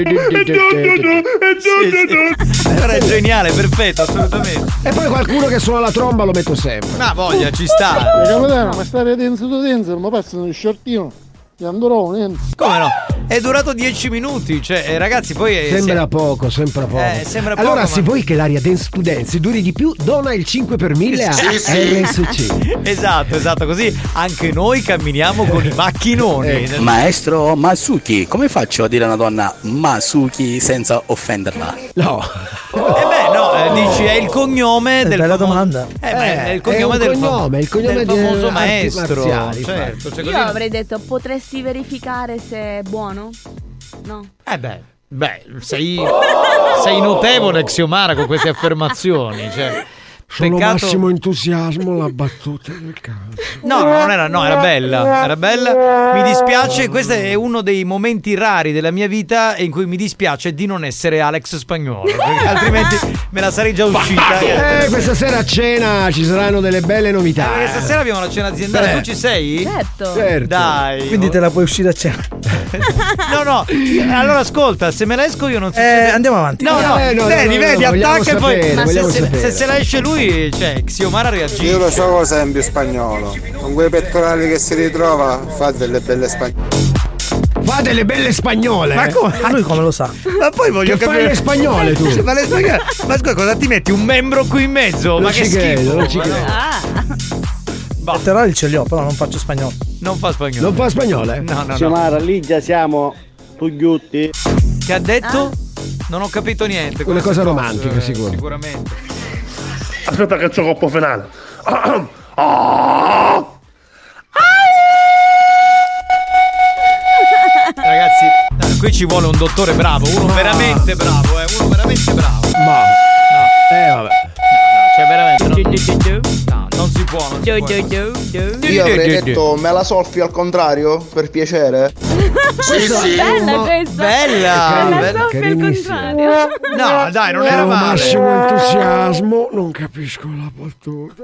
sì. Allora è geniale, perfetto, assolutamente. E poi qualcuno che suona la tromba lo metto sempre. Ma voglia, ci sta. Capitano, ma state dentro tu dentro, ma passano uno shortino. Gli andrò, niente. Come no? È durato dieci minuti, cioè eh, ragazzi poi è, Sembra si- poco, sembra poco. Eh, sembra poco, allora, se ma- vuoi che l'aria dance to dance duri di più, dona il cinque per mille a Sì, sì. R S C. Esatto, esatto, così anche noi camminiamo con i macchinoni. Maestro Masuki, come faccio a dire a una donna Masuki senza offenderla? No. Eh beh, no, eh, dici è il cognome È del bella famoso... domanda. Eh, ma è il è cognome un del fam- cognome, il cognome del di famoso arti maestro. marziali, Certo, cioè Io così... avrei detto potresti verificare se è buono? No. Eh beh, beh, sei, sei notevole Xiomara con queste affermazioni, cioè... Sono Peccato... massimo entusiasmo la battuta del caso. No, no, non era, no, era bella, era bella. Mi dispiace, questo è uno dei momenti rari della mia vita in cui mi dispiace di non essere Alex Spagnolo, perché altrimenti me la sarei già uscita. Eh, questa sera a cena ci saranno delle belle novità. Eh, stasera abbiamo la cena aziendale, Eh. tu ci sei? Certo. Certo. Dai. Quindi te la puoi uscire a cena. No, no. Allora ascolta, se me la esco io non so. Eh, andiamo avanti. No, no, Eh, no, vedi, no, no, vedi, no, vogliamo attacca e poi. sapere, Ma se, vogliamo se, sapere. se se la esce lui, cioè, Xiomara reagisce. Io lo so cosa è in più spagnolo. Con quei pettorali che si ritrova fa delle belle spagnole. Fa delle belle spagnole. Ma come? Ma lui come lo sa? Ma poi voglio Che fai capire. le spagnole tu? Ma le spagnole. Ma scusa, cosa ti metti? Un membro qui in mezzo? Non ma ci che credo, schifo. non ci ma credo. no. Ah. Pettorali ce li ho, però non faccio spagnolo. Non fa spagnolo. Non fa spagnole? No, no, no. Xiomara, lì già siamo tugliutti. Che ha detto? Non ho capito niente. Una cosa Cosa- romantica, eh, sicuro. Sicuramente. Aspetta che c'ho coppo finale. Ragazzi, eh, qui ci vuole un dottore bravo, uno veramente bravo, eh, uno veramente bravo. Ma. Eh, vabbè. Cioè veramente non, no, non si può, non si può. Io avrei detto me la soffio al contrario, per piacere. Sì, sì. Bella questa. Bella, Me la bella, soffio al carinissima. contrario. No, dai, non era Ho male. massimo entusiasmo, non capisco la battuta.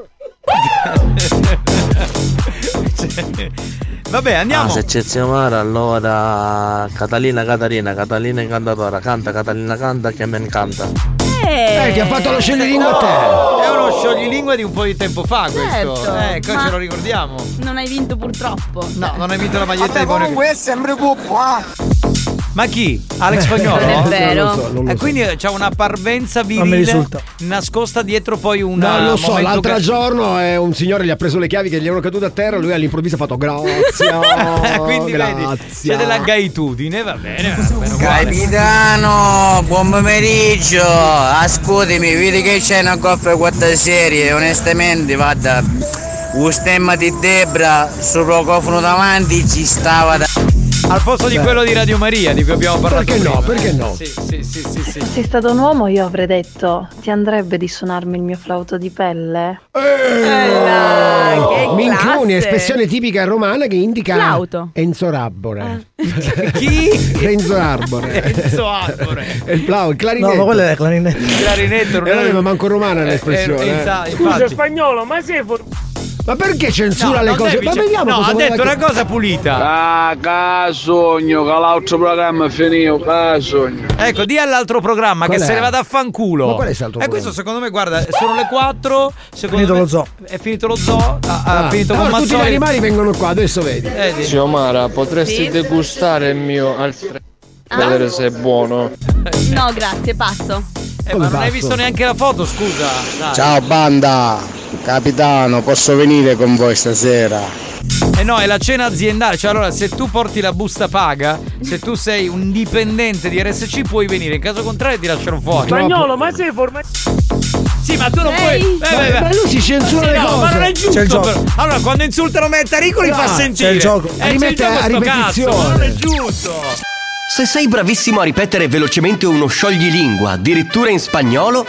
Vabbè, andiamo. Ah, se c'è Xiomara, allora Catalina Catarina, Catalina cantatora, canta Catalina canta che me canta. Eh, ti ha fatto lo scioglilingua a te. È uno scioglilingua di un po' di tempo fa questo. Certo, Ecco, ma- ce lo ricordiamo. Non hai vinto purtroppo. No, non hai vinto la maglietta di Bonio. è sempre puppo, Ma chi? Alex Spagnolo? Non è vero. Non lo so, non lo E so. quindi c'ha una parvenza Non mi virile risulta. nascosta dietro poi una No, lo so, momento l'altro che- giorno eh, un signore gli ha preso le chiavi che gli erano cadute a terra, lui all'improvviso ha fatto grazie. Quindi vedi, grazie. c'è della gaitudine, va bene, va bene uguale. Capitano, buon pomeriggio. Ascoltami, vedi che c'è una coffa quattro serie, onestamente, guarda, lo stemma di Debra sopra il cofano davanti ci stava da... Al posto di Beh. quello di Radio Maria di cui abbiamo parlato Perché no, prima. perché no? Sì, sì, sì, sì, sì. Sei stato un uomo, io avrei detto: ti andrebbe di suonarmi il mio flauto di pelle? Bella, che Minchioni, classe. espressione tipica romana che indica Flauto. Enzo Rabbore. Chi? Renzo Arbore. Enzo Arbore. È il flauto, il clarinetto. No, ma quello è il clarinetto. Il clarinetto non Eh, vabbè, è- ma manco romana Eh, l'espressione. eh, eh. insa- infatti. spagnolo, ma sei for... Ma perché censura No, le non cose? devi- Ma vediamo no, cosa ha voleva detto che- una cosa pulita. Caga sogno, che l'altro programma è finito, caga sogno. Ecco, di all'altro programma Qual che è? se ne vada a fanculo. Ma qual è quest'altro E questo programma? secondo me, guarda, sono le quattro. Secondo Finito me- lo zoo. È finito lo zoo. Ha, ha Ah, finito con allora tutti gli Mazzoli. animali vengono qua, adesso vedi. Eh, di- Xiomara, potresti Sì? degustare il mio al freddo? Ah? Vedere se è buono. No, grazie, passo. Eh, ma non hai visto neanche la foto, scusa. Dai. Ciao banda, capitano, posso venire con voi stasera? Eh no, è la cena aziendale, cioè allora se tu porti la busta paga, se tu sei un dipendente di R S C puoi venire, in caso contrario ti lasciano fuori. Spagnolo, ma sei formato? Sì, ma tu non puoi. Eh, ma, ma lui si censura sì, le no, cose. ma non è giusto. Però. Allora, quando insultano me a Tarico li no, fa sentire. C'è il gioco. Eh, Rimette c'è il gioco a sto ripetizione. cazzo, ma non è giusto. Se sei bravissimo a ripetere velocemente uno scioglilingua, addirittura in spagnolo,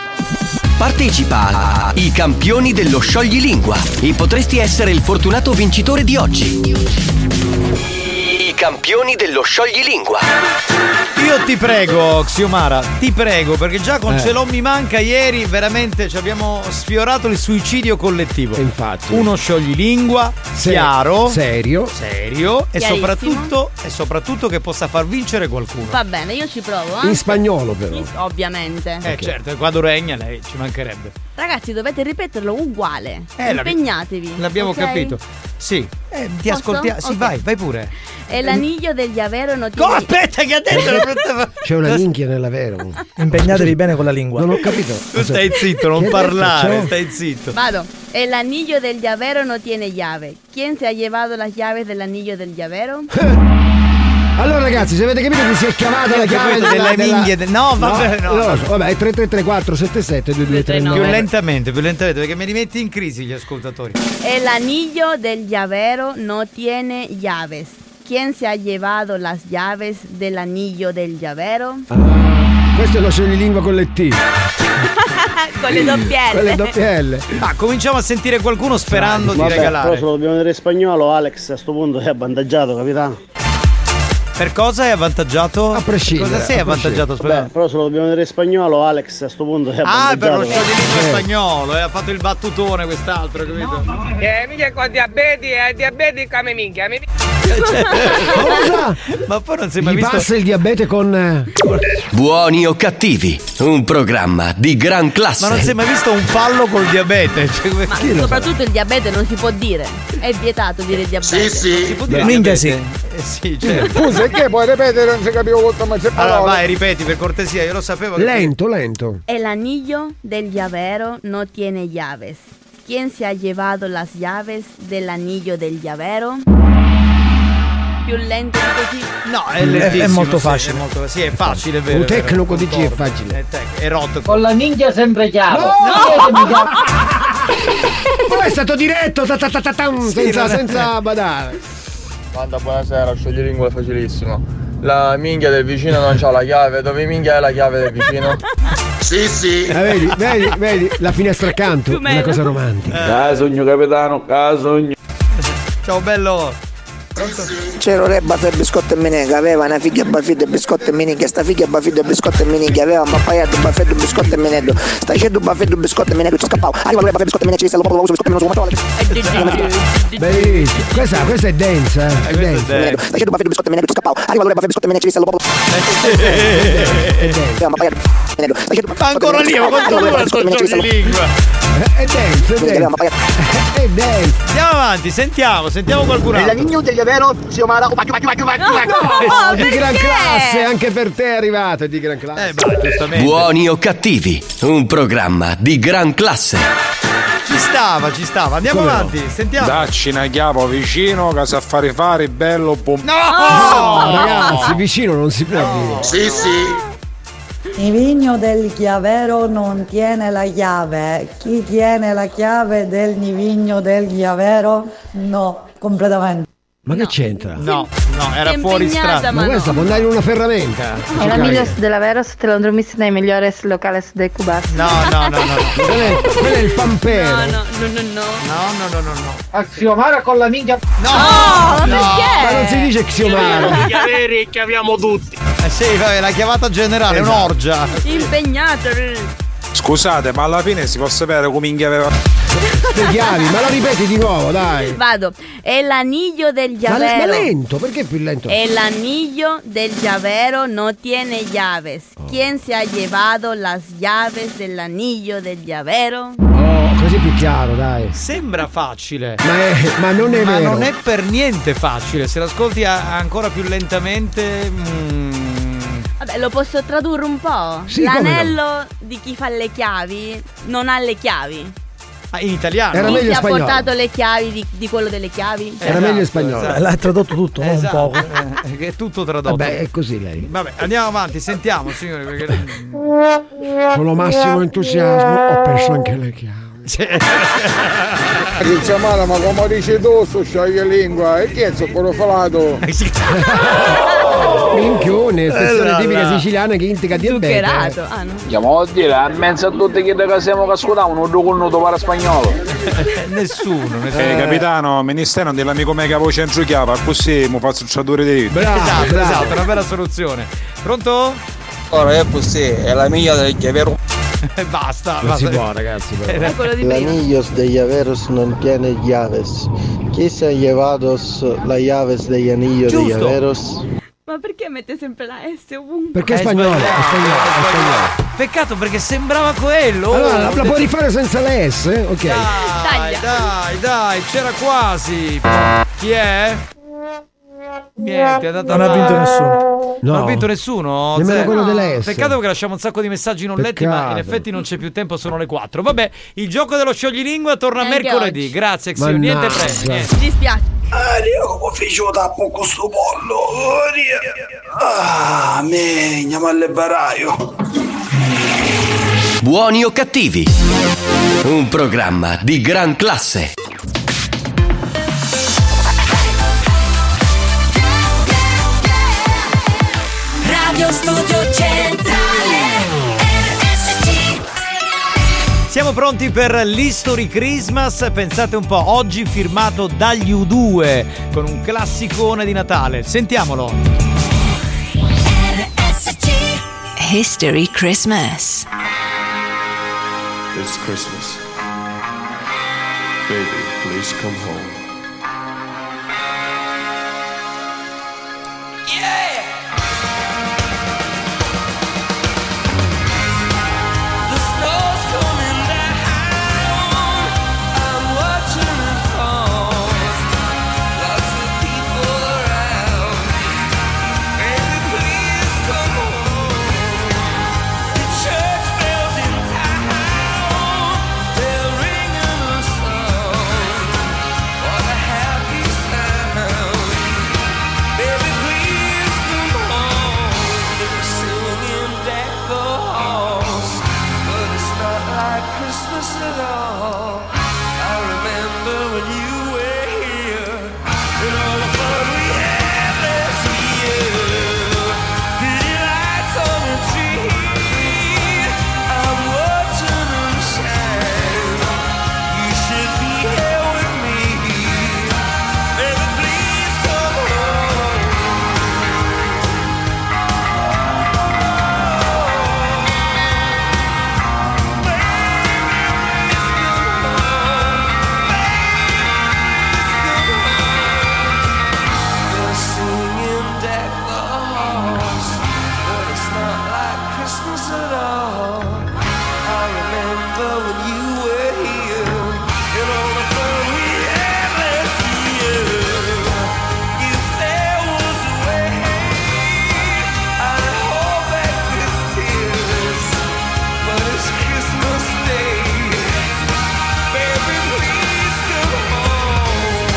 partecipa ai campioni dello scioglilingua e potresti essere il fortunato vincitore di oggi. I campioni dello scioglilingua. Io ti prego, Xiomara, ti prego, perché già con Eh. Ce l'ho mi manca ieri veramente ci abbiamo sfiorato il suicidio collettivo. Infatti. Uno scioglilingua, Se- chiaro, serio, serio e Chiarissimo. soprattutto, e soprattutto che possa far vincere qualcuno. Va bene, io ci provo, eh? in spagnolo però. Ovviamente. Eh certo, e quando regna lei ci mancherebbe. Ragazzi, dovete ripeterlo uguale. Eh, l'abbi- Impegnatevi. L'abbiamo ok? capito. Sì, eh, ti Posso? ascoltiamo. Sì, Ok. vai, vai pure. E l'anillo del llavero non ti. Oh, aspetta, che ha detto? C'è una minchia nella vera. Impegnatevi bene con la lingua. Non ho capito. Tu stai zitto, non Che ha parlare, detto? stai zitto. Vado. El anillo del llavero no tiene llave. ¿Quién se ha llevado las llaves del anillo del llavero? Allora ragazzi, se avete capito che si è cavata la chiave capito delle della- minghie de- no, vabbè, no, lo no. so, vabbè, è tre tre tre quattro sette sette due due tre Più nove. lentamente, più lentamente, perché me li metti in crisi gli ascoltatori. El anillo del llavero no tiene llaves. ¿Quién se ha llevado las llaves del anillo del llavero? Questo è lo scioglilingua con le T. Con le doppie L. Con le doppie L. Ma cominciamo a sentire qualcuno sperando di Vabbè, regalare. però se lo dobbiamo vedere in spagnolo, Alex a sto punto è avvantaggiato, capitano. Per cosa è avvantaggiato? A prescindere, Cosa sei a avvantaggiato? Vabbè, Aspetta. però se lo dobbiamo vedere in spagnolo, Alex a sto punto è Ah, avvantaggiato. per lo scioglilingua Eh. spagnolo, eh, ha fatto il battutone quest'altro, capito? Eh, mica con diabete, eh, diabete come minchia. Mi... Cosa? Ma poi non si è mai Gli visto. passa il diabete con eh, Buoni o cattivi, un programma di gran classe. Ma non si è mai visto un fallo col diabete? Cioè, come- Ma soprattutto il diabete non si può dire. È vietato dire diabete. Sì, Si può sì. dire Minchia diabete? Eh sì, certo. Scusa, e che puoi ripetere? Non si capivo molto, ma c'è Allora parola. vai, ripeti per cortesia, io lo sapevo. che- lento, lento. El anillo del llavero no tiene llaves. ¿Quién se ha llevado las llaves del anillo del llavero? Più lento di così. No, è lentissimo, è molto sì, facile. È molto, sì, è facile, è vero. Un è vero, tecnico di G è concordo. facile. È, tec- è rotto. Con la ninja sempre chiaro. Poi è stato diretto ta ta ta ta tam, senza, non è- senza badare. Guarda, buonasera, scioglilingua è facilissimo. La minchia del vicino non c'ha la chiave, dove minchia è la chiave del vicino? Sì, sì. Eh, vedi, vedi, vedi, la finestra accanto, Più una bello. cosa romantica. Casogno, capitano, casogno. Ciao bello. C'era re Baffè biscotto e miniglia, aveva una figlia Baffè e biscotto e miniglia, sta figlia Baffè e biscotto e miniglia, aveva un pappaiato Baffè e biscotto e miniglia, sta scendo Baffè e biscotto e miniglia, ci scappavo, arriva lui Baffè e biscotto e miniglia, ci sta lo proprio biscotto e miniglia, Bellissimo. Questa, questa è dance, eh. È questo è dance. dance. sta scendo Baffè e biscotto e miniglia, ci scappavo, arriva lui Baffè e biscotto e miniglia, ci sta lo proprio aveva un pappaiato miniglia, sta scendo Ma ancora lì, ma quanto dura sto scioglilingua? È dance, è aveva un dance. pappaiato È dance. Andiamo avanti, sentiamo, sentiamo qualcun altro. l'anillo del vero, zio Mara, No, Di gran perché? classe, anche per te è arrivato, è di gran classe. Eh, ma giustamente. Buoni o cattivi, un programma di gran classe. Ci stava, ci stava. Andiamo Come no? avanti, sentiamo. Dacci una chiave vicino, che sa fare fare bello pom. No! No, ragazzi, vicino non si può dire. Sì, sì. Il vigno del chiavero non tiene la chiave. Chi tiene la chiave del vigno del chiavero? No, completamente. Ma che c'entra? No, no, era È fuori impegnata, strada. Ma ma questa no. può andare in una ferramenta. El anillo de la Veros te lo dormiste nei mejores locales de Cuba. No, no, no, no. no. Quello è, quello è il pampero. No, no, no, no, no. No, no, no, no, no. Axiomara con la minchia. No, ma no. Ma non si perché? dice Xiomara. Chiaveri che abbiamo tutti. Eh sì, vabbè, la chiamata generale, è Esatto. un'orgia. Impegnato. Scusate, ma alla fine si può sapere come minchia aveva. Le chiavi, ma lo ripeti di nuovo, dai. Vado. El anillo del Ma, llavero. ma lento, perché più lento? El anillo del llavero no tiene llaves. ¿Quién se ha llevado las llaves del anillo del llavero? Oh, così più chiaro, dai. Sembra facile. Ma, è, ma non è Ma vero. non è per niente facile. Se l'ascolti a- ancora più lentamente. mm, Vabbè, lo posso tradurre un po'? Sì, L'anello no? di chi fa le chiavi non ha le chiavi. Ah, in italiano? Era Chi meglio ti ha spagnolo. portato le chiavi di, di quello delle chiavi? Era meglio in spagnolo. esatto. L'ha tradotto tutto, no? Esatto. Un po'. Eh, che è tutto tradotto. Vabbè, è così lei. Vabbè, andiamo avanti, sentiamo signori perché... Sono massimo entusiasmo, ho perso anche le chiavi. Dice male, ma come dici tu su scioglie lingua? E chi è il falato? Minchione, espressione Eh, tipica là, là. siciliana che indica diabete. Zuccherato. Ah, no. Andiamo a dire, a mezzo a tutti che che siamo che ascoltavano un documento para spagnolo. Nessuno, nessuno. Eh, capitano, ministero dell'amico mega voce in giuchiava, così mi faccio il tradurre di Bravo, esatto, bravo. esatto, una bella soluzione. Pronto? Ora è così, è la mia del chiavero. Basta, Non si basta. può, ragazzi. però. Era- Quello di prima. Anillos de llaveros non tiene llaves. Chi se ha llevado la llaves de anillos de Giusto. llaveros? Ma perché mette sempre la S ovunque? Perché è È spagnolo, è sbagliato, spagnolo, è è spagnolo. Peccato perché sembrava quello. Allora, la, la Oh, puoi rifare senza le S? Ok. Dai, Taglia. dai, dai, c'era quasi. Chi è? Niente, è andata Non ha vinto male. nessuno. No. Non ha vinto nessuno? Nemmeno Zero. quello delle S. Peccato che lasciamo un sacco di messaggi non letti, ma in Peccato. effetti non c'è più tempo, sono le quattro. Vabbè, il gioco dello scioglilingua torna Neanche mercoledì. oggi. Grazie, Xio. Niente Mannaggia. premi, niente. Mi dispiace. Ah, io come faccio tappo con sto pollo? Oh, Dio. Ah, me, andiamo al baraio. Buoni o cattivi? Un programma di gran classe. Radio Studio Centrale R S C. Siamo pronti per l'History Christmas. Pensate un po', oggi firmato dagli U due con un classicone di Natale. Sentiamolo. R S C. History Christmas. It's Christmas. Baby, please come home. The snow's coming down. I'm watching it fall. Lots of people around. Baby, please come home. The church bells in town. They're ringing a song. What a happy sound. Baby, please come home. They're singing deck the halls. But it's not like Christmas at all. I remember when you were here and all the fun we had last year. Pretty lights on the tree. I'm watching them shine. You should be here with me. Baby, please come home. They're singing deck the halls, but it's not like Christmas at all. I remember when you were here and all the fun we had last year. If there was a way, I'd hold back these tears, but it's Christmas Day. Baby, please come home.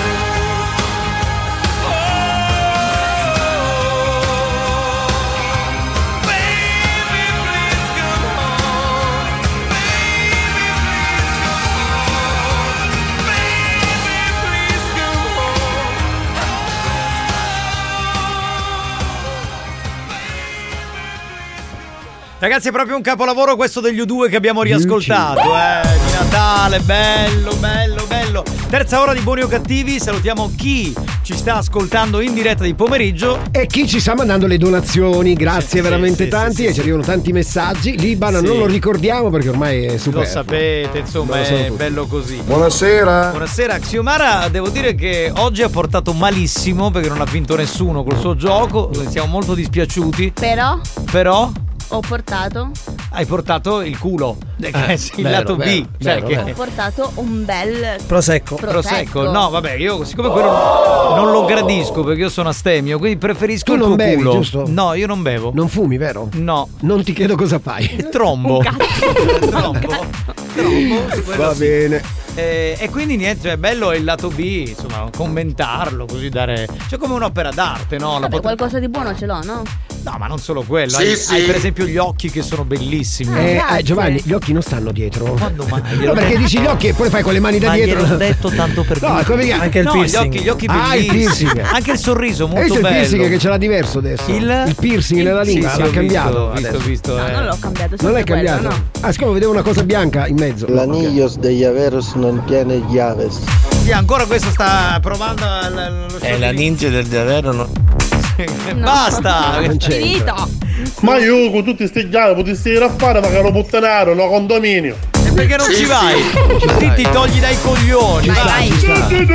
Ragazzi, è proprio un capolavoro questo degli U due che abbiamo riascoltato, eh, di Natale, bello, bello, bello. Terza ora di Buoni o Cattivi, salutiamo chi ci sta ascoltando in diretta di pomeriggio. E chi ci sta mandando le donazioni, grazie Sì, veramente sì, tanti, sì, e sì, ci arrivano tanti messaggi. Libano Sì. non lo ricordiamo perché ormai è super. Lo sapete, insomma, Non lo sanno è tutti. bello così. Buonasera. Buonasera, Xiomara, devo dire che oggi ha portato malissimo perché non ha vinto nessuno col suo gioco, siamo molto dispiaciuti. Però Però ho portato hai portato il culo, eh, che è il vero, lato vero, B, cioè vero, che vero. ho portato un bel Prosecco. Prosecco. No, vabbè, io siccome quello non lo gradisco perché io sono astemio, quindi preferisco tu il non tuo bevi, culo. giusto? No, io non bevo. Non fumi, vero? No. Non ti chiedo cosa fai. Trombo. Trombo. Va sì. bene. Eh, e quindi niente, è bello il lato B, insomma, commentarlo, così dare. Cioè come un'opera d'arte, no? La Vabbè, pot- qualcosa di buono ce l'ho, no? No, ma non solo quello. Sì, hai, sì. hai per esempio gli occhi che sono bellissimi. Eh, eh, Giovanni, gli occhi non stanno dietro. Quando mai? No, perché dici gli occhi e poi fai con le mani da Ma dietro. gliel'ho detto tanto per No, dire. come che- Anche il no, piercing. Gli occhi, gli occhi Ah, il bellissimi. piercing. Anche il sorriso molto Hai visto bello. il piercing che ce l'ha diverso adesso? Il, il piercing nella lingua sì, sì, l'ha ho cambiato. Visto, adesso. visto, visto. No, eh. non l'ho cambiato, Non l'hai sempre quello, cambiato? no. Ah, siccome vedevo una cosa bianca in mezzo. L'anillos de llaveros non tiene llaves. Sì, ancora questo sta provando l- lo E la ninja del llavero no. Basta! Finito! Ma io con tutti sti chiavi potessi ir a fare magari un puttanaro, no condominio. E perché non Sì, ci sì. vai? Ci Così stai. ti togli dai coglioni. Ci sta, vai. ci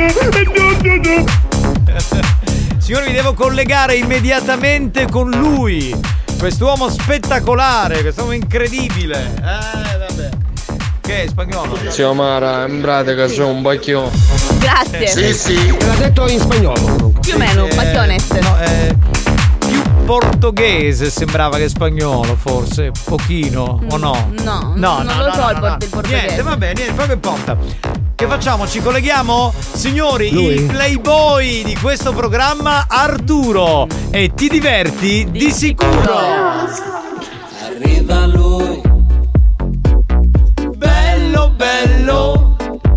sta. Signori, mi devo collegare immediatamente con lui. Quest'uomo spettacolare, quest'uomo incredibile. Eh, vabbè. Che è spagnolo? Zio Mara, in pratica sono un bacchione. Grazie. Sì, sì. Me l'ha detto in spagnolo comunque. Più o meno, Eh, bacchiones. no, eh, più portoghese sembrava che spagnolo, forse. Pochino, o no? No, No, non no, lo no, so no, il, no, por- no. il portoghese. Niente, vabbè, niente, poco importa. Che facciamo? Ci colleghiamo? Signori, Lui? il playboy di questo programma, Arturo. E ti diverti di sicuro. Arriva lui. Bello, bello.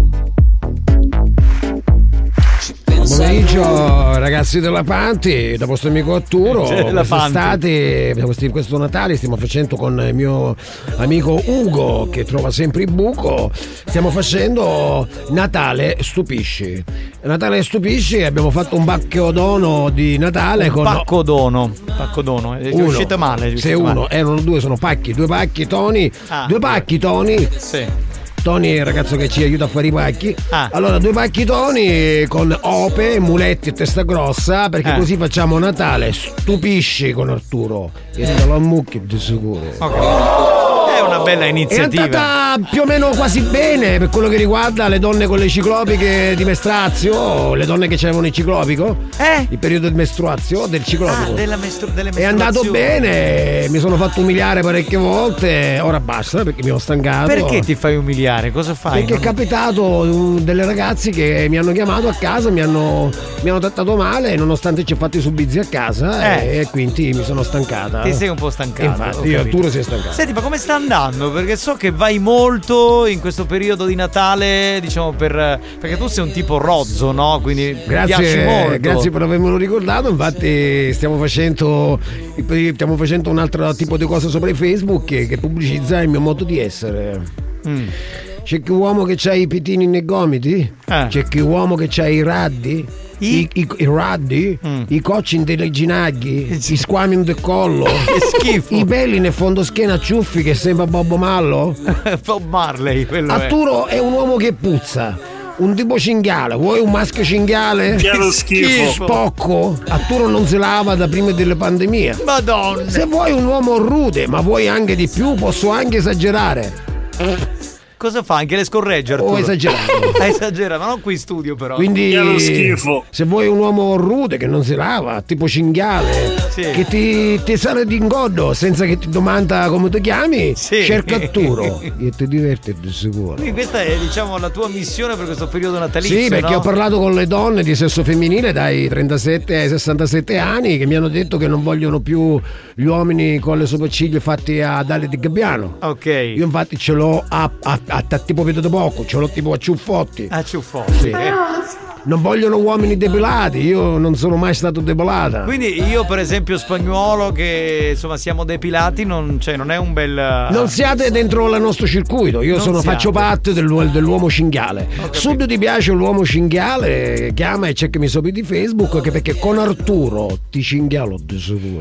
Buon pomeriggio ragazzi della Panti, da vostro amico Arturo. C'è la Quest'estate, questi- questo Natale stiamo facendo con il mio amico Ugo che trova sempre il buco. Stiamo facendo Natale Stupisci. Natale Stupisci, abbiamo fatto un pacco dono di Natale Un con pacco dono. Pacco dono. È uno. uscita male. è Se uscita uno, male. erano due, sono pacchi, due pacchi Tony, Ah. due pacchi Tony. Sì. Tony è il ragazzo che ci aiuta a fare i pacchi. Ah. Allora, due pacchi Tony con ope, muletti e testa grossa, perché Eh. così facciamo Natale. Stupisci con Arturo. E te lo ammucchi di sicuro. Ok. È una bella È iniziativa. andata più o meno quasi bene per quello che riguarda le donne con le ciclopiche di mestrazio, le donne che avevano il ciclopico. Eh? Il periodo di mestruazio, del ciclopico. Ah, della mestru- delle È andato mestruazioni. bene, mi sono fatto umiliare parecchie volte, ora basta perché mi ho stancato. Perché ti fai umiliare? Cosa fai? Perché è capitato um, delle ragazzi che mi hanno chiamato a casa, mi hanno, mi hanno trattato male, nonostante ci ho fatto i subizzi a casa Eh. e, e quindi mi sono stancata. Ti sei un po' stancato. Infatti, ho io capito. Arturo si è stancato. Senti, ma come sta andando? Perché so che vai molto in questo periodo di Natale, diciamo, per. Perché tu sei un tipo rozzo, no? Quindi piaci Grazie, molto. grazie per avermelo ricordato. Infatti, stiamo facendo, stiamo facendo un altro tipo di cosa sopra Facebook che, che pubblicizza il mio modo di essere. Mm. C'è chi uomo che c'ha i pitini nei gomiti, Eh. c'è chi uomo che c'ha i raddi. I, i, i raddi, Mm. i cocci dei ginaghi, i squami del collo, Che schifo. i peli nel fondoschiena ciuffi che sembra Bob Mallo. Bob Marley, quello è. Arturo è un uomo che puzza, un tipo cinghiale. Vuoi un maschio cinghiale? Che lo schifo. Spocco. Arturo non si lava da prima delle pandemie. Madonna. Se vuoi un uomo rude, ma vuoi anche di più, posso anche esagerare. Cosa fa? Anche le scorregge, Arturo? Ho esagerato. Ha esagerato, ma non qui in studio però. Quindi Che lo schifo. se vuoi un uomo rude che non si lava, tipo cinghiale, Sì. che ti, ti sale d'ingodo senza che ti domanda come ti chiami, Sì. cerca Arturo e ti diverti di sicuro. Quindi questa è, diciamo, la tua missione per questo periodo natalizio. Sì, perché no? ho parlato con le donne di sesso femminile dai trentasette ai sessantasette anni che mi hanno detto che non vogliono più gli uomini con le sopracciglia fatti a dalle di gabbiano. Ok. Io infatti ce l'ho a, a, a, a tipo vedo poco, ce l'ho tipo a ciuffotti. A ciuffo. Sì. Non vogliono uomini depilati, io non sono mai stato depilata. Quindi io, per esempio, spagnolo, che insomma siamo depilati, non, cioè, non è un bel. Non siate dentro il nostro circuito, io Non sono, siate. faccio parte del- dell'uomo cinghiale. Se ti piace l'uomo cinghiale, chiama e cercami sopra di Facebook che perché con Arturo ti cinghialo di sicuro.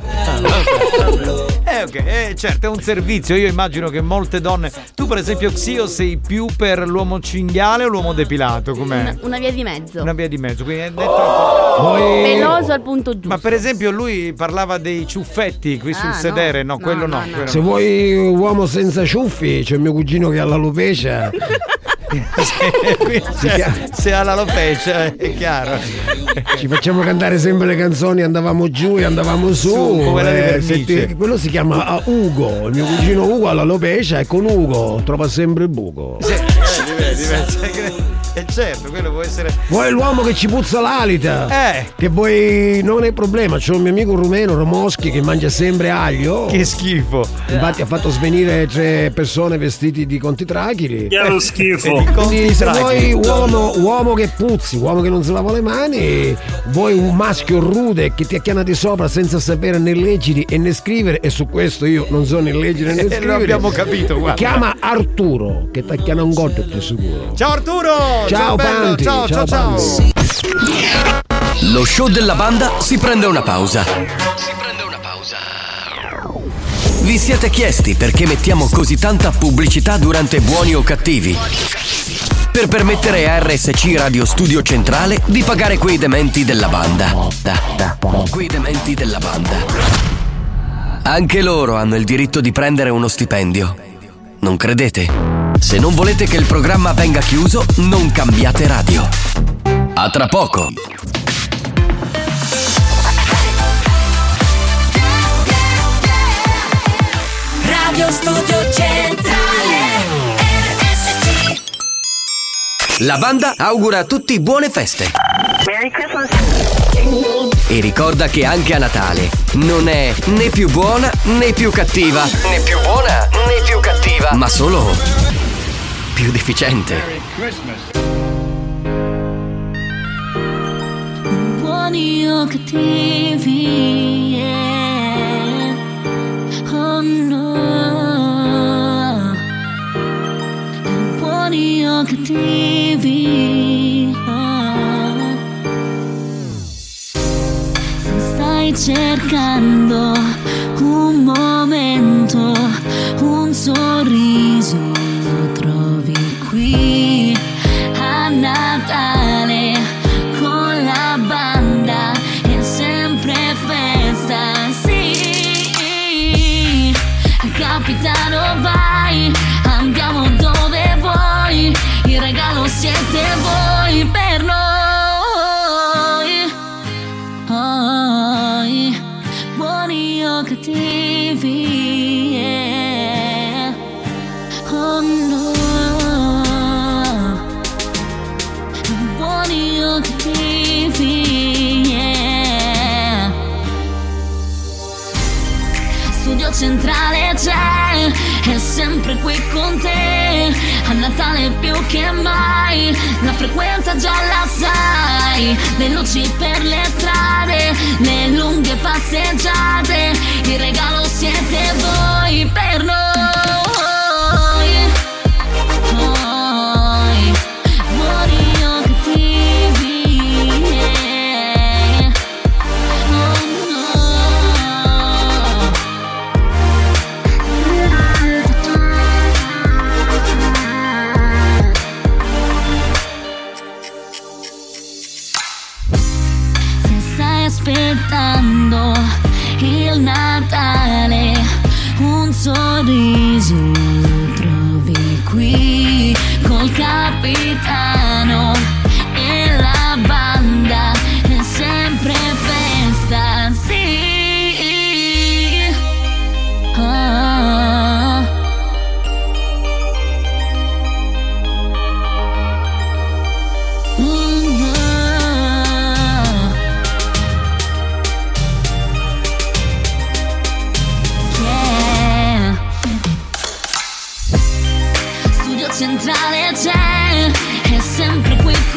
Eh, ok, eh, certo, è un servizio. Io immagino che molte donne. Tu, per esempio, Xio, sei più per l'uomo cinghiale o l'uomo depilato? Com'è? Una, una via di mezzo. Una via di mezzo, quindi è detto. Poi- Peloso al punto giusto. Ma per esempio lui parlava dei ciuffetti qui sul Ah, sedere, no, no. quello No, no, no, quello Se no. vuoi un uomo senza ciuffi, c'è mio cugino che ha l'alopecia cioè, se ha l'alopecia è chiaro. Ci facciamo cantare sempre le canzoni, andavamo giù e andavamo su, su come la eh, ti, quello si chiama uh, Ugo, il mio cugino Ugo ha l'alopecia e con Ugo trova sempre il buco. Sì, eh, diverso. E certo, quello può essere. Vuoi l'uomo che ci puzza l'alita? Eh. Che poi non è problema, c'è un mio amico rumeno, Romoschi, che mangia sempre aglio. Che schifo. Infatti ha fatto svenire tre persone vestiti di Conti Trachili. Che lo schifo. Quindi se vuoi uomo, uomo che puzzi, uomo che non si lava le mani, vuoi un maschio rude che ti acchianati sopra senza sapere né leggere e né scrivere, e su questo io non so né leggere né scrivere. Lo abbiamo capito, guarda. Chiama Arturo che ti acchiana un gotto più sicuro. Ciao Arturo! Ciao, Panti, ciao, ciao, ciao, ciao. Lo show della banda si prende una pausa. Vi siete chiesti perché mettiamo così tanta pubblicità durante Buoni o Cattivi? Per permettere a R S C Radio Studio Centrale di pagare quei dementi della banda. Quei dementi della banda. Anche loro hanno il diritto di prendere uno stipendio. Non credete? Se non volete che il programma venga chiuso, non cambiate radio. A tra poco. Radio Studio Centrale R S C. La banda augura a tutti buone feste. Merry Christmas. E ricorda che anche a Natale non è né più buona né più cattiva. Né più buona né più cattiva. Ma solo più deficiente. Buoni o cattivi, yeah. Oh no. Buoni o cattivi, oh. Se stai cercando un momento, un sorriso, lo trovi qui a Natale con la banda, è sempre festa, sì. Capitano vai, andiamo dove vuoi, il regalo siete voi per noi. Oh, buoni o cattivi, yeah. Oh no. Buoni o cattivi, yeah. Studio Centrale c'è, è sempre qui con te. A Natale più che mai, la frequenza già la sai. Le luci per le strade, le lunghe passeggiate, il regalo siete voi per noi. Aspettando il Natale, un sorriso lo trovi qui col capitano e la banda, è sempre festa, sì. Oh. Mm-hmm. Centrale c'è, è sempre qui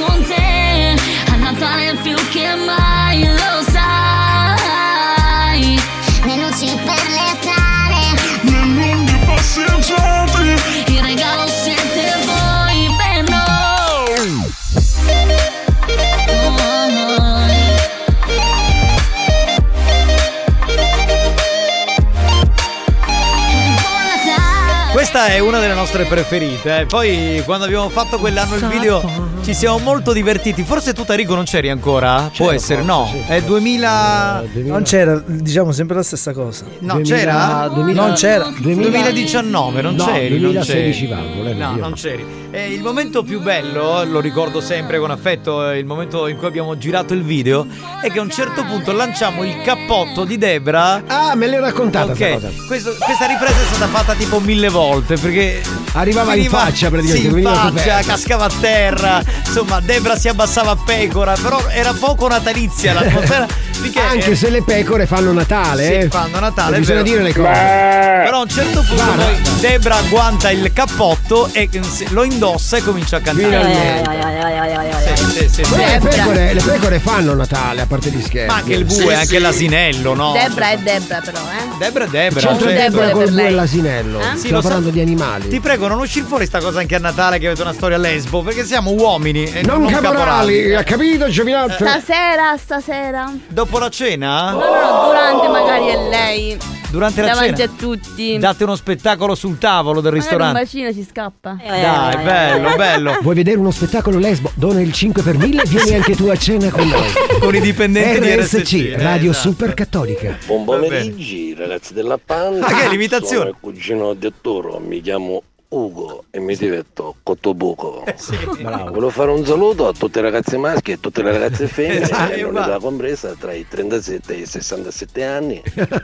è una delle nostre preferite. Eh. Poi quando abbiamo fatto quell'anno il video ci siamo molto divertiti. Forse tu Tarico non c'eri ancora? Può essere, no. Sì. È duemila... Non c'era, diciamo sempre la stessa cosa. No, duemila, c'era? duemila, non c'era. duemiladiciannove, non no, c'eri. duemilasedici non valvole. c'eri. No, non c'eri. E il momento più bello, lo ricordo sempre con affetto, il momento in cui abbiamo girato il video, è che a un certo punto lanciamo il cappotto di Debra. Ah, me l'hai raccontata Ok, cosa. Questo, questa ripresa è stata fatta tipo mille volte perché arrivava in faccia praticamente, sì, in veniva faccia, coperta. cascava a terra, insomma Debra si abbassava a pecora, però era poco natalizia l'atmosfera. Anche se le pecore fanno Natale, Sì, eh. fanno Natale, è bisogna vero. dire le cose. Però a un certo punto Guarda. poi Debra agguanta il cappotto e lo indossa e comincia a cantare. Sì, sì, sì, sì. Però le pecore, le pecore fanno Natale, a parte gli scherzi. Ma anche il bue, anche l'asinello, no? Debra è Debra però, eh. Debra è Debra. C'entra cioè- Debra col per bue e lei. l'asinello. Eh? Sì, Stiamo lo sa- parlando di animali. Ti prego, non uscire fuori sta cosa anche a Natale che avete una storia lesbo, perché siamo uomini e Non non, caporali, ha capito Giovinazzo? Stasera, stasera. Dopo la cena? No, no, no, durante magari è lei. Durante la davanti cena? a tutti. Date uno spettacolo sul tavolo del Magari un ristorante. bacino ci scappa. Dai, bello, bello. Vuoi vedere uno spettacolo lesbo? Dona il cinque per mille e vieni anche tu a cena con noi. Con i dipendenti di R R S S C, C, Radio esatto. Super Cattolica. Buon pomeriggio ragazzi della Panda. Ma che è l'imitazione? Sono il cugino di Arturo, mi chiamo Ugo e mi diverto Cottobuco. Eh, sì. Volevo fare un saluto a tutte le ragazze maschi e tutte le ragazze femmine Esatto, in va. un'età compresa tra i trentasette e i sessantasette anni.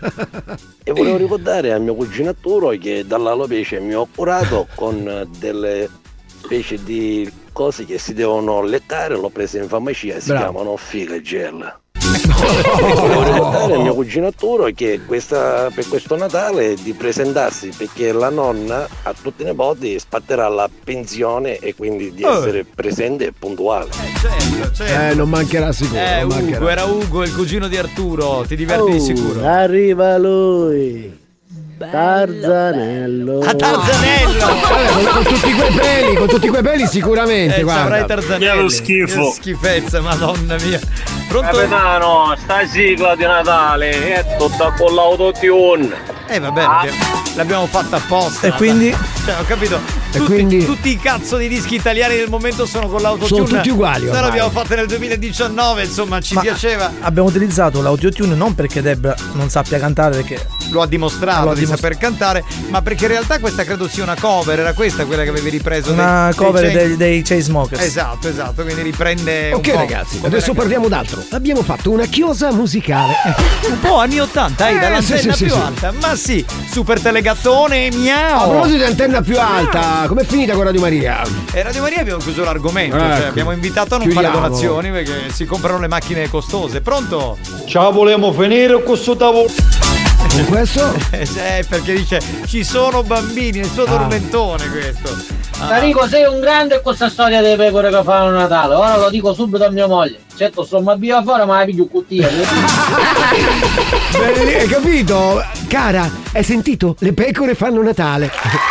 E volevo ricordare al mio cugino Arturo che dall'alopecia mi ho curato con delle specie di cose che si devono leccare, l'ho presa in farmacia, si Bravo. chiamano figa gel. Volevo ricordare al mio cugino Arturo che questa, per questo Natale di presentarsi, perché la nonna a tutti i nipoti spatterà la pensione e quindi di Oh. essere presente e puntuale. Certo, certo. Eh, non mancherà sicuro. Eh, non Ugo, mancherà. era Ugo, il cugino di Arturo. Ti diverti di sicuro. Arriva lui. Tarzanello. A Tarzanello! Vabbè, con, con tutti quei peli, con tutti quei peli sicuramente, Eh, guarda. avrai Tarzanelli. Che lo schifo. Che schifezza, madonna mia. Pronto? Capitano, sta sigla di Natale è tutta con l'autotune. Eh vabbè, l'abbiamo- l'abbiamo fatta apposta. E quindi? Cioè, ho capito. E Tutti, quindi? tutti i cazzo di dischi italiani del momento sono con l'autotune. Sono tutti uguali, Noi ormai. l'abbiamo fatta nel duemiladiciannove, insomma, ci Ma piaceva. Abbiamo utilizzato l'autotune non perché Debra non sappia cantare, perché Lo ha dimostrato Lo ha di dimostra- saper cantare, ma perché in realtà questa credo sia una cover, era questa quella che avevi ripreso una dei- cover dei dei, dei Chainsmokers. Esatto, esatto, quindi riprende Ok un po' ragazzi, come adesso ragazzi. parliamo d'altro. Abbiamo fatto una chiosa musicale. un po' anni ottanta, eh, Eh, dall'antenna sì, sì, più sì, sì. alta. Ma sì, super telegattone, A miau. proposito di antenna più alta, com'è finita con Radio Maria? E Radio Maria abbiamo chiuso l'argomento, Ecco. cioè abbiamo invitato a non Chiudiamo. fare donazioni perché si comprano le macchine costose. Pronto? Ciao, volevamo finire con questo tavolo. Con questo? Eh, perché dice ci sono bambini, il suo Ah. tormentone questo. Ah. Tarico, sei un grande con questa storia delle pecore che fanno Natale. Ora lo dico subito a mia moglie. Certo, sono via fuori, ma la piglio cuttia. Beh, hai capito? Cara, hai sentito? Le pecore fanno Natale.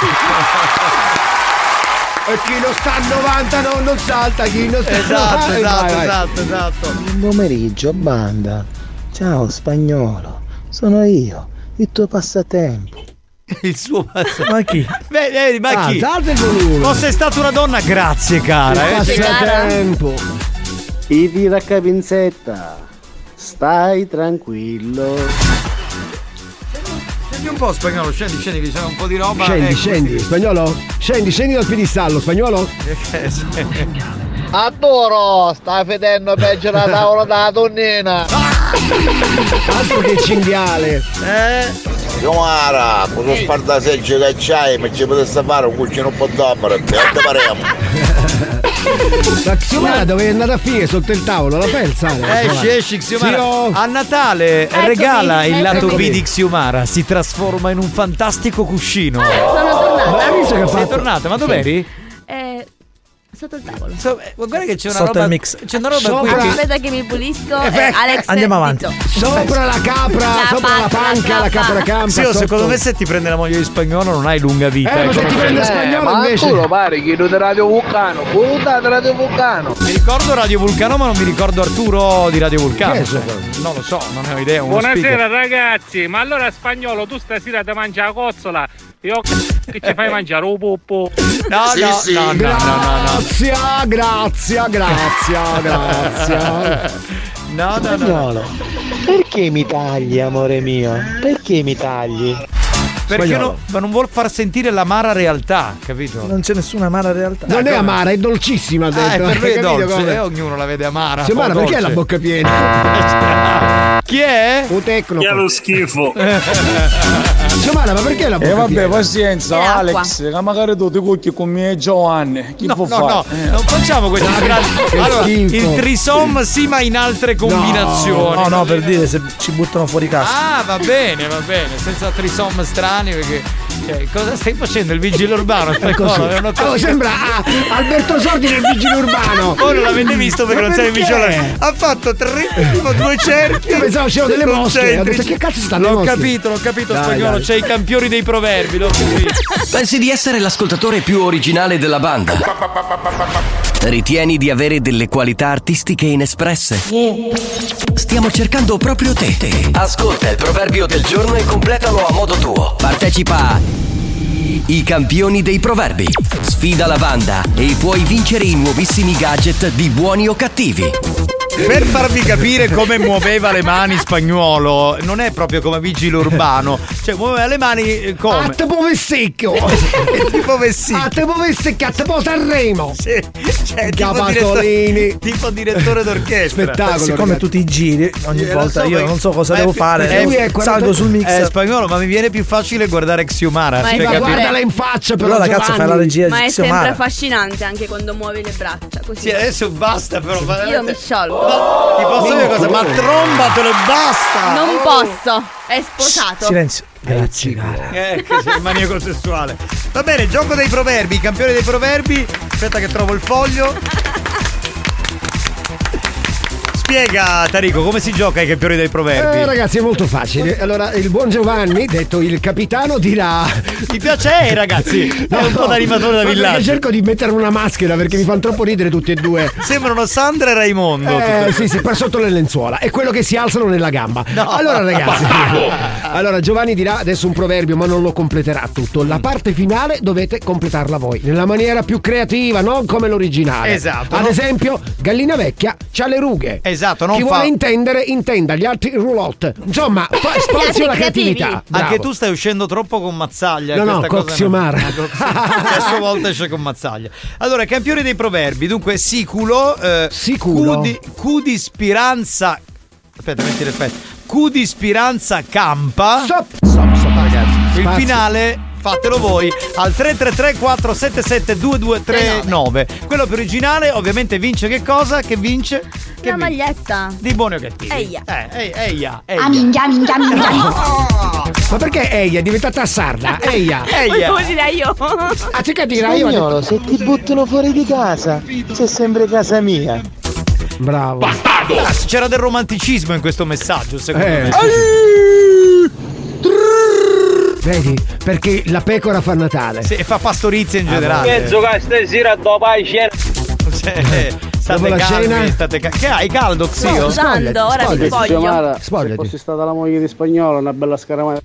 E chi non sta a novanta no, non salta, chi non sta Esatto, Vai, esatto, vai, vai. esatto, esatto. Buon pomeriggio, banda. Ciao, spagnolo. Sono io, il tuo passatempo. Il suo Ma chi? Beh, vedi, ma Ah, chi? alzate il volume. Fosse stata una donna, grazie cara. eh. Passatempo. I tira capinzetta. Stai tranquillo. Scendi un po' spagnolo, scendi, scendi, che c'è un po' di roba. Scendi, ecco, scendi, sì. spagnolo. Scendi, scendi dal piedistallo, spagnolo. Eh, sì. Adoro, stai vedendo peggio la tavola della donnina. Altro che cinghiale. Eh? Giomara, posso spardaseggio che c'hai, ma ci potesse fare un cucino un po' d'opera, e te paremo. La Xiomara dove è andata a finire sotto il tavolo, la pensa? Esci, esci Xiomara. Sì, oh. A Natale Eccomi, regala il lato eccomi. B di Xiomara, si trasforma in un fantastico cuscino. Sono tornata. Ma hai visto che ha Sei fatto? tornata, ma dov'eri? Eh, sotto il tavolo. So, guarda che c'è una Sotto roba. il mix. C'è una roba Sopra- qui. Che... Aspetta che mi pulisco. Eh, eh, Alex, andiamo avanti. zitto. Sopra la capra, La sopra la panca, panca, la la capra campa. Sì, oh, sotto- secondo me se ti prende la moglie di Spagnolo non hai lunga vita. Eh, ma se ti prende Eh, spagnolo ma invece. tu lo pare che di Radio Vulcano, puta di Radio Vulcano. Mi ricordo Radio Vulcano, ma non mi ricordo Arturo di Radio Vulcano. Che è eso? Non lo so, non ne ho idea. uno Buonasera speaker. ragazzi, ma allora Spagnolo tu stasera ti mangi la cozzola? Io che ci fai mangiare un poppo? No, Sì, no, sì. no, no, no, no, no. Grazia, grazia, grazia, grazia. No, no, no. Spagnolo, perché mi tagli, amore mio? Perché mi tagli? Perché Spagnolo. no, ma non vuol far sentire l'amara realtà, capito? Non c'è nessuna amara realtà. Non è come? amara, è dolcissima. ha Ah, detto. per lui è Hai capito dolce, come? eh, ognuno la vede amara. Sì, o Mara, perché ha la dolce. bocca piena? Chi è? Un tecno. Che è lo schifo. Mara, ma perché la bocca E vabbè, piena? pazienza, È l'acqua. Alex, che magari tu ti cucchi con me e Giovanni. Chi No, può no, fare? no, Eh. non facciamo questi strani. che Allora, schifo. il trisom sì, ma in altre combinazioni. No, no, per dire se ci buttano fuori casa. Ah, va bene, va bene, senza trisom strani perché cioè, cosa stai facendo? Il vigile urbano? È così. No, non ho Oh, capito. sembra ah, Alberto Sordi nel vigile urbano. Voi non l'avete visto perché Ma non siete perché? vigile urbano. Ha fatto tre, tipo due cerchi. Io pensavo c'erano delle mosche. Ho detto, che cazzo stanno le L'ho mosche? capito, l'ho capito, Dai, Spagnolo. dai. C'è i campioni dei proverbi, l'ho capito. Pensi di essere l'ascoltatore più originale della banda? Ritieni di avere delle qualità artistiche inespresse? Stiamo cercando proprio te. Ascolta il proverbio del giorno e completalo a modo tuo. Partecipa a I campioni dei proverbi. Sfida la banda e puoi vincere i nuovissimi gadget di Buoni o Cattivi. Per farvi capire come muoveva le mani Spagnolo, non è proprio come vigile urbano, cioè muoveva le mani eh, come? A te pove secchio. Tipo Vessicchio. A te pove secchio, a te pove Sanremo. Sì, cioè, tipo Capatolini. direttore, tipo direttore d'orchestra. Spettacolo. Siccome ragazzi. tu ti giri ogni Eh, lo volta, so, io ma- non so cosa ma è devo più- fare. eh, lui è Salgo quaranta sul mixer. Eh, Spagnolo, ma mi viene più facile guardare Xiomara. Ma cioè, ma capito? Guardala in faccia però. Allora, cazzo, fai la regia Ma di è sempre Xiomara. affascinante anche quando muovi le braccia così. Sì, adesso basta però. Io veramente. mi sciolgo. Ma ti posso dire cosa? Ma trombatelo e basta! Non posso. È sposato. Silenzio. Grazie, cara. Eh, che sei il maniaco sessuale. Va bene, gioco dei proverbi, campione dei proverbi. Aspetta che trovo il foglio. Spiega, Tarico, come si gioca ai campioni dei proverbi? Eh, ragazzi, è molto facile. Allora, il buon Giovanni, detto il capitano, dirà. Mi piace, eh, ragazzi. È un po' da animatore da ma perché villaggio. cerco di mettere una maschera perché mi fanno troppo ridere tutti e due. Sembrano Sandra e Raimondo. Eh, sì, sì, per sotto le lenzuola. È quello che si alzano nella gamba. Allora, ragazzi. allora, Giovanni dirà adesso un proverbio, ma non lo completerà tutto. La parte finale dovete completarla voi. Nella maniera più creativa, non come l'originale. Esatto, Ad no? esempio, gallina vecchia c'ha le rughe. Esatto, non Chi fa. vuole intendere, intenda. Gli altri roulotte. Insomma, fa spazio alla creatività. Bravo. Anche tu stai uscendo troppo con Mazzaglia. No, no, questa cosa con Xiomara. no. A sua volta esce con Mazzaglia. Allora, campione dei proverbi. Dunque, siculo. Eh, Siculo. Cu di, cu di spiranza. Aspetta, metti l'effetto. Cu di spiranza campa. Stop, stop, stop, ragazzi. Il Spazio. finale fatelo voi al tre tre tre quattro sette sette due due tre nove. Quello più originale ovviamente vince che cosa? Che vince? Che La vince? maglietta. Di Buoni o Cattivi. Eia. Eh, ehi, eia, eia. Ah, minchia, minchia, minchia. Ma perché Eia è diventata sarda? Eia. Eia. Come direi io? Ah, c'è che dire io. ho Spagnolo, detto- se ti buttano fuori di casa, sei sempre casa mia. Bravo. Ah, c'era del romanticismo in questo messaggio, secondo Eh, me. sì, Vedi? Perché la pecora fa Natale. Sì, e fa pastorizia in Ah, generale. Che gioca stasera dopo la cena. Cioè, state Dopo la calmi, cena? state ca- Che hai caldo, zio? Sto usando, ora mi spoglio. Xiomara, se Spogliati. fossi stata la moglie di Spagnolo, una bella scaramella.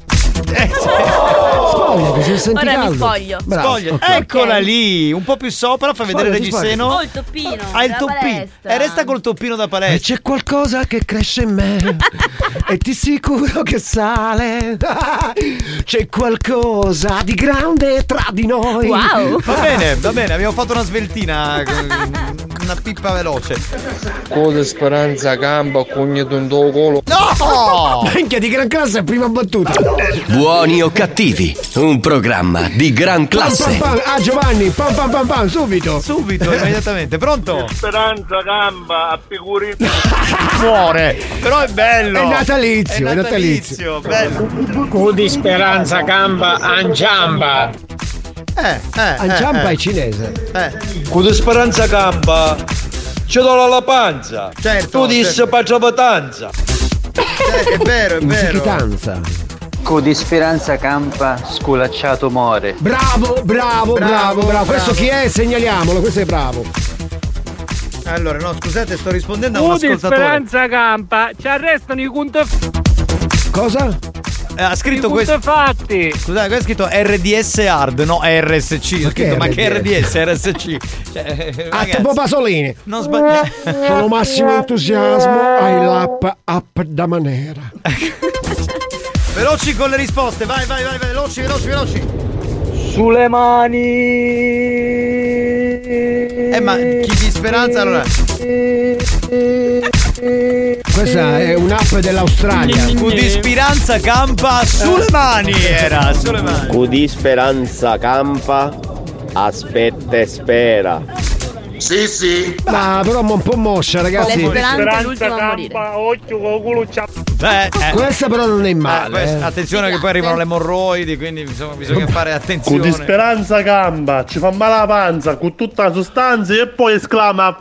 Spogliati, se senti Ora mi caldo. spoglio. Bravo. Spoglia. Ok. Eccola lì, un po' più sopra, fa vedere il Spogliati, reggiseno. Oh, il toppino. Ha il della toppino. palestra. E resta col toppino da E palestra. c'è qualcosa che cresce in me e ti sicuro che sale. C'è qualcosa di grande tra di noi. Wow. Va bene, va bene, abbiamo fatto una sveltina, una pippa veloce. Cosa speranza gamba, cognato in tuo colo. No! Minchia, di gran classe, prima battuta. Buoni o Cattivi, un programma di gran Pam, pam, classe. pam. Ah, Giovanni, pam pam pam pam, subito. Subito, immediatamente. Pronto? Speranza gamba, a figurino. Muore. Però è bello. È natalizio, È è natalizio. natalizio, bello. Cu di speranza gamba, angiamba. Eh, eh. Anciampa eh, è cinese. Eh. Con di speranza campa, ci do la panza. Certo. Tu dissi faccia vatanza. Eh, è vero, è vero. Musichitanza. Con di speranza campa, sculacciato more. Bravo, bravo, bravo, bravo, bravo. Questo chi è? Segnaliamolo, questo è bravo. Allora, no, scusate, sto rispondendo a un Tu di ascoltatore. speranza campa, ci arrestano i conti. Cosa? Eh, ha scritto I questo. fatti. Scusate, questo è scritto R D S Hard, no R S C. Ho scritto, ma che R D S? R S C. Cioè, Ah, tipo Pasolini. non sbagliate. Sono massimo entusiasmo ai lap up da manera. Veloci con le risposte, vai, vai, vai, vai, veloci, veloci, veloci. Sulle mani. Eh, ma chi di speranza allora? Questa è un'app dell'Australia. Cu di speranza campa sulle mani era, sulle mani. Cu di speranza campa, aspetta e spera. Sì, sì. Ma però un po' moscia, ragazzi. Le speranze è l'ultimo a morire. Occhio con culo Eh, eh. Questa però non è Eh, male. questa- eh. attenzione che poi arrivano le emorroidi, quindi insomma bisogna fare Con attenzione. di speranza gamba, ci fa male la panza con tutta la sostanza e poi esclama.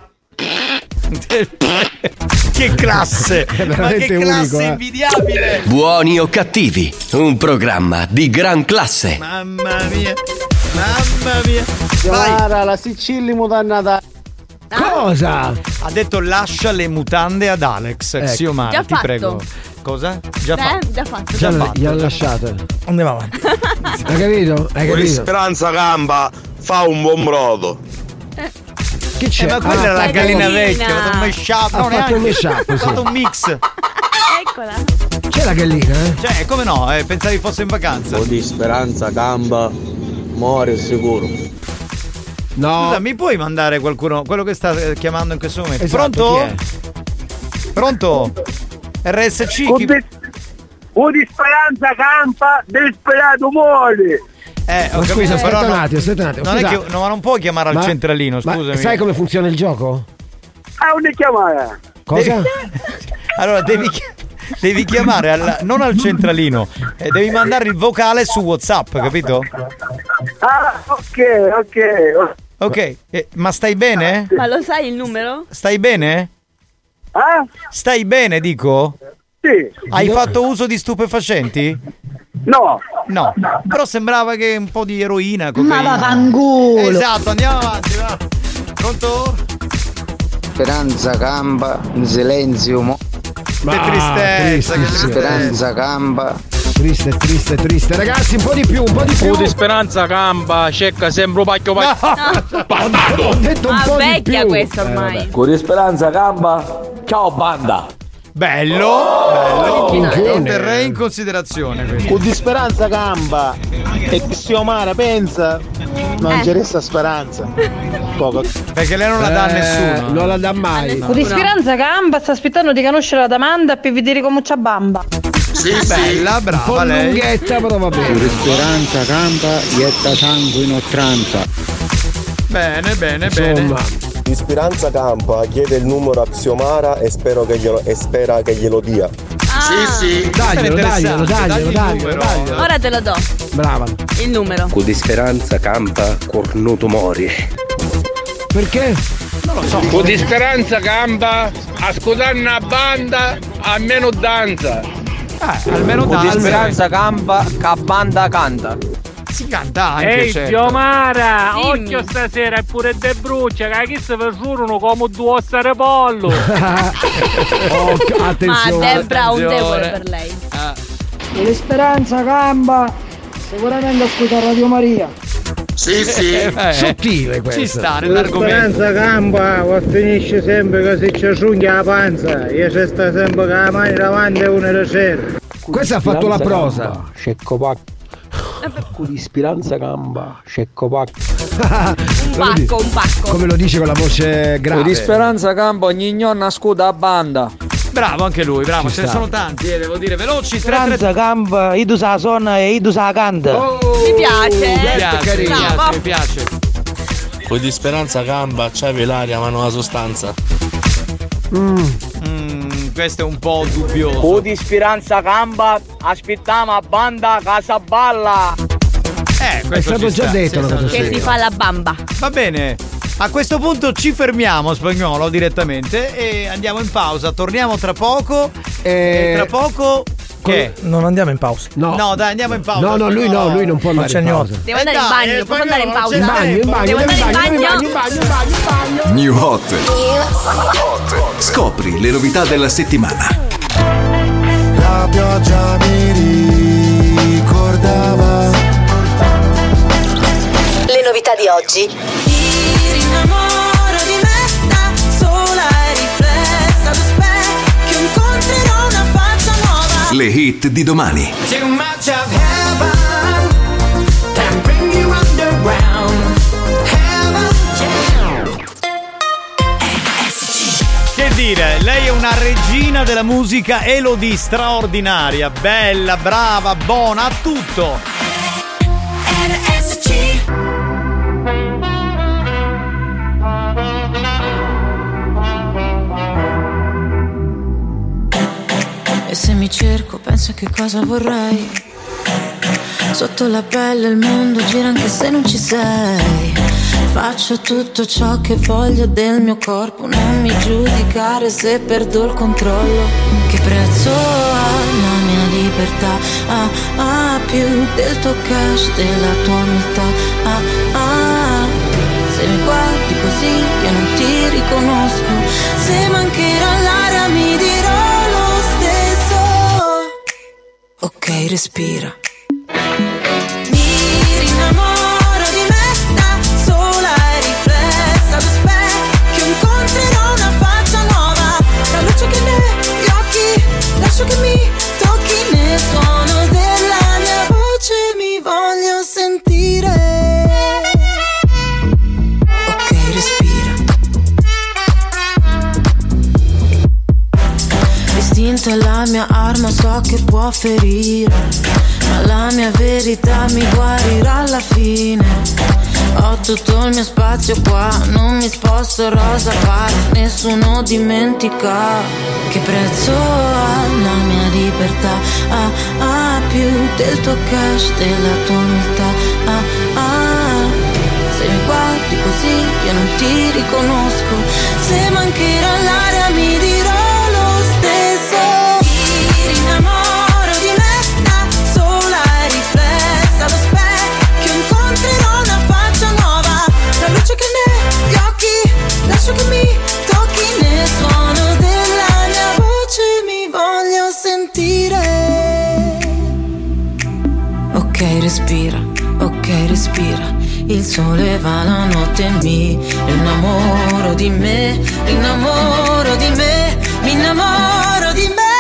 Che classe! È Ma veramente che classe unico, eh. invidiabile! Buoni o cattivi, un programma di gran classe. Mamma mia! Mamma mia! Vai! Guarda, la Sicilia mutannata. Cosa? Ha detto lascia le mutande ad Alex. Ecco. Xiomara, Già ti fatto. prego. Cosa? Già Beh, fatto. già fatto. Già fatto, gli hanno già. lasciato. Andiamo avanti. Hai capito? Hai Con di capito? speranza gamba, fa un buon brodo. Che Eh, c'è? ma quella Ah, era la la gallina gallina. vecchia, ha fatto un mashup. Ha no, fatto neanche. un mashup, Ha sì. fatto un mix. Eccola. C'è la gallina, eh? Cioè, come no? Eh, pensavi fosse in vacanza. Con di speranza campa, muore sicuro. No. Scusa, mi puoi mandare qualcuno, quello che sta eh, chiamando in questo momento? Esatto, Pronto? chi Pronto? R S C? Con chi- di, con di speranza campa, disperato muore. Eh, ho Ma capito, scusa, aspetta però un no- attimo, aspetta un attimo. Non, è scusa. che, no, ma non puoi chiamare al Ma- centralino, ma scusami. sai come funziona il gioco? Ah, una chiamata. Cosa? Allora, devi, chi- devi chiamare al- non al centralino, eh, devi mandare il vocale su WhatsApp, capito? Ah, ok, ok. Ok, eh, ma stai bene? Ma lo sai il numero? Stai bene? Ah? Stai bene, dico? Sì. Hai fatto uso di stupefacenti? No. No, però sembrava che un po' di eroina, cocaina. Ma vaffanculo. Esatto, andiamo avanti, va. Pronto? Speranza campa, in silenzio mo. Che tristezza, che tristissimo. Speranza campa. Triste, triste, triste. Ragazzi, un po' di più, un po' di più. Con di speranza campa, cecca sempre un pacchio pacchio. Ho detto un Ma po' di vecchia più. questa ormai. Con di speranza campa, ciao banda. Bello, bello. Minchione. Lo terrei in considerazione questo. Con di speranza gamba e Xiomara pensa non Eh. ci resta speranza. Poco. Perché lei non la dà a Eh, nessuno. Non la dà mai. Con di speranza gamba sta aspettando di conoscere la domanda per vedere come c'ha bamba. Sì, sì. Bella, Un po' brava lei. lunghetta, però va bene. Speranza campa, ietta sangue in ottanta. Bene, bene, bene. Insomma, Di speranza campa, chiede il numero a Xiomara e, spero che glielo, e spera che glielo dia. Sì, sì. daglielo, daglielo, daglielo, daglielo, daglielo. Ora te lo do. Brava. Il numero. Con di speranza campa, cornuto mori. Perché? Con di speranza campa, ascoltare una banda, almeno danza. Eh, almeno Con di danza. speranza campa, che banda canta. Si canta anche, Ehi, certo. Xiomara, Dimmi. occhio stasera è pure de brucia, che chi se per giurano come due ossa di pollo. Oh, Ma attenzione. Debra un attenzione. debole per lei. Con di speranza gamba, sicuramente ascolta Radio Maria. Sì, sì. Eh, Sottile questo. Ci sta nell'argomento. gamba, o finisce sempre che si ci asciuglia la panza e ci sta sempre con la mano davanti e una da sera. Questo ha fatto la prosa. Scecco pacco. Con di speranza gamba, scecco pacco. Un pacco, un pacco. Come lo dice con la voce grave. Con di speranza campa, ogni gnonna scuda a banda. Bravo anche lui, bravo. Ci Ce ne sta. sono tanti, eh, devo dire. Veloci, tre, tre. Speranza campa, io sa sonna e io sa canta. Mi piace. Mi piace, mi carino. piace, Bravo. mi piace. Con di speranza campa, c'avevi l'aria ma non la sostanza. Mm. Mm, questo è un po' dubbioso. Con di speranza campa, aspettiamo a banda casa balla. Eh, è stato già sta, detto una cosa Che si fa la bamba. Va bene. A questo punto ci fermiamo, Spagnolo, direttamente e andiamo in pausa. Torniamo tra poco. E, e tra poco. Che? Non andiamo in pausa. No. No, dai, andiamo in pausa. No, no, lui no, lui non può andare in pausa. Devo andare in dai, bagno, eh, posso andare in pausa? In bagno, in bagno, Devo in andare in bagno, in bagno, in bagno. bagno, in bagno, in bagno. New Hot. Scopri le novità della settimana. La pioggia mi ricordava Le novità di oggi. Mi rinnamoro di me da sola e riflessa allo specchio, incontrerò una faccia nuova. Le hit di domani. Too much of heaven can bring you underground. Heaven, Che dire, lei è una regina della musica Elodie, straordinaria, bella, brava, buona, a tutto. R S C. E se mi cerco penso a che cosa vorrei. Sotto la pelle il mondo gira anche se non ci sei. Faccio tutto ciò che voglio del mio corpo. Non mi giudicare se perdo il controllo. Che prezzo ha la mia libertà? Ah, ah, più del tuo cash, della tua umiltà. Ah, ah, se mi guardi così io non ti riconosco. Se mancherà l'aria mi dirò lo stesso. Ok, respira. Mi rinnamoro di me da sola e riflessa allo specchio, incontrerò una faccia nuova. La luce che negli occhi, lascio che mi tocchi nel suono della mia voce, mi voglio sentire. Ok, respira. L'istinto è la mia arma, so che può ferire, ma la mia verità mi guarirà alla fine. Ho tutto il mio spazio qua, non mi sposto rosa pari, nessuno dimentica. Che prezzo ha la mia libertà? Ah, ah, più del tuo cash, della tua umiltà. Ah, ah, se mi guardi così io non ti riconosco. Se mancherà l'aria mi dirò lo stesso. Mi rinnamoro di me da sola e riflessa allo specchio, incontrerò una faccia nuova. La luce che negli occhi, lascio che mi tocchi nel suono della mia voce, mi voglio sentire. Ok, respira, ok, respira. Il sole va, la notte mi innamoro di me, innamoro di me, mi innamoro di me.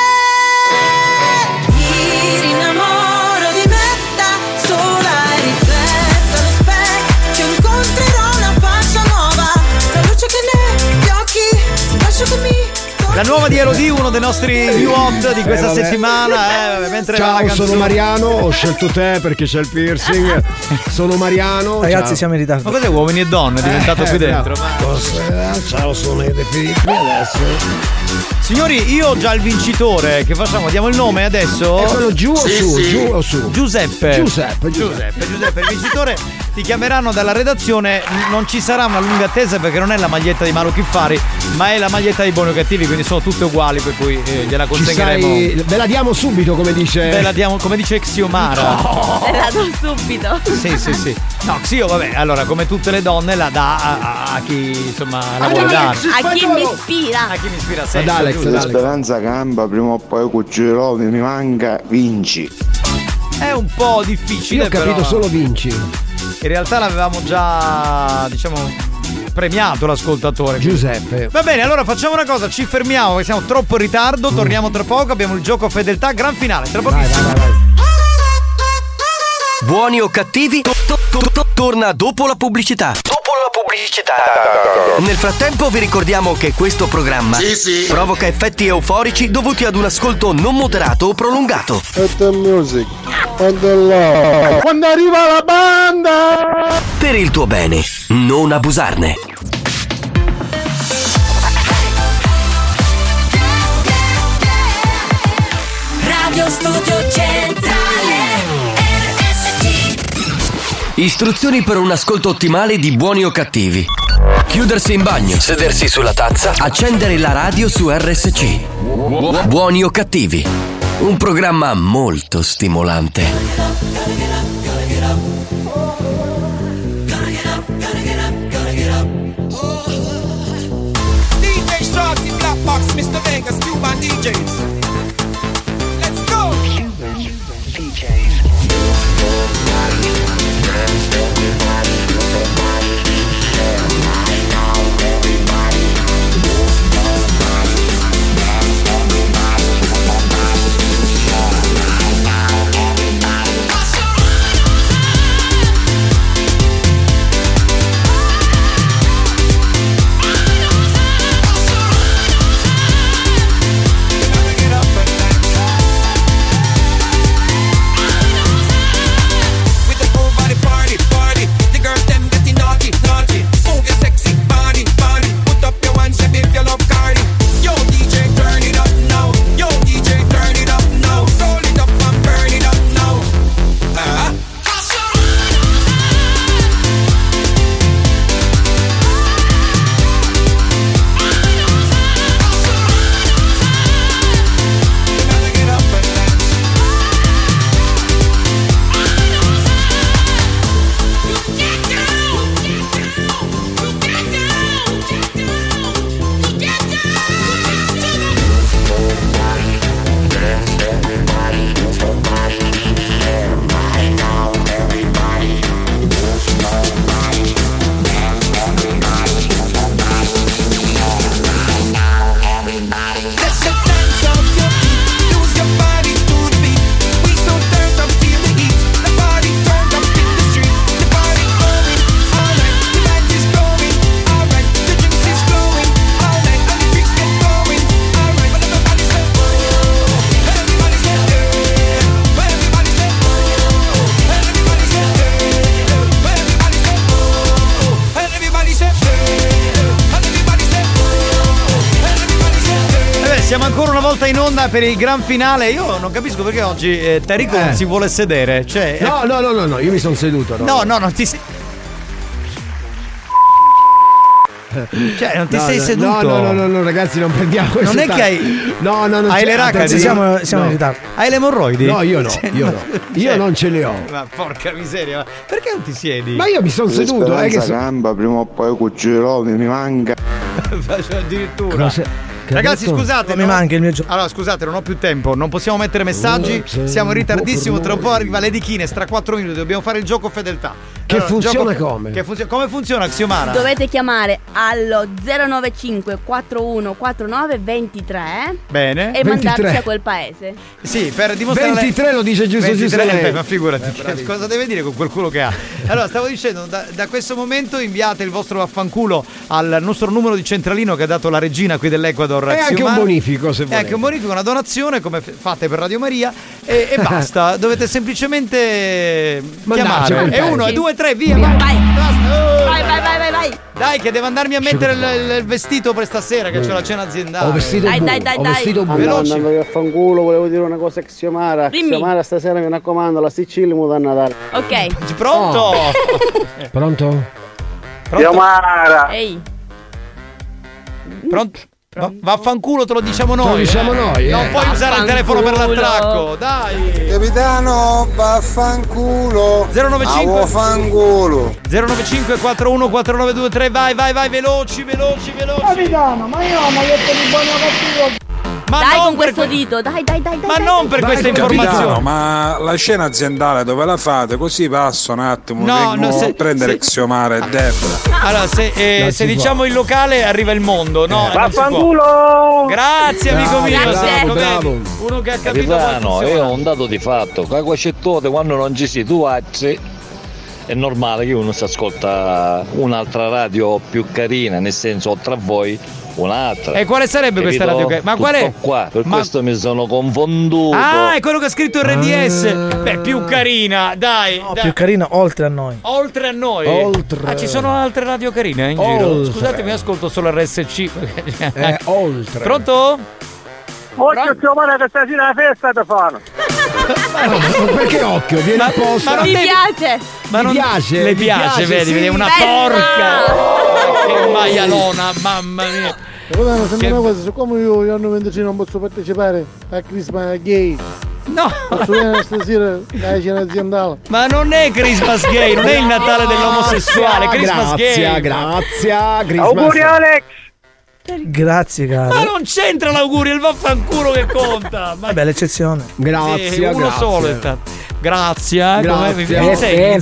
Mi rinnamoro di me da sola e riflessa allo specchio, incontrerò una faccia nuova. La luce che negli occhi, lascio che mi La nuova di Elodie, uno dei nostri new hot di questa Eh, vabbè. settimana. Eh, mentre va la Ciao, canzone. sono Mariano, ho scelto te perché c'è il piercing. Sono Mariano. Ragazzi, ciao. siamo in ritardo. Ma cos'è uomini e donne? È diventato Eh, qui bravo. dentro. Ma... Eh, Ciao, sono De Filippi adesso. Signori, io ho già il vincitore. Che facciamo? Diamo il nome adesso? È quello giù o Sì, su? sì. Giù o su? Giuseppe. Giuseppe, Giuseppe. Giuseppe, Giuseppe, il vincitore. Ti chiameranno dalla redazione. Non ci sarà una lunga attesa perché non è la maglietta di Mauro Chiffari, ma è la maglietta di Buoni o Cattivi, quindi sono tutte uguali, per cui eh, gliela Ci consegneremo. sai, ve la diamo subito, come dice. Ve la diamo, come dice Xiomara. Te la do subito. Sì, sì, sì. No, Xio, vabbè, allora, come tutte le donne, la dà a, a- a chi insomma la vuole dare. A chi mi ispira? A chi mi ispira Ad sempre. Alex, giusto? ad La Alex. speranza camba, prima o poi cucirò, mi manca, vinci. È un po' difficile. Io ho capito però solo vinci. In realtà l'avevamo già, diciamo, premiato l'ascoltatore. Giuseppe. Va bene, allora facciamo una cosa, ci fermiamo perché siamo troppo in ritardo, torniamo tra poco, abbiamo il gioco fedeltà, gran finale, tra pochissimo. Buoni o cattivi? To- to- to- to- torna dopo la pubblicità. Dopo la pubblicità. Nel frattempo vi ricordiamo che questo programma Sì, sì. provoca effetti euforici dovuti ad un ascolto non moderato o prolungato. Aspetta music. Quando là. Quando arriva la banda. Per il tuo bene, non abusarne. Radio Studio Centrale R S C. Istruzioni per un ascolto ottimale di Buoni o Cattivi. Chiudersi in bagno, sedersi sulla tazza, accendere la radio su R S C. Buoni o Cattivi, un programma molto stimolante. D J Shorty, Black Box, mister Vegas, Cuban D Js. Let's go! Cuban D Js. In onda per il gran finale. Io non capisco perché oggi eh, Tarico eh. non si vuole sedere. Cioè, no, no, no, no, no, io mi sono seduto. No, no, no, non ti sei. Cioè, non ti no, sei no, seduto? No, no, no, no, ragazzi, non prendiamo questo. Non è tanto. che hai. No, no, non hai c'è. le racche? Siamo, siamo no. in ritardo. Hai le emorroidi? No, io no, io no. Io non ce le ho. Ma porca miseria, ma perché non ti siedi? Ma io mi sono seduto, eh, che so... gamba, prima o poi cucirò, mi manca. Addirittura. Cosa... Ragazzi, scusate, mi no? manca il mio gioco. Allora, scusate, non ho più tempo, non possiamo mettere messaggi. Siamo in ritardissimo. Tra un po' arriva Lady Kines, tra quattro minuti dobbiamo fare il gioco fedeltà. Che allora, funziona gioco, come? Che funziona, come funziona, Xiomara? Dovete chiamare allo zero nove cinque quattro uno quattro nove due tre. Bene. E ventitré. mandarci a quel paese. Sì, per dimostrare. ventitré lo dice giusto ventitré, giusto lei. Ma figurati, eh, cosa deve dire con quel culo che ha? Allora, stavo dicendo, da, da questo momento inviate il vostro vaffanculo al nostro numero di centralino che ha dato la regina qui dell'Ecuador. È anche un bonifico, se volete. È anche un bonifico, una donazione come fate per Radio Maria. E, e basta, dovete semplicemente Mandarci chiamare. E uno, e due, tre, via, via vai. vai. Oh. vai, vai, vai, vai, vai. Dai, che devo andarmi a mettere il, il, il vestito per stasera, che c'è la cena aziendale. Ho vestito dai, bu- dai, dai, ho dai. vestito bu- Veloci. Andando a fanculo, volevo dire una cosa a Xiomara. Dimmi. Xiomara, stasera mi raccomando, la Sicilia mi da Natale. Ok. Pronto? Oh. Pronto? Pronto? Xiomara. Ehi. Pronto? Va, vaffanculo, te lo diciamo noi. Te lo diciamo eh. noi. Eh. Non puoi usare il telefono per l'attracco, dai. Capitano, vaffanculo. zero nove cinque Vaffanculo. zero nove cinque quattro uno quattro nove due tre, vai, vai, vai, veloci, veloci, veloci. Capitano, ma io ma io per il buono cattivo. Ma dai non con per questo que- dito, dai, dai, dai, dai. Ma dai, non per Vai, queste capitano, informazioni. Ma la scena aziendale dove la fate? Così passo un attimo, No, vengo no, se- a prendere se- Xiomara e Debra. Allora, se, eh, Non se si diciamo il locale arriva il mondo, no? non si può. Vaffanculo! Grazie, amico Bravo, mio. bravo, ecco, bravo. vedi, uno che ha capito Capitano, come è funziona. un dato di fatto, che queste tote quando non ci sei tu altri è normale che uno si ascolta un'altra radio più carina, nel senso oltre a voi un'altra. E quale sarebbe questa Capito? radio? Che... Ma qual è? Tutto qua, per Ma- questo mi sono confonduto. Ah, è quello che ha scritto R D S. Ah. Beh, più carina, dai. No, dai. più carina oltre a noi. Oltre a noi. Oltre. Ah, ci sono altre radio carine in giro. Oltre. Scusatemi, ascolto solo R S C. Eh, oltre. Pronto? Occhio Xiomara che stasera la festa te fanno. Ma no, ma perché occhio? Viene apposta. Ma mi piace. Ma non Mi piace, le mi piace, piace, vedi, sì. vedi, una Bella. porca. Che maialona, mamma mia. Guarda, sembra Che- una cosa, siccome io gli anno venticinque non posso partecipare a Christmas Gay, No, posso venire stasera alla cena aziendale. ma non è Christmas Gay, non è il Natale dell'omosessuale, è Christmas Grazie, Gay. grazie, Christmas. Auguri Alex! Grazie, caro. Ma non c'entra l'augurio, il vaffanculo che conta. Ma Vabbè, l'eccezione. Grazie, sì, uno grazie. solo è stato. Grazie, eh, Grazie. com'è? Mi, mi insegni,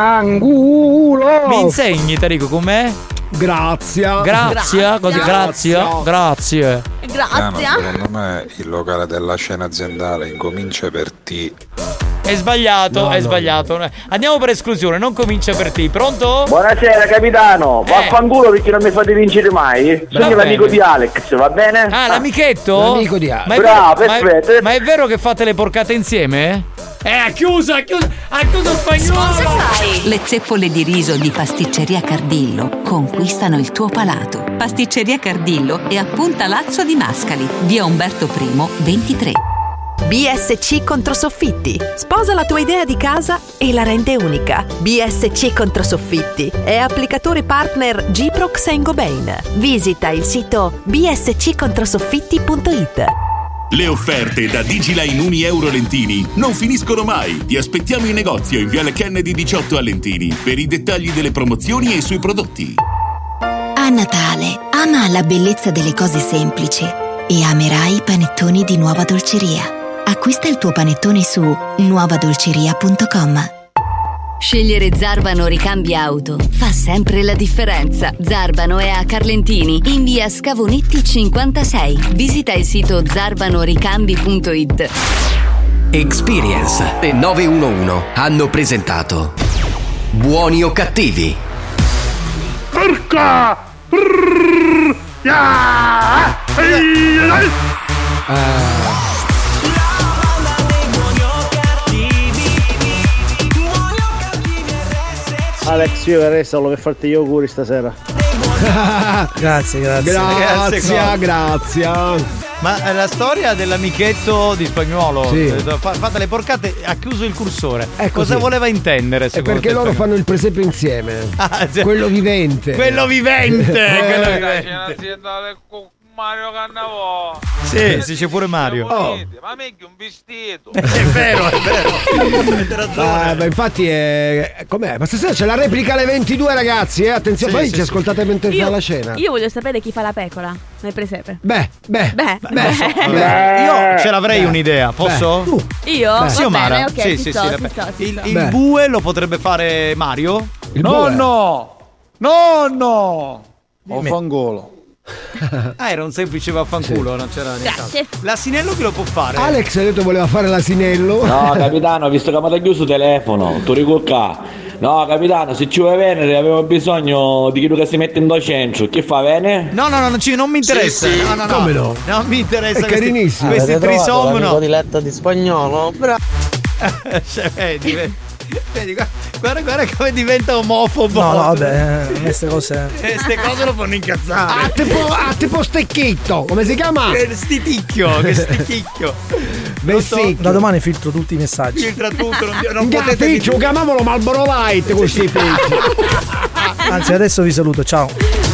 angulo. mi insegni Tarico com'è? Grazie. Grazie, così, grazie, grazie. Grazie. Secondo me il locale della cena aziendale incomincia per T. È sbagliato, No, è no, sbagliato. Andiamo per esclusione, non comincia per te. Pronto? Buonasera capitano, Eh. vaffanculo perché non mi fate vincere mai. Sono Va l'amico bene. di Alex, va bene? Ah, l'amichetto? L'amico di Alex. Ma è Bravo, vero- ma è- perfetto. Ma è vero che fate le porcate insieme? Eh, ha chiuso, ha chiuso, ha chiuso spagnolo. Le zeppole di riso di Pasticceria Cardillo conquistano il tuo palato. Pasticceria Cardillo è a Punta Lazzo di Mascali, via Umberto I ventitré. B S C Controsoffitti. Sposa la tua idea di casa e la rende unica. B S C Controsoffitti è applicatore partner Gyprox e Gobain. Visita il sito b s c controsoffitti punto it. Le offerte da Digiline Uni Euro Lentini non finiscono mai. Ti aspettiamo in negozio in Viale Kennedy diciotto a Lentini per i dettagli delle promozioni e sui prodotti. A Natale ama la bellezza delle cose semplici e amerai i panettoni di Nuova Dolceria. Acquista il tuo panettone su nuova dolceria punto com. Scegliere Zarbano Ricambi Auto fa sempre la differenza. Zarbano è a Carlentini, in via Scavonetti cinquantasei. Visita il sito zarbano ricambi punto it. Experience e nove uno uno hanno presentato Buoni o cattivi? Porca! Brrr, ya, ehi, ehi. Alex, io verrei solo per farti gli auguri stasera. Grazie, grazie. Grazie, grazie. Ma eh, la storia dell'amichetto di Spagnuolo, Sì. eh, fa- fate le porcate, ha chiuso il cursore. È Cosa così. voleva intendere È secondo perché te, loro Spagnuolo? fanno il presepe insieme. Ah, sì. Quello vivente. Quello vivente, Eh. quello La vivente. cena aziendale con Mario Cannavò. Sì, sì, c'è pure Mario. Oh. Ma meglio un vestito. È vero, è vero. Avete ragione. Ah, ma infatti è. Com'è? Ma stasera c'è la replica alle ventidue, ragazzi, eh? Attenzione, Sì, poi sì, ci sì. ascoltate mentre fa la cena. Io voglio sapere chi fa la pecora nel presepe. Beh, beh, Beh, beh, So, beh. allora, io ce l'avrei Beh. un'idea, posso? Beh. Uh. Io? Beh. Sì, Va Omara. bene, ok, sì, ci sì, sto, sì, ci vabbè. sto, ci il, sto. il Beh. bue lo potrebbe fare Mario? Il No, bue. no! No, no! Ho fangolo. Ah, era un semplice vaffanculo, non c'era niente. Grazie. L'asinello chi lo può fare? Alex ha detto voleva fare l'asinello. No, capitano, visto che mi ha chiuso il telefono, tu ricocca. No, capitano, se ci vuoi venire avevo bisogno di chi che si mette in do centro. Che fa bene? No, no, no, non, ci, non mi interessa. Sì, sì. No, no, no. Come no? Non mi interessa. È questi, carinissimo. questi Avete trovato trisom, l'amico no. di letto di Spagnolo? Bravo. Cioè, vedi, vedi, vedi, guarda, guarda come diventa omofobo. No, no, vabbè, eh, queste cose. Queste cose lo fanno incazzare. Ah, tipo, ah, tipo stecchito. Come si chiama? Che stiticchio, che stiticchio. Vessicchio. Da domani filtro tutti i messaggi. Filtra tutto, non, non Già, potete Piccio, chiamiamolo Marlboro Light con questi picci. Anzi, adesso vi saluto, ciao.